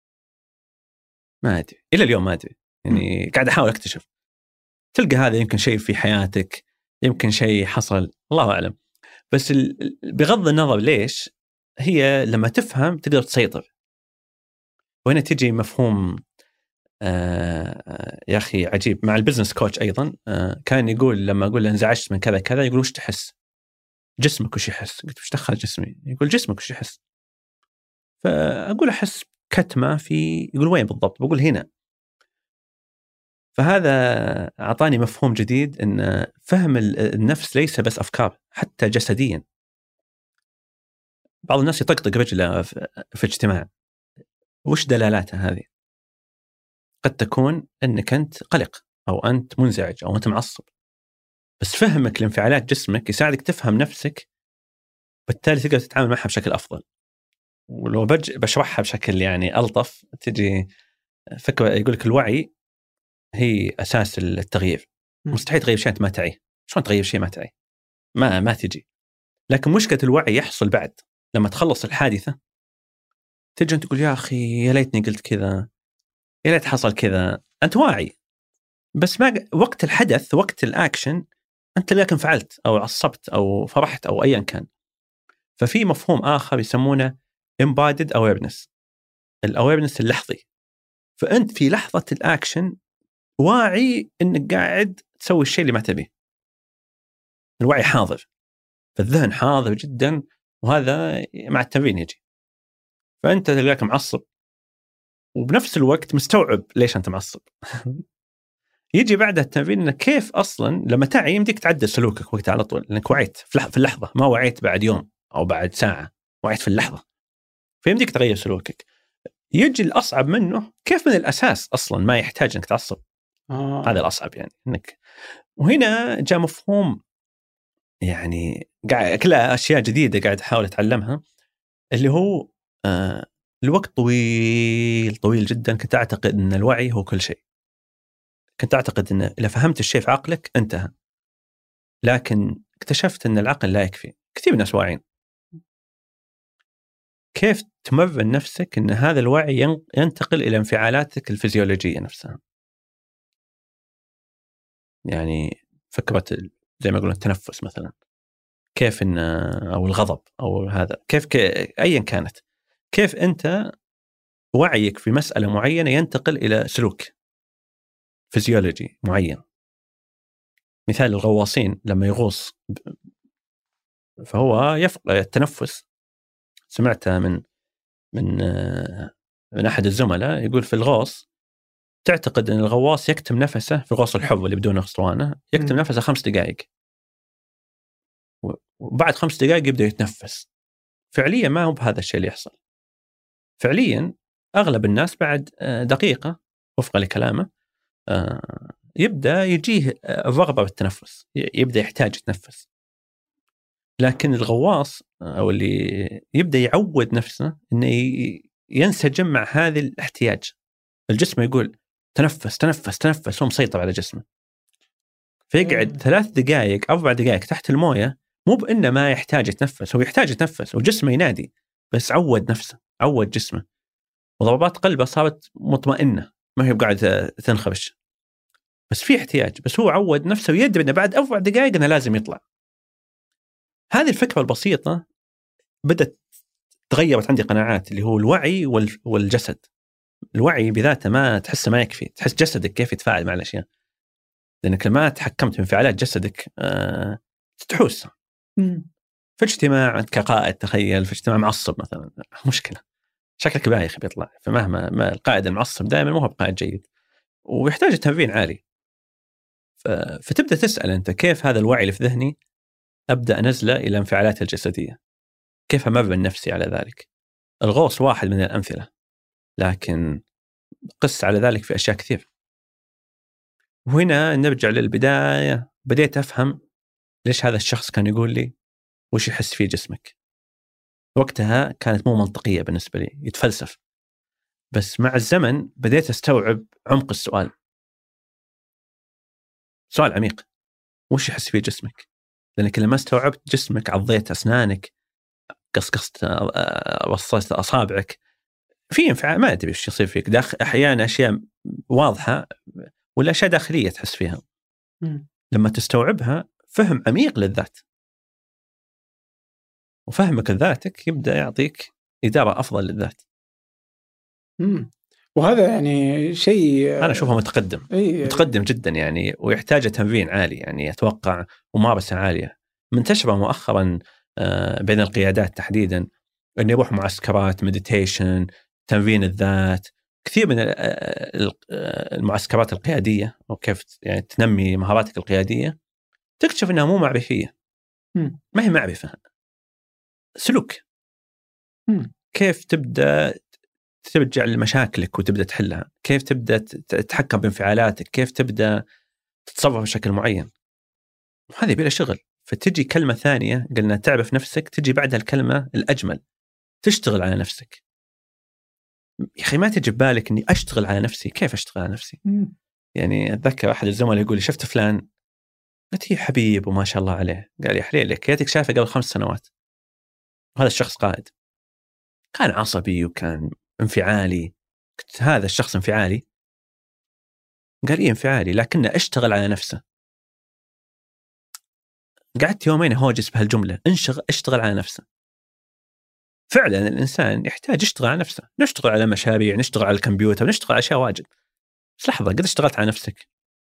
B: ما أدري إلى اليوم، ما أدري. يعني قاعد أحاول أكتشف. تلقى هذا يمكن شيء في حياتك، يمكن شيء حصل، الله أعلم. بس بغض النظر ليش، هي لما تفهم تقدر تسيطر. وهنا تجي مفهوم يا أخي عجيب مع البزنس كوتش أيضا. كان يقول لما أقول انزعجت من كذا كذا يقول وش تحس؟ جسمك وش يحس؟ قلت وش دخل جسمي؟ يقول جسمك وش يحس؟ فأقول أحس كتمة في، يقول وين بالضبط؟ بقول هنا. فهذا أعطاني مفهوم جديد إن فهم النفس ليس بس أفكار، حتى جسديا. بعض الناس يطقطق رجله في اجتماع، وش دلالاتها هذه؟ قد تكون أنك أنت قلق أو أنت منزعج أو أنت معصب، بس فهمك لانفعالات جسمك يساعدك تفهم نفسك، بالتالي تقدر تتعامل معها بشكل أفضل. ولو بشرحها بشكل يعني ألطف، تجي فكرة يقولك الوعي هي أساس التغيير. مستحيل تغير شيء أنت ما تعيه. شلون تغير شيء ما تعيه؟ ما تجي. لكن مشكلة الوعي يحصل بعد لما تخلص الحادثة، تجي تقول يا أخي يا ليتني قلت كذا، يا ليت حصل كذا. أنت واعي، بس ما وقت الحدث وقت الأكشن أنت لكن فعلت أو عصبت أو فرحت أو أيا كان. ففي مفهوم آخر يسمونه embodied awareness، الأويرنس اللحظي. فأنت في لحظة الأكشن واعي أنك قاعد تسوي الشيء اللي ما تبيه. الوعي حاضر، فالذهن حاضر جدا، وهذا مع التمرين يجي. فأنت تلقاك معصب وبنفس الوقت مستوعب ليش أنت معصب. يجي بعد التمرين إنك كيف أصلا لما تعي يمديك تعدل سلوكك وقت على طول، لأنك وعيت في اللحظة، ما وعيت بعد يوم أو بعد ساعة، وعيت في اللحظة، فيمديك تغير سلوكك. يجي الأصعب منه كيف من الأساس أصلا ما يحتاج إنك تعصب. هذا الأصعب يعني إنك. وهنا جاء مفهوم يعني قاعد كلها أشياء جديدة قاعد أحاول أتعلمها، اللي هو الوقت طويل جدا كنت أعتقد أن الوعي هو كل شيء. كنت أعتقد أن إذا فهمت الشيء في عقلك انتهى، لكن اكتشفت أن العقل لا يكفي. كثير من الناس واعين. كيف تمرن نفسك أن هذا الوعي ينتقل إلى انفعالاتك الفيزيولوجية نفسها؟ يعني فكرة زي ما قلنا التنفس مثلا، كيف إن أو الغضب أو هذا، كيف أيا كانت، كيف أنت وعيك في مسألة معينة ينتقل إلى سلوك فيزيولوجي معين. مثال الغواصين لما يغوص فهو يفقد التنفس. سمعتها من أحد الزملاء يقول في الغوص تعتقد أن الغواص يكتم نفسه في غوص الحب اللي بدون اسطوانة، يكتم نفسه 5 دقائق، وبعد 5 دقائق يبدأ يتنفس. فعليا ما هو بهذا الشيء اللي يحصل. فعليا أغلب الناس بعد دقيقة وفقا لكلامه يبدأ يجيه الرغبة بالتنفس، يبدأ يحتاج يتنفس. لكن الغواص أو اللي يبدأ يعود نفسه إنه ينسجم مع هذا الاحتياج. الجسم يقول تنفس تنفس تنفس، هو مسيطر على جسمه. فيقعد 3 دقائق 4 دقائق تحت الموية، مو بأنه ما يحتاج يتنفس، هو يحتاج يتنفس وجسمه ينادي، بس عود نفسه، عود جسمه، وضربات قلبه صارت مطمئنة، ما هي قاعدة تنخرش، بس في احتياج، بس هو عود نفسه ويدري أنه بعد 4 دقائق أنه لازم يطلع. هذه الفكرة البسيطة بدأت تغيرت عندي قناعات، اللي هو الوعي والجسد. الوعي بذاته ما تحسه ما يكفي، تحس جسدك كيف يتفاعل مع الأشياء، لأنك لما تحكمت في انفعالات جسدك تتحوس. في اجتماع أنت كقائد، تخيل في اجتماع معصب مثلا، مشكلة، شكلك بايخ بيطلع. فمهما ما القائد المعصب دائما مو هو قائد جيد، ويحتاج تمرين عالي. فتبدأ تسأل أنت كيف هذا الوعي اللي في ذهني أبدأ أنزله إلى انفعالات الجسدية، كيف أمرن نفسي على ذلك. الغوص واحد من الأمثلة، لكن قس على ذلك في أشياء كثير. وهنا نرجع للبداية، بديت أفهم ليش هذا الشخص كان يقول لي وش يحس فيه جسمك. وقتها كانت مو منطقية بالنسبة لي، يتفلسف. بس مع الزمن بديت أستوعب عمق السؤال. سؤال عميق، وش يحس فيه جسمك؟ لأنك لما استوعبت جسمك، عضيت أسنانك، قصقصت وصلت أصابعك، في انفعال ما أدري وش يصير فيك. أحيانا أشياء واضحة ولا أشياء داخلية تحس فيها. لما تستوعبها فهم عميق للذات. وفهمك لذاتك يبدأ يعطيك إدارة أفضل للذات.
C: وهذا يعني شيء
B: أنا أشوفه متقدم، متقدم جدا يعني، ويحتاج تمرين عالي يعني، أتوقع وممارسة عالية. منتشرة مؤخرا بين القيادات تحديدا أن يروح معسكرات مديتيشن، تمرين الذات، كثير من المعسكرات القيادية، وكيف يعني تنمي مهاراتك القيادية، تكتشف أنها مو معرفية. ما هي معرفة، سلوك. كيف تبدأ ترجع لمشاكلك وتبدأ تحلها، كيف تبدأ تتحكم بانفعالاتك، كيف تبدأ تتصرف بشكل معين. وهذه بلا شغل. فتجي كلمة ثانية، قلنا تعرف نفسك، تجي بعدها الكلمة الأجمل، تشتغل على نفسك. يا أخي ما تجي ببالك أني أشتغل على نفسي. كيف أشتغل على نفسي؟ يعني أتذكر أحد الزملاء يقول لي شفت فلان، قلت هي حبيب وما شاء الله عليه. قال لي حليلك، ياتك شافه قبل 5 سنوات، وهذا الشخص قائد، كان عصبي وكان انفعالي. قلت هذا الشخص انفعالي؟ قال إيه انفعالي، لكنه اشتغل على نفسه. قعدت يومين هوجس بهالجملة، اشتغل على نفسه. فعلا الإنسان يحتاج يشتغل على نفسه. نشتغل على مشاريع، نشتغل على الكمبيوتر، نشتغل على أشياء واجد، بس لحظة، قد اشتغلت على نفسك؟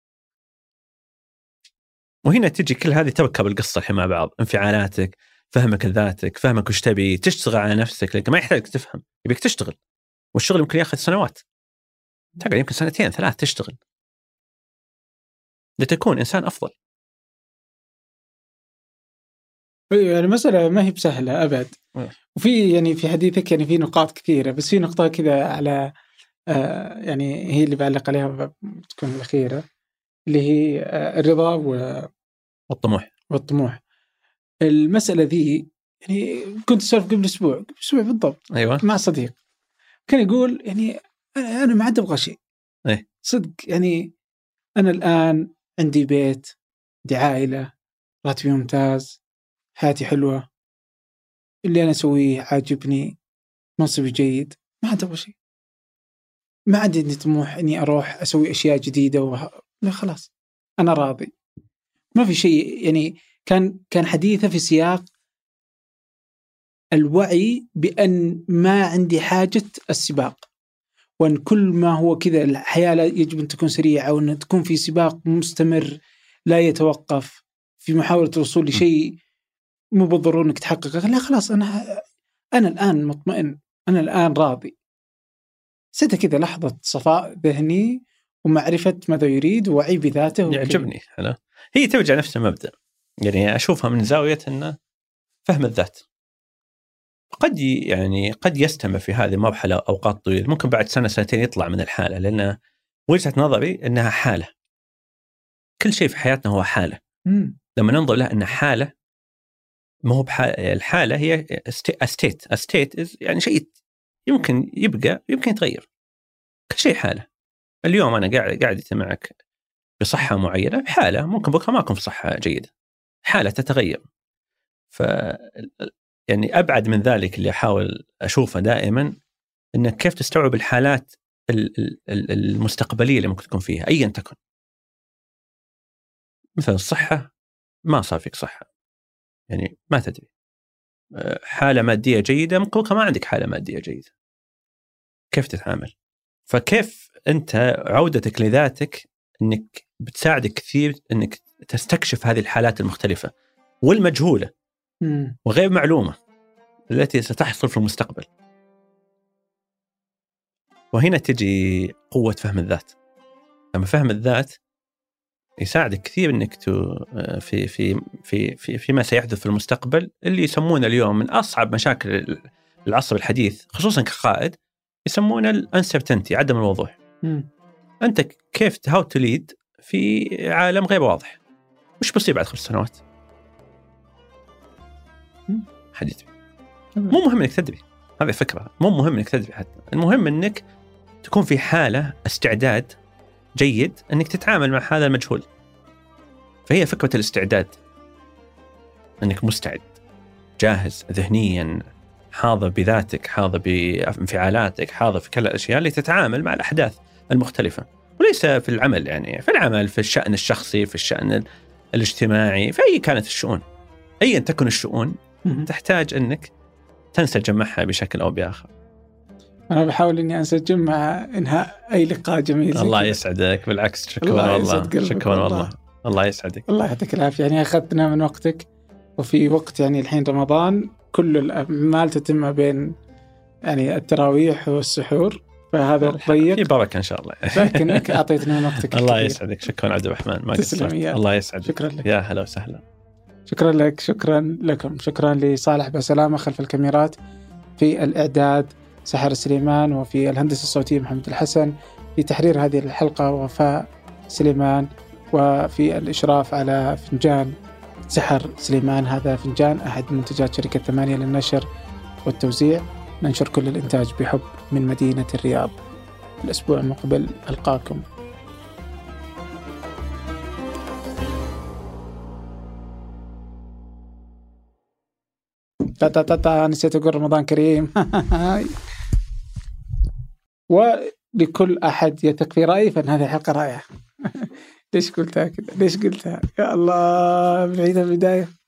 B: وهنا تجي كل هذه تركب القصة الحين مع بعض. انفعالاتك، فهمك لذاتك، فهمك وش تبي، تشتغل على نفسك، لكن ما يحتاج تفهم، يبيك تشتغل. والشغل يمكن ياخذ سنوات، تقعد يمكن 2 3 تشتغل لتكون إنسان أفضل.
C: يعني مسألة ما هي بسهلة أبد. وفي يعني في حديثك يعني في نقاط كثيرة، بس في نقطة كذا على يعني هي اللي بعلق عليها بتكون الأخيرة، اللي هي الرضا والطموح. المسألة ذي يعني كنت أسولف قبل أسبوع بالضبط،
B: أيوة،
C: مع صديق كان يقول يعني أنا ما عاد أبغى شيء. صدق يعني أنا الآن عندي بيت، عندي عائلة، راتبي ممتاز، حياتي حلوة، اللي أنا أسويه عاجبني، منصبي جيد، ما عاد أبغى شيء. ما عندي طموح إني أروح أسوي أشياء جديدة لا خلاص أنا راضي، ما في شيء. يعني كان حديثه في سياق الوعي بأن ما عندي حاجة السباق، وأن كل ما هو كذا الحياة يجب أن تكون سريعة، وأن تكون في سباق مستمر لا يتوقف في محاولة الوصول لشيء مو بالضرورة أنك تحققه. لا خلاص أنا الآن مطمئن، أنا الآن راضي. ستة كذا لحظة صفاء ذهني ومعرفة ماذا يريد ووعي بذاته.
B: يعجبني هلا. هي ترجع نفس المبدأ، يعني أشوفها من زاوية أنه فهم الذات. قد يستمر في هذه المرحلة أوقات طويلة، ممكن بعد 1 2 يطلع من الحالة، لأن وجهة نظري أنها حالة. كل شيء في حياتنا هو حالة. لما ننظر لها أنها حالة، ما هو الحالة هي state يعني شيء يمكن يبقى، يمكن يتغير. كل شيء حالة. اليوم أنا قاعدة معك بصحة معينة، بحالة، ممكن بكرة ما أكون في صحة جيدة، حالة تتغير. يعني أبعد من ذلك اللي أحاول أشوفه دائما، إنك كيف تستوعب الحالات المستقبلية اللي ممكن تكون فيها أيا تكن. مثل الصحة، ما صار فيك صحة، يعني ما تدري. حالة مادية جيدة، ممكن بكرة ما عندك حالة مادية جيدة. كيف تتعامل؟ فكيف أنت عودتك لذاتك إنك بتساعدك كثير إنك تستكشف هذه الحالات المختلفة والمجهولة وغير معلومة التي ستحصل في المستقبل. وهنا تجي قوة فهم الذات. لما فهم الذات يساعدك كثير إنك في في في في فيما سيحدث في المستقبل، اللي يسمونه اليوم من أصعب مشاكل العصر الحديث، خصوصا كقائد، يسمونه الانسرتينتي، عدم الوضوح. أنت كيف how to lead في عالم غير واضح؟ وش بصير بعد 5 سنوات؟ حديث مو مهم إنك تدري، هذه فكرة. مو مهم إنك تدري حتى، المهم إنك تكون في حالة استعداد جيد إنك تتعامل مع هذا المجهول. فهي فكرة الاستعداد، إنك مستعد، جاهز ذهنيا، حاضر بذاتك، حاضر بانفعالاتك، حاضر في كل الأشياء اللي تتعامل مع الأحداث المختلفة. وليس في العمل، يعني في العمل، في الشأن الشخصي، في الشأن الاجتماعي، في أي كانت الشؤون، أيا تكن الشؤون، تحتاج أنك تنسجم معها بشكل أو بآخر.
C: أنا بحاول إني أنسجم مع إنهاء أي لقاء جميل.
B: الله يسعدك، بالعكس شكرا والله، شكرا والله، الله يسعدك.
C: الله يعطيك العافية. يعني أخذنا من وقتك، وفي وقت يعني الحين رمضان كل الأعمال تتم بين يعني التراويح والسحور، فهذا ضيق.
B: في بركة إن شاء الله.
C: لكنك أعطيتنا من وقتك.
B: الله يسعدك، شكرا عبد الرحمن، ما قصرت. الله يسعدك.
C: شكرا لك.
B: يا هلا وسهلا.
C: شكرا لك، شكرا لكم، شكرا لصالح بسلامة خلف الكاميرات، في الإعداد سحر سليمان، وفي الهندسة الصوتية محمد الحسن، في تحرير هذه الحلقة وفاء سليمان، وفي الإشراف على فنجان سحر سليمان. هذا فنجان أحد منتجات شركة 8 للنشر والتوزيع. ننشر كل الإنتاج بحب من مدينة الرياض. الأسبوع المقبل ألقاكم. نسيت أقول رمضان كريم. ولكل أحد يثق في رأيي فإن هذه حلقة رائعة. ليش قلتها كذا؟ ليش قلتها؟ يا الله، بعيد البداية.